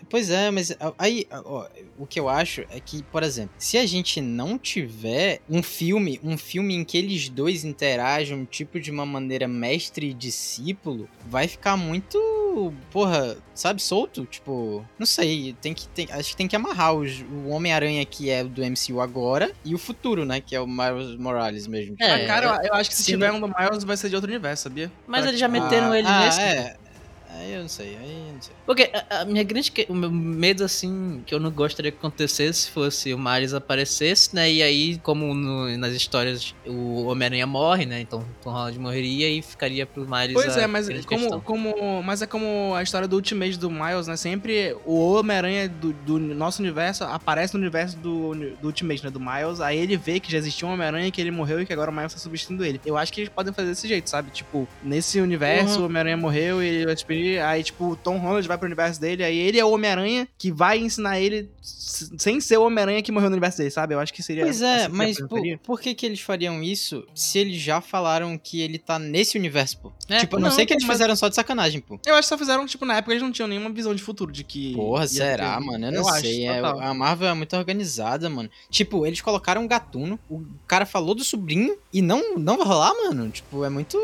Pois é, mas aí, ó, o que eu acho é que, por exemplo, se a gente não tiver um filme, um filme em que eles dois interagem, tipo, de uma maneira mestre e discípulo, vai ficar muito, porra, sabe, solto? Tipo, não sei, tem que, tem, acho que tem que amarrar os, o Homem-Aranha que é do M C U agora e o futuro, né, que é o Miles Morales mesmo. É, Ah, cara, eu, eu acho que se, se tiver não- um do Miles vai ser de outro universo, sabia? Mas Pra- eles já ah, meteram ele ah, nesse. é. Aí eu não sei, aí eu não sei. Porque a, a minha grande. que- O meu medo, assim, que eu não gostaria que acontecesse fosse o Miles aparecesse, né? E aí, como no- nas histórias o Homem-Aranha morre, né? Então Tom Holland morreria e ficaria pro Miles. Pois a é, mas grande como, questão. como, mas é como a história do Ultimate do Miles, né? Sempre o Homem-Aranha do, do nosso universo aparece no universo do, do Ultimate, né? Do Miles. Aí ele vê que já existia um Homem-Aranha, que ele morreu e que agora o Miles tá substituindo ele. Eu acho que eles podem fazer desse jeito, sabe? Tipo, nesse universo, Uhum. o Homem-Aranha morreu e ele vai despedir. Aí, tipo, o Tom Holland vai pro universo dele. Aí ele é o Homem-Aranha que vai ensinar ele s- sem ser o Homem-Aranha que morreu no universo dele, sabe? Eu acho que seria. Pois é, assim que mas eu por, faria. por que que eles fariam isso se eles já falaram que ele tá nesse universo, pô? É, tipo, a não, não, sei que pô, eles mas- fizeram só de sacanagem, pô. Eu acho que só fizeram, tipo, na época eles não tinham nenhuma visão de futuro de que. Porra, ia será, ter- mano? Eu não Eu acho, sei. É, total. a Marvel é muito organizada, mano. Tipo, eles colocaram um gatuno, o cara falou do sobrinho e não, não vai rolar, mano. Tipo, é muito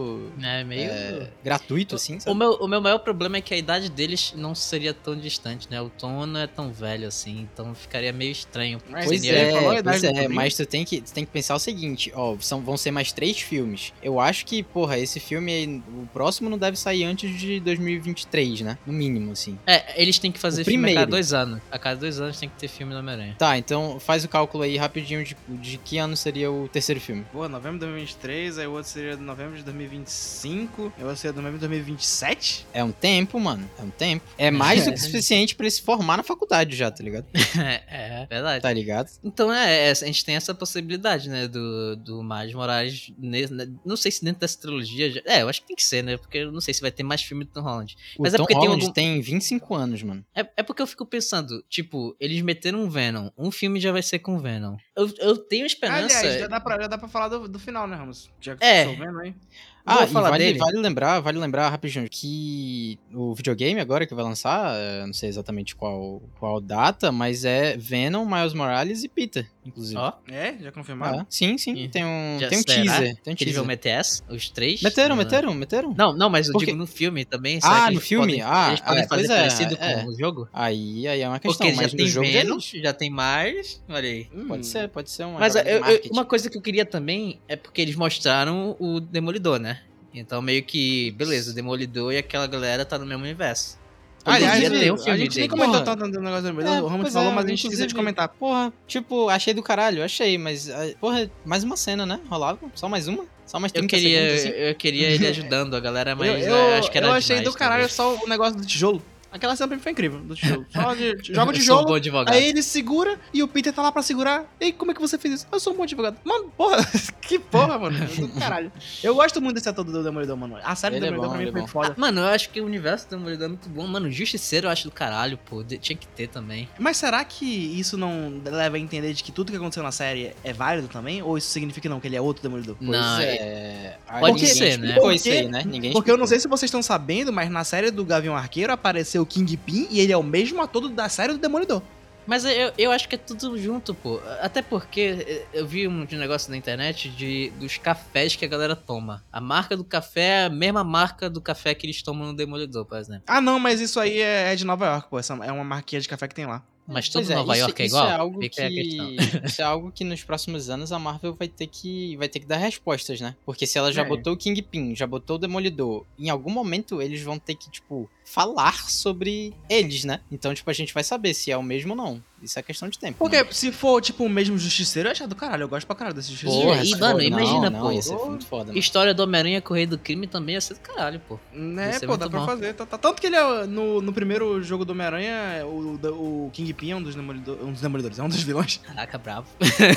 É meio. é, gratuito, assim, O sabe? meu, o meu maior problema é que a idade deles não seria tão distante, né? O Tom não é tão velho assim, então ficaria meio estranho. Mas Pois Seria- ele falou a é, idade pois do é, sobrinho? mas tu tem, que, tu tem que pensar o seguinte, ó, são, vão ser mais três filmes. Eu acho que, porra, esse filme, aí, o próximo não deve sair antes de dois mil e vinte e três, né? No mínimo, assim. É, eles têm que fazer O filme a cada primeiro. dois anos. A cada dois anos tem que ter filme do Homem-Aranha. Tá, então faz o cálculo aí rapidinho de, de que ano seria o terceiro filme. Pô, novembro de dois mil e vinte e três, aí o outro seria novembro de dois mil e vinte e cinco, e o outro seria novembro de dois mil e vinte e sete? É um tempo, mano. É um tempo. É mais do que suficiente pra ele se formar na faculdade já, tá ligado? é, é, verdade. Tá ligado? Então é, é, a gente tem essa possibilidade, né, do, do Miles Morales, ne- ne- não sei se dentro dessa trilogia, já- é, eu acho que tem que ser, né, porque eu não sei se vai ter mais filme do Tom Holland. O Mas é Tom porque tem Holland algum- tem vinte e cinco anos, mano. É, é porque eu fico pensando, tipo, eles meteram um Venom, um filme já vai ser com Venom. Eu, eu tenho esperança... Aliás, já dá pra, já dá pra falar do, do final, né, Ramos? Já que É. estou vendo aí. Vou Ah, e falar vale, dele. vale lembrar, vale lembrar rapidinho que o videogame agora que vai lançar, eh, não sei exatamente qual, qual data, mas é Venom, Miles Morales e Peter, inclusive. Ó, É, já confirmado? Ah, sim, sim, Ih, tem um, já tem um será teaser, tem um que eles vão teaser. meter essa, os três? Meteram, Ah. meteram, meteram. Não, não, mas eu Porque- digo no filme também. Ah, será que no eles filme? podem- Ah, eles podem é, fazer pois é, parecido é. com o jogo? Aí, aí é uma questão, Porque já mas tem no jogo já Venom, existe. já tem Miles, olha aí. Hum. Pode ser, pode ser uma Mas jogada eu- de eu- marketing. uma coisa que eu queria também é porque eles mostraram o Demolidor, né? Então meio que, beleza, o Demolidor e aquela galera tá no mesmo universo. Aliás, Poderia ter um a filme gente nem dele. comentou Porra. tanto do negócio do É, Demolidor, o Ramos pois falou, é, mas a gente esqueceu de inclusive, comentar. Porra, tipo, achei do caralho, achei, mas, ah, porra, mais uma cena, né? Rolava, só mais uma? Só mais Eu trinta queria, segundos, assim. eu queria ele ajudando a galera, mas eu, eu, eu, acho que era eu achei demais, do caralho talvez. só o negócio do tijolo. Aquela cena pra mim foi incrível, do tijolo. Só de, joga o Eu sou um tijolo, bom advogado. aí ele segura e o Peter tá lá pra segurar. E como é que você fez isso? Eu sou um bom advogado. Mano, porra, que porra, mano. Do caralho. Eu gosto muito desse ator do Demolidor, mano. A série do Ele é Demolidor bom, pra mim ele é foi bom. foda. Ah, mano, eu acho que o universo do Demolidor é muito bom. Mano, o Justiceiro eu acho do caralho, pô. De- tinha que ter também. Mas será que isso não leva a entender de que tudo que aconteceu na série é válido também? Ou isso significa que não, que ele é outro Demolidor? Pois Não, é. Aí pode ninguém ser, né? explicou isso Porque- aí, né? Ninguém Porque eu não explicou. sei se vocês estão sabendo, mas na série do Gavião Arqueiro apareceu o Kingpin e ele é o mesmo ator do- da série do Demolidor. Mas eu, eu acho que é tudo junto, pô. Até porque eu vi um negócio na internet de, dos cafés que a galera toma. A marca do café é a mesma marca do café que eles tomam no Demolidor, por exemplo. Ah, não, mas isso aí é, é de Nova York, pô. Essa é uma marquinha de café que tem lá. Mas todo Pois é, Nova isso- York é isso igual? É algo Fica aí a questão. que, isso é algo que nos próximos anos a Marvel vai ter que, vai ter que dar respostas, né? Porque se ela já É. botou o Kingpin, já botou o Demolidor, em algum momento eles vão ter que, tipo, falar sobre eles, né? Então, tipo, a gente vai saber se é o mesmo ou não. Isso é questão de tempo. Porque né? se for, tipo, o mesmo Justiceiro, eu acho do caralho. Eu gosto pra caralho desse Justiceiro. Porra, e, se mano, for- imagina, não, pô. Não, ia ser muito foda, mano. História do Homem-Aranha Correio do Crime também ia ser do caralho, pô. Né, Ia ser pô, muito dá pra bom. fazer. Tá- tá- Tanto que ele é, no, no primeiro jogo do Homem-Aranha, o, o Kingpin é um dos, demolidor, um dos demolidores, é um dos vilões. Caraca, bravo.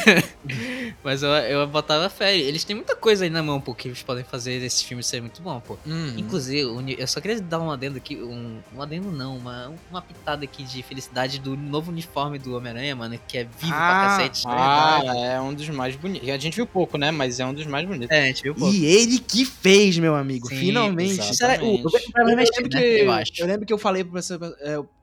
Mas eu, eu botava fé. Eles têm muita coisa aí na mão, pô, que eles podem fazer desse filme ser muito bom, pô. Uhum. Inclusive, o uni- eu só queria dar um adendo aqui, um, um adendo não, uma, uma pitada aqui de felicidade do novo uniforme do Homem-Aranha, mano, que é vivo Ah, pra cacete. Ah, Verdade. é um dos mais bonitos. A gente viu pouco, né? Mas é um dos mais bonitos. É, a gente viu, pô. E ele que fez, meu amigo, Sim, finalmente. exato. Será, o, Exatamente. o, vai Eu mexer, lembro, né? que, Eu acho. eu lembro que eu falei pro professor, é, eu,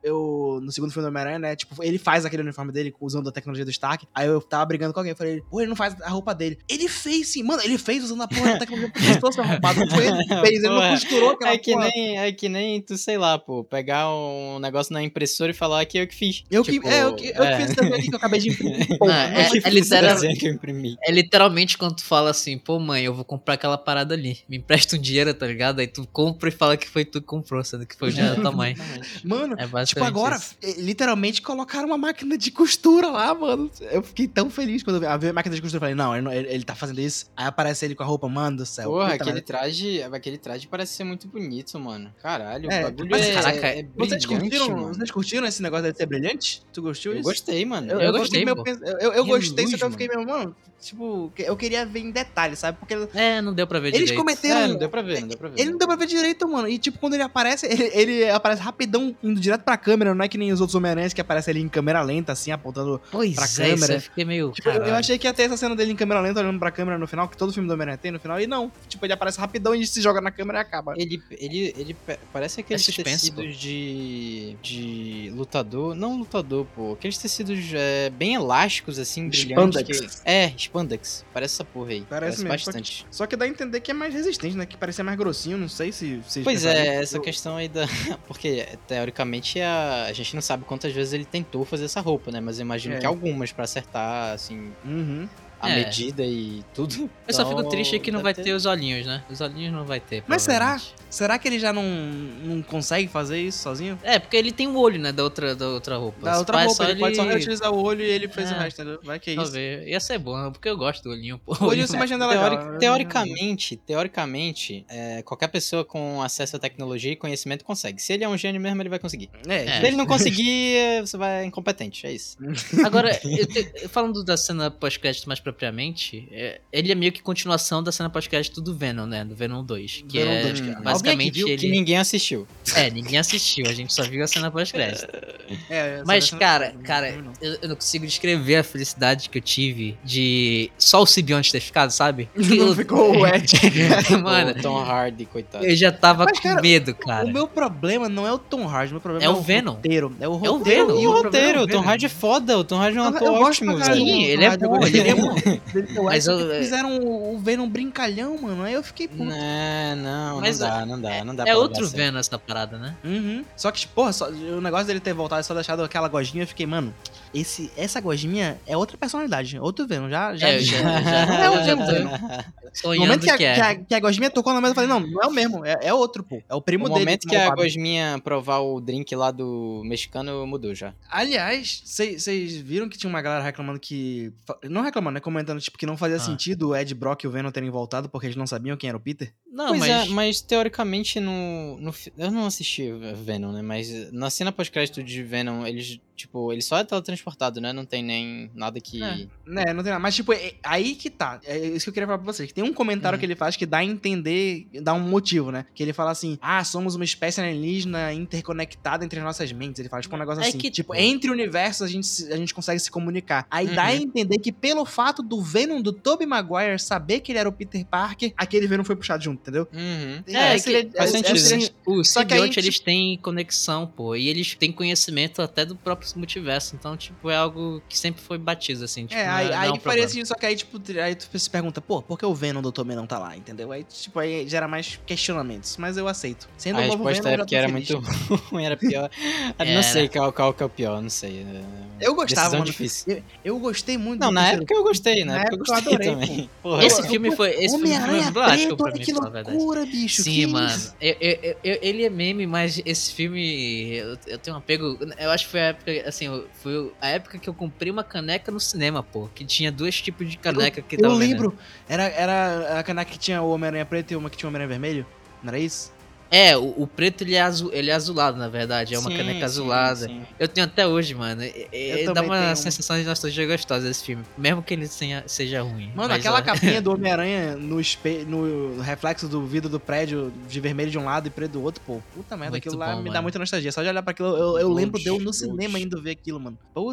eu, no segundo filme do Homem-Aranha, né, tipo, ele faz aquele uniforme dele usando a tecnologia do Stark, aí eu tava brigando com alguém, eu falei, pô, ele não faz a roupa dele. Ele fez sim, mano, ele fez usando a porra da tecnologia do Stark, seu arrombado, não foi ele que fez, ele não Porra, costurou aquela É que, porra. nem, é que nem tu, sei lá, pô, pegar um negócio na impressora e falar que eu que fiz. Eu Tipo, que, é, eu que, eu que fiz esse desenho aqui que eu acabei de imprimir. Pô, Não, não é- foi que é fiz esse literal- desenho que eu imprimi. É literalmente quando tu fala assim, pô mãe, eu vou comprar aquela parada ali. Me empresta um dinheiro, tá ligado? Aí tu compra e fala que foi tu que comprou, sendo que foi o dinheiro da tua mãe. Mano, É tipo, basicamente agora, isso. eh, literalmente colocaram uma máquina de costura lá, mano. Eu fiquei tão feliz quando eu vi a máquina de costura. Eu falei, não, ele, não- ele- ele tá fazendo isso. Aí aparece ele com a roupa, mano do céu. Porra, puta aquele merda. traje, aquele traje parece ser muito bonito, mano. Caralho, É, o bagulho mas, é, caraca, é Vocês brilhante, curtiram, mano. vocês curtiram esse negócio dele ser brilhante? Tu gostou Eu disso? gostei, mano. Eu, Eu eu gostei, fiquei meio pô. pens- Eu, eu, eu E gostei, só luz, que eu fiquei meio, mano, tipo, eu queria ver em detalhe, sabe? Porque É, não deu pra ver eles direito. cometeram. É, não deu pra ver, não deu pra ver. Ele não deu pra ver direito, mano. E, tipo, quando ele aparece, ele, ele aparece rapidão, indo direto pra câmera. Não é que nem os outros Homem-Aranhas que aparecem ali em câmera lenta, assim, apontando. Pois pra é, isso câmera. eu fiquei meio... Tipo, eu, eu caralho. achei que ia ter essa cena dele em câmera lenta, olhando pra câmera no final, que todo filme do Homem-Aranha tem no final. E não. Tipo, ele aparece rapidão e se joga na câmera e acaba. Ele, ele, ele pe- parece aqueles suspense, tecidos de, de lutador, não lutador, pô, aqueles tecidos é, bem elásticos, assim, brilhantes. Spandex. Que, é, spandex, parece essa porra aí, parece, mesmo, bastante. Só que dá a entender que é mais resistente, né? Que parecia mais grossinho, não sei se vocês Pois pensaram é, isso. essa Eu- questão aí da... Porque, teoricamente, a... a gente não sabe quantas vezes ele tentou fazer essa roupa, né? Mas eu imagino É. que algumas pra acertar, assim, Uhum. a É. medida e tudo. Eu só fico Então, triste que não deve vai ter os olhinhos, né? Os olhinhos não vai ter, Mas será? provavelmente. Será que ele já não, não consegue fazer isso sozinho? É, porque ele tem o olho, né, da outra, da outra roupa. Da Se outra pá, é roupa, só ele, pode só reutilizar o olho e ele fez É. o resto, entendeu? Vai que é isso. Talvez. Ia ser bom, porque eu gosto do olhinho, pô. O olho você imagina Teori- legal. teoricamente, teoricamente, é, qualquer pessoa com acesso à tecnologia e conhecimento consegue. Se ele é um gênio mesmo, ele vai conseguir. É, Se ele não conseguir, é, você vai incompetente, é isso. Agora, eu te- falando da cena pós-crédito mais propriamente, é, ele é meio que continuação da cena pós-crédito do Venom, né? Do Venom dois. Que Venom é dois, cara. basicamente Alguém aqui viu ele. Que ninguém assistiu. É, ninguém assistiu, a gente só viu a cena pós-crédito. É, Mas, essa- cara, não- cara, não- não. eu, eu não consigo descrever a felicidade que eu tive de só o Simbionte ter ficado, sabe? Não Eu- ficou o Ed. Mano, O Tom Hardy, coitado. eu já tava Mas, com cara, medo, cara. O meu problema não é o Tom Hardy, o meu problema É é, o Venom. roteiro. É o É o roteiro. Venom. E o problema é roteiro, o Tom Venom. Hardy é foda, o Tom Hardy é um Eu- ator eu gosto ótimo, pra caralho velho. Sim, do Tom ele é Hardy, eu bom, gosto ele é dele. bom. Eu Mas acho eu- que fizeram o o Venom brincalhão, mano. Aí eu fiquei puto. Não, não, Mas não dá, não dá, não dá É pra outro levar a sério. Venom essa parada, né? Uhum. Só que, porra, só- o negócio dele ter voltado e só deixado aquela gosminha, eu fiquei, mano, esse, essa gosminha é outra personalidade, outro Venom. Já, já, É, eu já- já- não é o já mesmo tô Venom. No sonhando momento que a, que é. que, a, que a gosminha tocou na mesa, eu falei, não, não é o mesmo, é, é outro, pô. É o primo No dele. momento que a malvado. Gosminha provar o drink lá do mexicano, mudou já. Aliás, vocês viram que tinha uma galera reclamando que... fa- Não reclamando, né? Comentando, tipo, que não fazia Ah. sentido o Ed Brock e o Venom terem voltado porque eles não sabiam quem era o Peter. Não, pois mas... é, mas teoricamente no, no. fi- Eu não assisti Venom, né? Mas na cena pós-crédito de Venom, eles, tipo, ele só é teletransportado, né? Não tem nem nada que. É. Né, não tem nada. Mas, tipo, é- aí que tá. É isso que eu queria falar pra vocês. Que tem um comentário Uhum. que ele faz que dá a entender, dá um motivo, né? Que ele fala assim: ah, somos uma espécie alienígena interconectada entre as nossas mentes. Ele fala, tipo, um negócio É assim. que- Tipo, entre universos a gente, se- a gente consegue se comunicar. Aí dá a Uhum. entender que pelo fato do Venom do Tobey Maguire saber que ele era o Peter Parker, aquele Venom foi puxado junto, entendeu? Uhum. É, Essa que seria- faz essa sentido, seria- né? Os Só que aí, simbiontes, eles tipo- têm conexão, pô, e eles têm conhecimento até do próprio multiverso, então, tipo, é algo que sempre foi batido, assim, tipo, É, não aí, não aí um faria problema. sentido, só que aí, tipo, aí tu se pergunta, pô, por que o Venom do Tobey não tá lá, entendeu? Aí, tipo, aí gera mais questionamentos, mas eu aceito. Sendo A o novo resposta Venom, é eu já porque tô era feliz. muito ruim, era pior. Eu Era. Não sei qual, qual que é o pior, não sei. É- Eu gostava, Decisão mano. difícil. Eu, eu gostei muito Não, do na terceiro época eu gostei, na, Na época eu época eu gostei adorei, também. Porra, Esse Eu- filme foi, esse filme foi Homem-Aranha emblemático preto, pra olha mim, que pra falar a verdade. loucura, bicho. Sim, que mano. isso? Eu- eu- eu- eu- ele é meme, mas esse filme. Eu, eu tenho um apego. Eu acho que foi a época. Assim, eu- foi a época que eu comprei uma caneca no cinema, pô. Que tinha dois tipos de caneca que Eu tava vendendo. lembro. Era, era a caneca que tinha o Homem-Aranha preto e uma que tinha o Homem-Aranha vermelho? Não era isso? É, o, o preto ele é, azul, ele é azulado, na verdade. É uma sim, caneca sim, azulada. sim. Eu tenho até hoje, mano. E- e- Eu dá também uma tenho uma. sensação de nostalgia gostosa esse filme. Mesmo que ele tenha- seja ruim. Mano, Mas, aquela ó, capinha do Homem-Aranha no, espe... no reflexo do vidro do prédio de vermelho de um lado e preto do outro, pô. Puta merda, Muito aquilo lá bom, me dá mano. muita nostalgia. Só de olhar pra aquilo, eu, eu Gold, lembro de eu no gold. cinema indo ver aquilo, mano. Putz,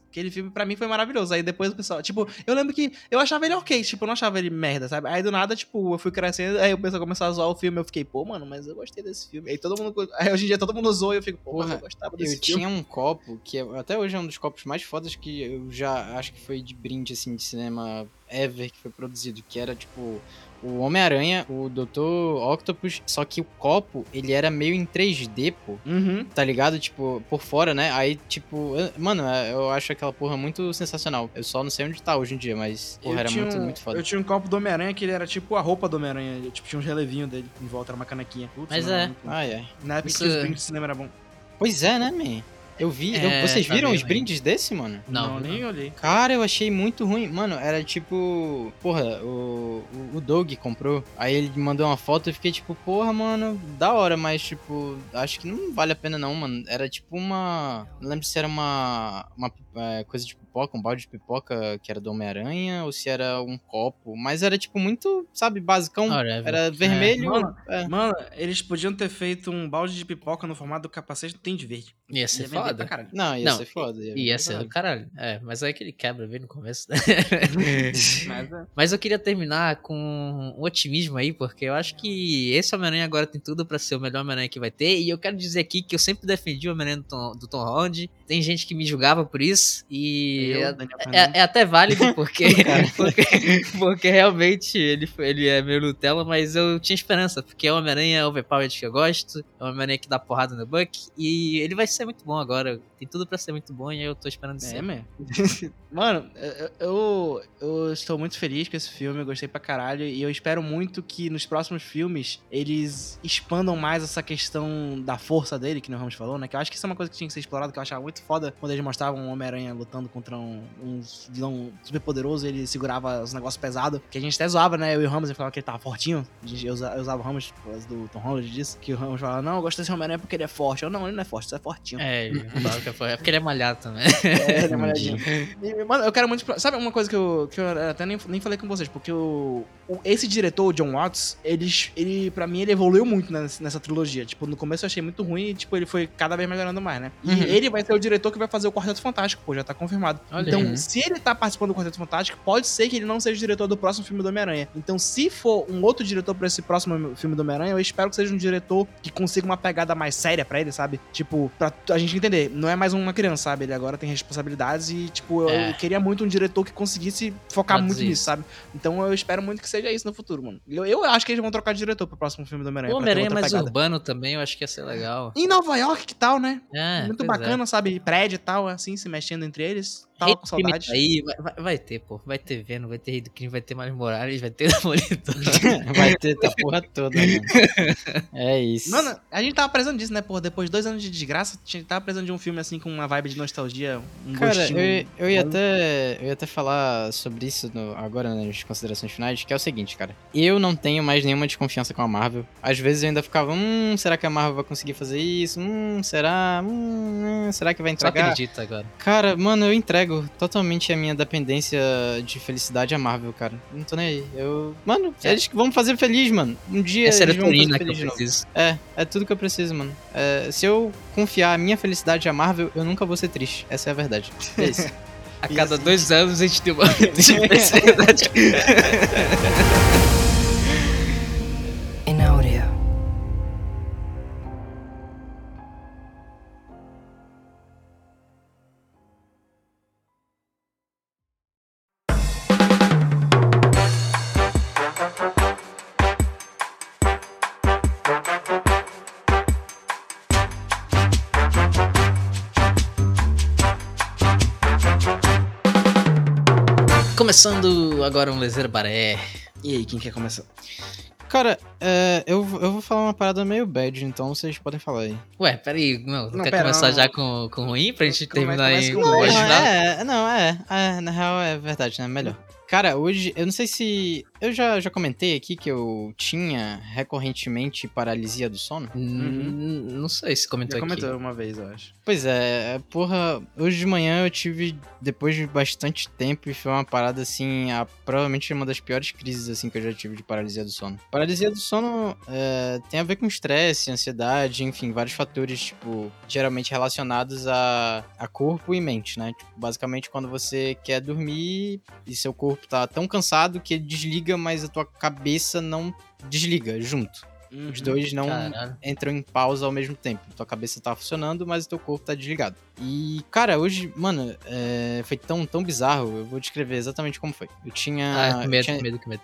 Aquele filme pra mim foi maravilhoso. Aí depois o pessoal, tipo, eu lembro que eu achava ele ok, tipo, eu não achava ele merda, sabe? Aí do nada, tipo, eu fui crescendo, aí o pessoal começou a zoar o filme, eu fiquei, pô, mano, mas eu gostei desse filme. Aí todo mundo, aí hoje em dia todo mundo zoa e eu fico, pô, Porra, mas eu gostava desse Eu filme. tinha um copo, que é- até hoje é um dos copos mais fodas que eu já acho que foi de brinde, assim, de cinema ever que foi produzido, que era, tipo, o Homem-Aranha, o doutor Octopus, só que o copo, ele era meio em três D, pô. Uhum. Tá ligado? Tipo, por fora, né? Aí, tipo, eu- mano, eu acho aquela porra muito sensacional. Eu só não sei onde tá hoje em dia, mas, porra, Eu era tinha muito, um- muito foda. Eu tinha um copo do Homem-Aranha que ele era tipo a roupa do Homem-Aranha. Tipo, tinha uns relevinhos dele em volta, era uma canequinha. Putz, Mas mano, é. muito bom. Ai, ai. Na época Isso- que os brindes de cinema era bom. Pois é, né, man? Eu vi. eu- É, vocês tá viram bem os ruim. brindes desse, mano? Não, nem olhei. Cara, eu achei muito ruim. Mano, era tipo. Porra, o, o, o Doug comprou. Aí ele mandou uma foto e eu fiquei tipo, porra, mano, da hora, mas tipo, acho que não vale a pena não, mano. Era tipo uma. Não lembro se era uma. Uma é, coisa de pipoca, um balde de pipoca que era do Homem-Aranha ou se era um copo. Mas era tipo muito, sabe, basicão. Whatever. Era vermelho. Mano, é. Mano, eles podiam ter feito um balde de pipoca no formato do capacete do Tem de Verde. Ia ser vender foda. pra caralho. Não, ia Não, ser foda. Ia, Ia ser ser do caralho. caralho. É, mas aí que ele quebra bem no começo. Mas, é. Mas eu queria terminar com um otimismo aí, porque eu acho que esse Homem-Aranha agora tem tudo pra ser o melhor Homem-Aranha que vai ter. E eu quero dizer aqui que eu sempre defendi o Homem-Aranha do Tom, do Tom Holland. Tem gente que me julgava por isso. E Eu, é, Daniel é- Fernandes. é até válido, porque, porque, porque realmente ele, foi- ele é meio Nutella, mas eu tinha esperança, porque é o Homem-Aranha overpowered que eu gosto. É o Homem-Aranha que dá porrada no Buck. E ele vai ser muito bom agora. Tem tudo pra ser muito bom e eu tô esperando É, ser. man. Mano, eu, eu, eu estou muito feliz com esse filme, eu gostei pra caralho, e eu espero muito que nos próximos filmes eles expandam mais essa questão da força dele, que o Ramos falou, né? Que eu acho que isso é uma coisa que tinha que ser explorada, que eu achava muito foda quando eles mostravam um Homem-Aranha lutando contra um, um vilão super poderoso e ele segurava os negócios pesados, que a gente até zoava, né? Eu e o Ramos, ele falava que ele tava fortinho, eu usava, eu usava o Ramos, por causa do Tom Holland disso, que o Ramos falava, não, eu gosto desse Homem-Aranha porque ele é forte. Eu, não, ele não é forte, você é fortinho. É, ele falava que foi- é porque ele é malhado também. É, ele é malhadinho. E, mano, eu quero muito. Sabe uma coisa que eu, que eu até nem, nem falei com vocês, porque o, o- esse diretor, o John Watts, ele, ele, pra mim, ele evoluiu muito nessa, nessa trilogia. Tipo, no começo eu achei muito ruim e, tipo, ele foi cada vez melhorando mais, né? E Uhum. ele vai ser o diretor que vai fazer o Quarteto Fantástico, pô, já tá confirmado. Olha então, aí. se ele tá participando do Quarteto Fantástico, pode ser que ele não seja o diretor do próximo filme do Homem-Aranha. Então, se for um outro diretor pra esse próximo filme do Homem-Aranha, eu espero que seja um diretor que consiga uma pegada mais séria pra ele, sabe? Tipo, pra a gente entender, não é mais uma criança, sabe? Ele agora tem responsabilidades e, tipo, eu, É. eu queria muito um diretor que conseguisse focar Traduzir muito nisso, isso. sabe? Então eu espero muito que seja isso no futuro, mano. Eu, eu acho que eles vão trocar de diretor pro próximo filme do Homem-Aranha. O pra ter Homem-Aranha outra mais pegada. urbano também, eu acho que ia ser legal. Em Nova York, que tal, né? É, muito pois bacana, sabe? Prédio e tal, assim, se mexendo entre eles. É. Tava Rei com do crime saudade. tá aí, vai, vai- vai ter, pô. Vai ter Venom, vai ter Rei do Crime, vai ter Miles Morales, vai ter Demolidor. Vai ter a porra toda, mano. É isso. Mano, a gente tava precisando disso, né, porra? Depois de dois anos de desgraça, a gente tava precisando de um filme assim com uma vibe de nostalgia, um Cara, gostinho. eu, eu, ia bom. até, eu ia até falar sobre isso no- agora nas considerações finais, que é o seguinte, cara. Eu não tenho mais nenhuma desconfiança com a Marvel. Às vezes eu ainda ficava, hum, será que a Marvel vai conseguir fazer isso? Hum, será? Hum, será que vai Só entregar? acredita agora. Cara, mano, eu entrego totalmente a minha dependência de felicidade à Marvel, cara. Não tô nem aí. Eu. Mano, É. eles que vão me fazer feliz, mano. Um dia. É eles vão me fazer serotonina que feliz de eu novo. preciso. É, é tudo que eu preciso, mano. É, se eu confiar a minha felicidade à Marvel, eu nunca vou ser triste. Essa é a verdade. É isso. A E cada assim- dois anos a gente tem uma felicidade. In audio. Começando agora um Lezeiro Baré. E aí, quem quer começar? Cara, é, eu, eu vou falar uma parada meio bad, então vocês podem falar aí. Ué, peraí, não, Não, quer pera, começar não. já com, com ruim pra gente Come- terminar comece em com com bom. voz Não, final? é, não, é, é, na real é verdade, né? Melhor. Cara, hoje, eu não sei se... Eu já, já comentei aqui que eu tinha recorrentemente paralisia do sono. Hum, Não sei se comentou Já aqui. comentou uma vez, eu acho. Pois é, porra, hoje de manhã eu tive, depois de bastante tempo, e foi uma parada assim, a, provavelmente uma das piores crises assim que eu já tive de paralisia do sono. Paralisia do sono é, tem a ver com estresse, ansiedade, enfim, vários fatores, tipo, geralmente relacionados a, a corpo e mente, né? Tipo, basicamente quando você quer dormir e seu corpo tá tão cansado que ele desliga, mas a tua cabeça não desliga junto. Uhum. Os dois não Caralho. entram em pausa ao mesmo tempo. Tua cabeça tá funcionando, mas o teu corpo tá desligado. E, cara, hoje, mano, é, foi tão, tão bizarro. Eu vou descrever exatamente como foi. Eu tinha... Ah, que eu medo, tinha, que medo, que medo.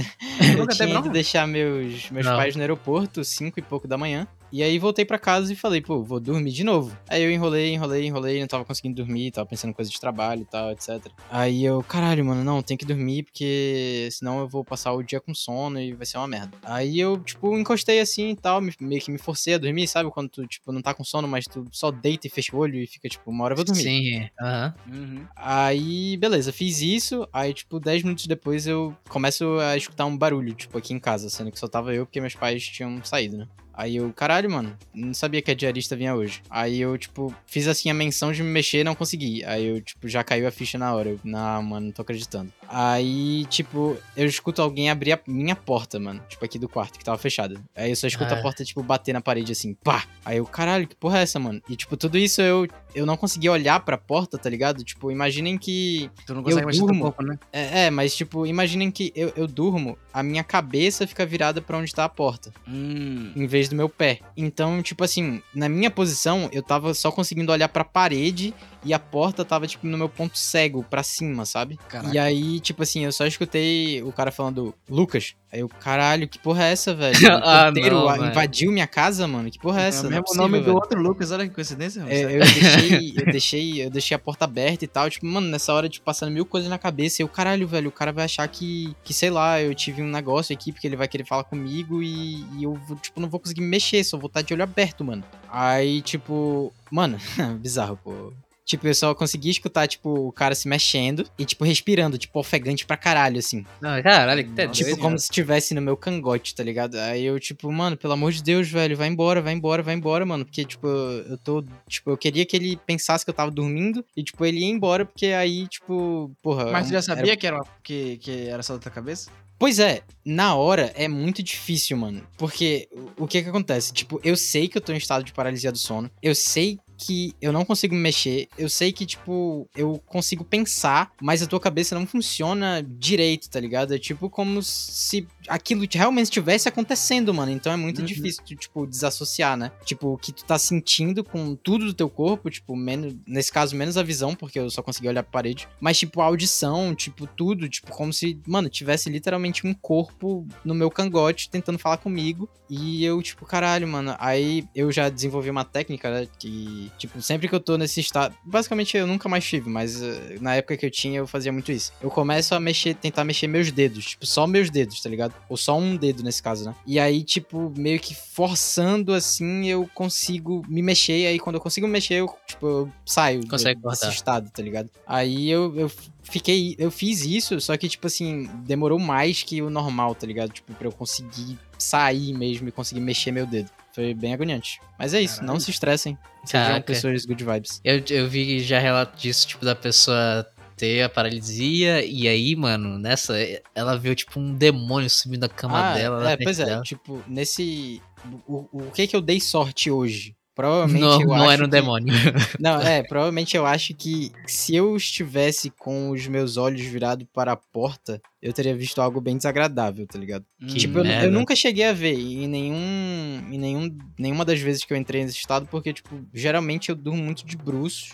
eu Nunca teve, tinha não? ido deixar meus, meus Não. pais no aeroporto, cinco e pouco da manhã. E aí voltei pra casa e falei, pô, vou dormir de novo. Aí eu enrolei, enrolei, enrolei, não tava conseguindo dormir, tava pensando em coisa de trabalho e tal, etcétera. Aí eu, caralho, mano, não, tem que dormir porque senão eu vou passar o dia com sono e vai ser uma merda. Aí eu, tipo, encostei assim e tal, me- meio que me forcei a dormir, sabe? Quando tu, tipo, não tá com sono, mas tu só deita e fecha o olho e fica, tipo, uma hora eu vou dormir. Sim, aham. Uhum. Aí, beleza, fiz isso. Aí, tipo, dez minutos depois eu começo a escutar um barulho, tipo, aqui em casa, sendo que só tava eu porque meus pais tinham saído, né? Aí eu, caralho, mano, não sabia que a diarista vinha hoje. Aí eu, tipo, fiz assim a menção de me mexer e não consegui. Aí eu, tipo, já caiu a ficha na hora. Eu, não, mano, não tô acreditando. Aí, tipo, eu escuto alguém abrir a minha porta, mano. Tipo, aqui do quarto, que tava fechada. Aí eu só escuto Ah. a porta, tipo, bater na parede assim, pá! Aí eu, caralho, que porra é essa, mano? E, tipo, tudo isso eu, eu não conseguia olhar pra porta, tá ligado? Tipo, imaginem que Tu não consegue mexer teu durmo. corpo, né? É, é, mas, tipo, imaginem que eu, eu durmo, a minha cabeça fica virada pra onde tá a porta, Hum. em vez do meu pé. Então, tipo assim, na minha posição, eu tava só conseguindo olhar pra parede e a porta tava, tipo, no meu ponto cego, pra cima, sabe? Caraca. E aí, tipo assim, eu só escutei o cara falando, Lucas. Aí eu, caralho, que porra é essa, velho? O Ah, porteiro não, a- mano. invadiu minha casa, mano? Que porra é essa? É o Não mesmo possível, nome do velho. outro Lucas, olha que coincidência, mano. É, Sério. eu deixei, eu deixei, eu deixei a porta aberta e tal, tipo, mano, nessa hora, tipo, passando mil coisas na cabeça, eu, caralho, velho, o cara vai achar que, que, sei lá, eu tive um negócio aqui, porque ele vai querer falar comigo e, e eu, vou, tipo, não vou conseguir me mexer, só vou estar de olho aberto, mano. Aí, tipo, mano, bizarro, pô. Tipo, eu só consegui escutar, tipo, o cara se mexendo e, tipo, respirando, tipo, ofegante pra caralho, assim. Não, caralho, que tá Nossa, Tipo, doido. como se estivesse no meu cangote, tá ligado? Aí eu, tipo, mano, pelo amor de Deus, velho, vai embora, vai embora, vai embora, mano. Porque, tipo, eu tô. Tipo, eu queria que ele pensasse que eu tava dormindo e, tipo, ele ia embora, porque aí, tipo, porra. Mas tu já era- sabia que, era, uma- que, que era só da tua cabeça? Pois é, na hora é muito difícil, mano. Porque o, o que que acontece? Tipo, eu sei que eu tô em estado de paralisia do sono. Eu sei que eu não consigo me mexer. Eu sei que, tipo, eu consigo pensar, mas a tua cabeça não funciona direito, tá ligado? É tipo como se aquilo realmente estivesse acontecendo, mano. Então é muito Uhum. difícil, tu, tipo, desassociar, né? Tipo, o que tu tá sentindo com tudo do teu corpo, tipo, menos, nesse caso, menos a visão, porque eu só consegui olhar pra parede. Mas, tipo, a audição, tipo, tudo, tipo, como se, mano, tivesse literalmente um corpo no meu cangote tentando falar comigo. E eu, tipo, caralho, mano. Aí eu já desenvolvi uma técnica, né? Que, tipo, sempre que eu tô nesse estado. Basicamente eu nunca mais tive, mas uh, na época que eu tinha eu fazia muito isso. Eu começo a mexer, tentar mexer meus dedos. Tipo, só meus dedos, tá ligado? Ou só um dedo nesse caso, né? E aí, tipo, meio que forçando assim, eu consigo me mexer. E aí quando eu consigo me mexer, eu, tipo, eu saio Consegue de- desse cortar. estado, tá ligado? Aí eu, eu fiquei. Eu fiz isso, só que, tipo assim, demorou mais que o normal, tá ligado? Tipo, pra eu conseguir sair mesmo e conseguir mexer meu dedo. Foi bem agoniante. Mas é isso, Caralho. não se estressem. Sejam Caraca. pessoas good vibes. Eu, eu vi já relato disso, tipo, da pessoa ter a paralisia e aí, mano, nessa, ela viu, tipo, um demônio subindo da cama dela. na é, frente pois é, dela. tipo, nesse. O, o, o que que eu dei sorte hoje? Provavelmente Não, eu não acho era um que... demônio. Não, é, provavelmente eu acho que se eu estivesse com os meus olhos virados para a porta, eu teria visto algo bem desagradável, tá ligado? Que Tipo, eu, merda. eu nunca cheguei a ver em nenhum, em nenhum, nenhuma das vezes que eu entrei nesse estado, porque, tipo, geralmente eu durmo muito de bruços,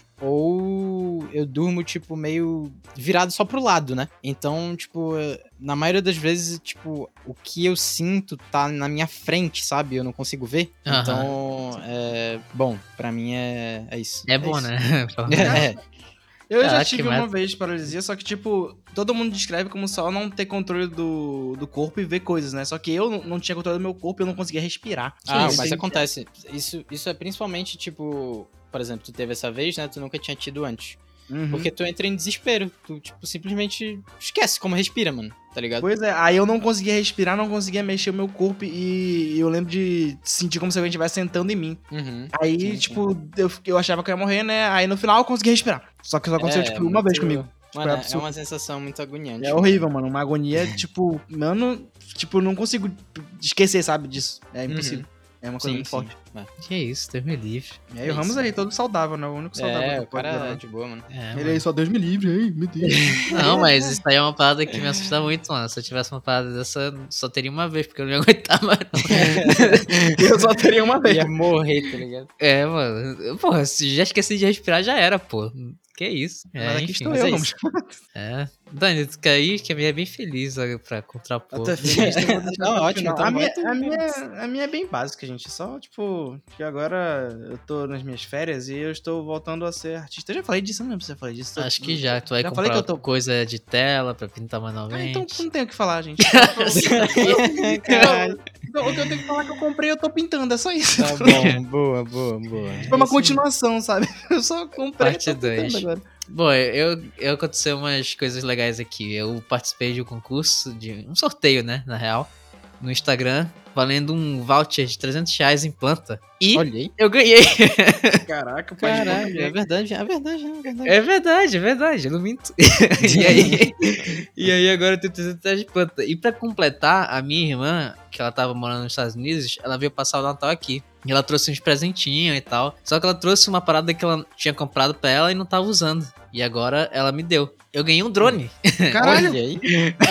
ou eu durmo, tipo, meio virado só pro lado, né? Então, tipo, na maioria das vezes, tipo, o que eu sinto tá na minha frente, sabe? Eu não consigo ver. Aham. Então, é... Bom, pra mim é, é isso. É bom, isso. né? É, Eu já Caraca, tive que uma massa. vez paralisia, só que, tipo, todo mundo descreve como só não ter controle do, do corpo e ver coisas, né? Só que eu não, não tinha controle do meu corpo e eu não conseguia respirar. ah, isso? mas Tem- acontece. Isso, isso é principalmente, tipo... Por exemplo, tu teve essa vez, né? Tu nunca tinha tido antes. Uhum. Porque tu entra em desespero. Tu, tipo, simplesmente esquece como respira, mano. Tá ligado? Pois é, aí eu não conseguia respirar, não conseguia mexer o meu corpo e eu lembro de sentir como se alguém estivesse sentando em mim. Uhum. Aí, Sim, sim. tipo, eu, eu achava que eu ia morrer, né? Aí no final eu consegui respirar. Só que só aconteceu, É, tipo, é uma muito- vez comigo. Mano, é é absurdo. uma sensação muito agoniante. É horrível, mano. Uma agonia, tipo, mano, tipo, eu não consigo esquecer, sabe, disso. É impossível. É uma coisa Sim, muito sim. forte. É. Que isso, Deus me livre. E aí o Ramos aí, todo saudável, né? O único saudável. É, que o pode cara durar. é de boa, mano. É, Ele mano. aí, só Deus me livre, ai, meu Deus. Não, mas isso aí é uma parada que me assusta muito, mano. Se eu tivesse uma parada dessa, só teria uma vez, porque eu não ia aguentar mais. não. Eu só teria uma vez. Ia morrer, tá ligado? É, mano. Porra, se já esqueci de respirar, já era, pô. Que isso. É, Mas aqui enfim, estou mas eu, é Ramos. isso. É. Dani, tu quer ir? Que a minha é bem feliz ó, pra contrapor. Eu tô feliz, eu vou deixar Não, pro ótimo, final. então a, vai minha, tu, a, minha, Fênix. a minha é bem básica, gente. Só, tipo, que agora eu tô nas minhas férias e eu estou voltando a ser artista. Eu já falei disso, eu não lembro se eu falei disso. Acho que já. Tu vai Já comprar falei que eu tô- coisa de tela pra pintar Ah, então manualmente. não tenho o que falar, gente. Eu- Caralho. eu- o que eu tenho que falar é que eu comprei, eu tô pintando, é só isso. Tá bom, boa, boa, boa. Foi uma Isso- continuação, sabe? Eu só comprei Parte e tô pintando dois. agora. Bom, eu, eu aconteceu umas coisas legais aqui. Eu participei de um concurso, de um sorteio, né, na real, no Instagram, valendo um voucher de trezentos reais em planta. E Olha aí. eu ganhei. Caraca, o pai de Caralho, boca é verdade, é verdade, é verdade. É verdade, é verdade, eu não minto. e aí, e aí agora eu tenho trezentos reais de planta. E pra completar, a minha irmã, que ela tava morando nos Estados Unidos, ela veio passar o Natal aqui. E ela trouxe uns presentinhos e tal. Só que ela trouxe uma parada que ela tinha comprado pra ela e não tava usando. E agora ela me deu. Eu ganhei um drone. Caralho. Olha aí.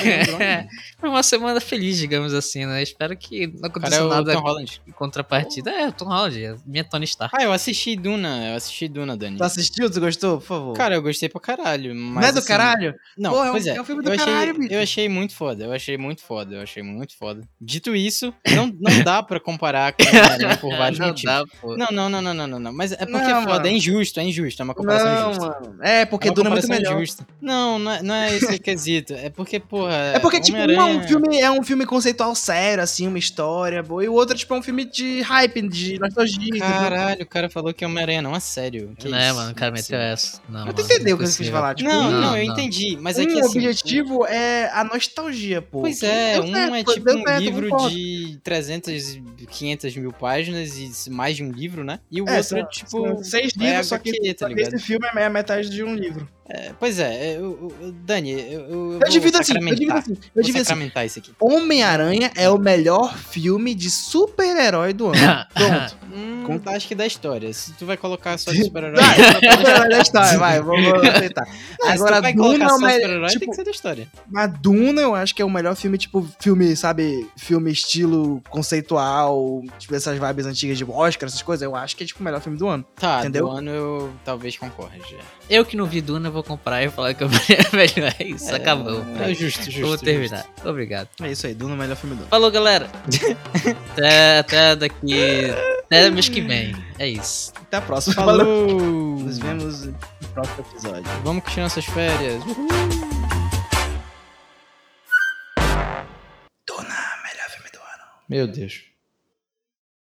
Foi uma semana feliz, digamos assim, né? Espero que não O cara é aconteça o nada Tom Holland. em contrapartida. É, o Tom Holland, é minha Tony Stark. Ah, eu assisti Duna, eu assisti Duna, Dani. Tu assistiu? Tu gostou? Por favor. Cara, eu gostei pra caralho, mas não é do assim, caralho? Não, Porra, é um- pois é. é um filme do eu achei, caralho, bicho. Eu achei muito foda, eu achei muito foda, eu achei muito foda. Dito isso, não, não dá pra comparar com o Homem-Aranha por vários não motivos. dá, pô. Não, não, não, não, não, não, não. Mas é porque Não, é foda, mano. é injusto, é injusto, é uma comparação Não, injusta. mano. É, porque é uma Duna é muito comparação melhor. injusta. Não, não é, não é esse quesito. É porque, porra. É porque, tipo, um é Homem-Aranha- um filme, é um filme conceitual sério, assim, uma história boa, e o outro, tipo, é um filme de hype, de nostalgia. entendeu? Caralho, o cara falou que é Homem-Aranha, não, é sério. Que Não é, isso? mano, o cara Não é meteu possível. essa. Não, Mas tu mano, entendeu o que eu quis impossível. falar? Tipo, Não, um, não, eu não. entendi, mas é um que assim. objetivo é a nostalgia, pô. Pois Que é, deu um certo, é pô, tipo deu um certo, eu livro concordo. de trezentas, quinhentas mil páginas e mais de um livro, né? E o É, outro é são- tipo. são seis é livros, só que, H Q, tá só que ligado? esse filme é a metade de um livro. É, pois é, eu, eu- eu- Dani, eu, eu, eu Eu vou divido assim, eu sacramentar. divido assim, eu Vou divido assim. sacramentar isso aqui. Homem-Aranha é o melhor filme de super-herói do ano. Pronto. Hum, Com- acho que da história. Se tu vai colocar só de super-herói. Vai, super-herói da história, vai, vou, vou aceitar. Não, se Agora, tu vai Duna colocar é o só melhor. super-herói, tem Tipo, que ser da história. mas Duna eu acho que é o melhor filme, tipo, filme, sabe, filme estilo conceitual, tipo, essas vibes antigas de Oscar, essas coisas, eu acho que é, tipo, o melhor filme do ano. Tá, Entendeu? do ano eu talvez concorde. Eu que não vi Duna, eu vou comprar e falar que eu melhor. É isso, acabou. É justo, justo. Vamos justo. terminar. Obrigado. É isso aí, Duna é o melhor filme do ano. Falou, galera. até, até daqui. Até mês que vem. É isso. Até a próxima. Valeu. Falou! Nos vemos no próximo episódio. Vamos curtir nossas férias. Uhul. Duna, melhor filme do ano. Meu Deus.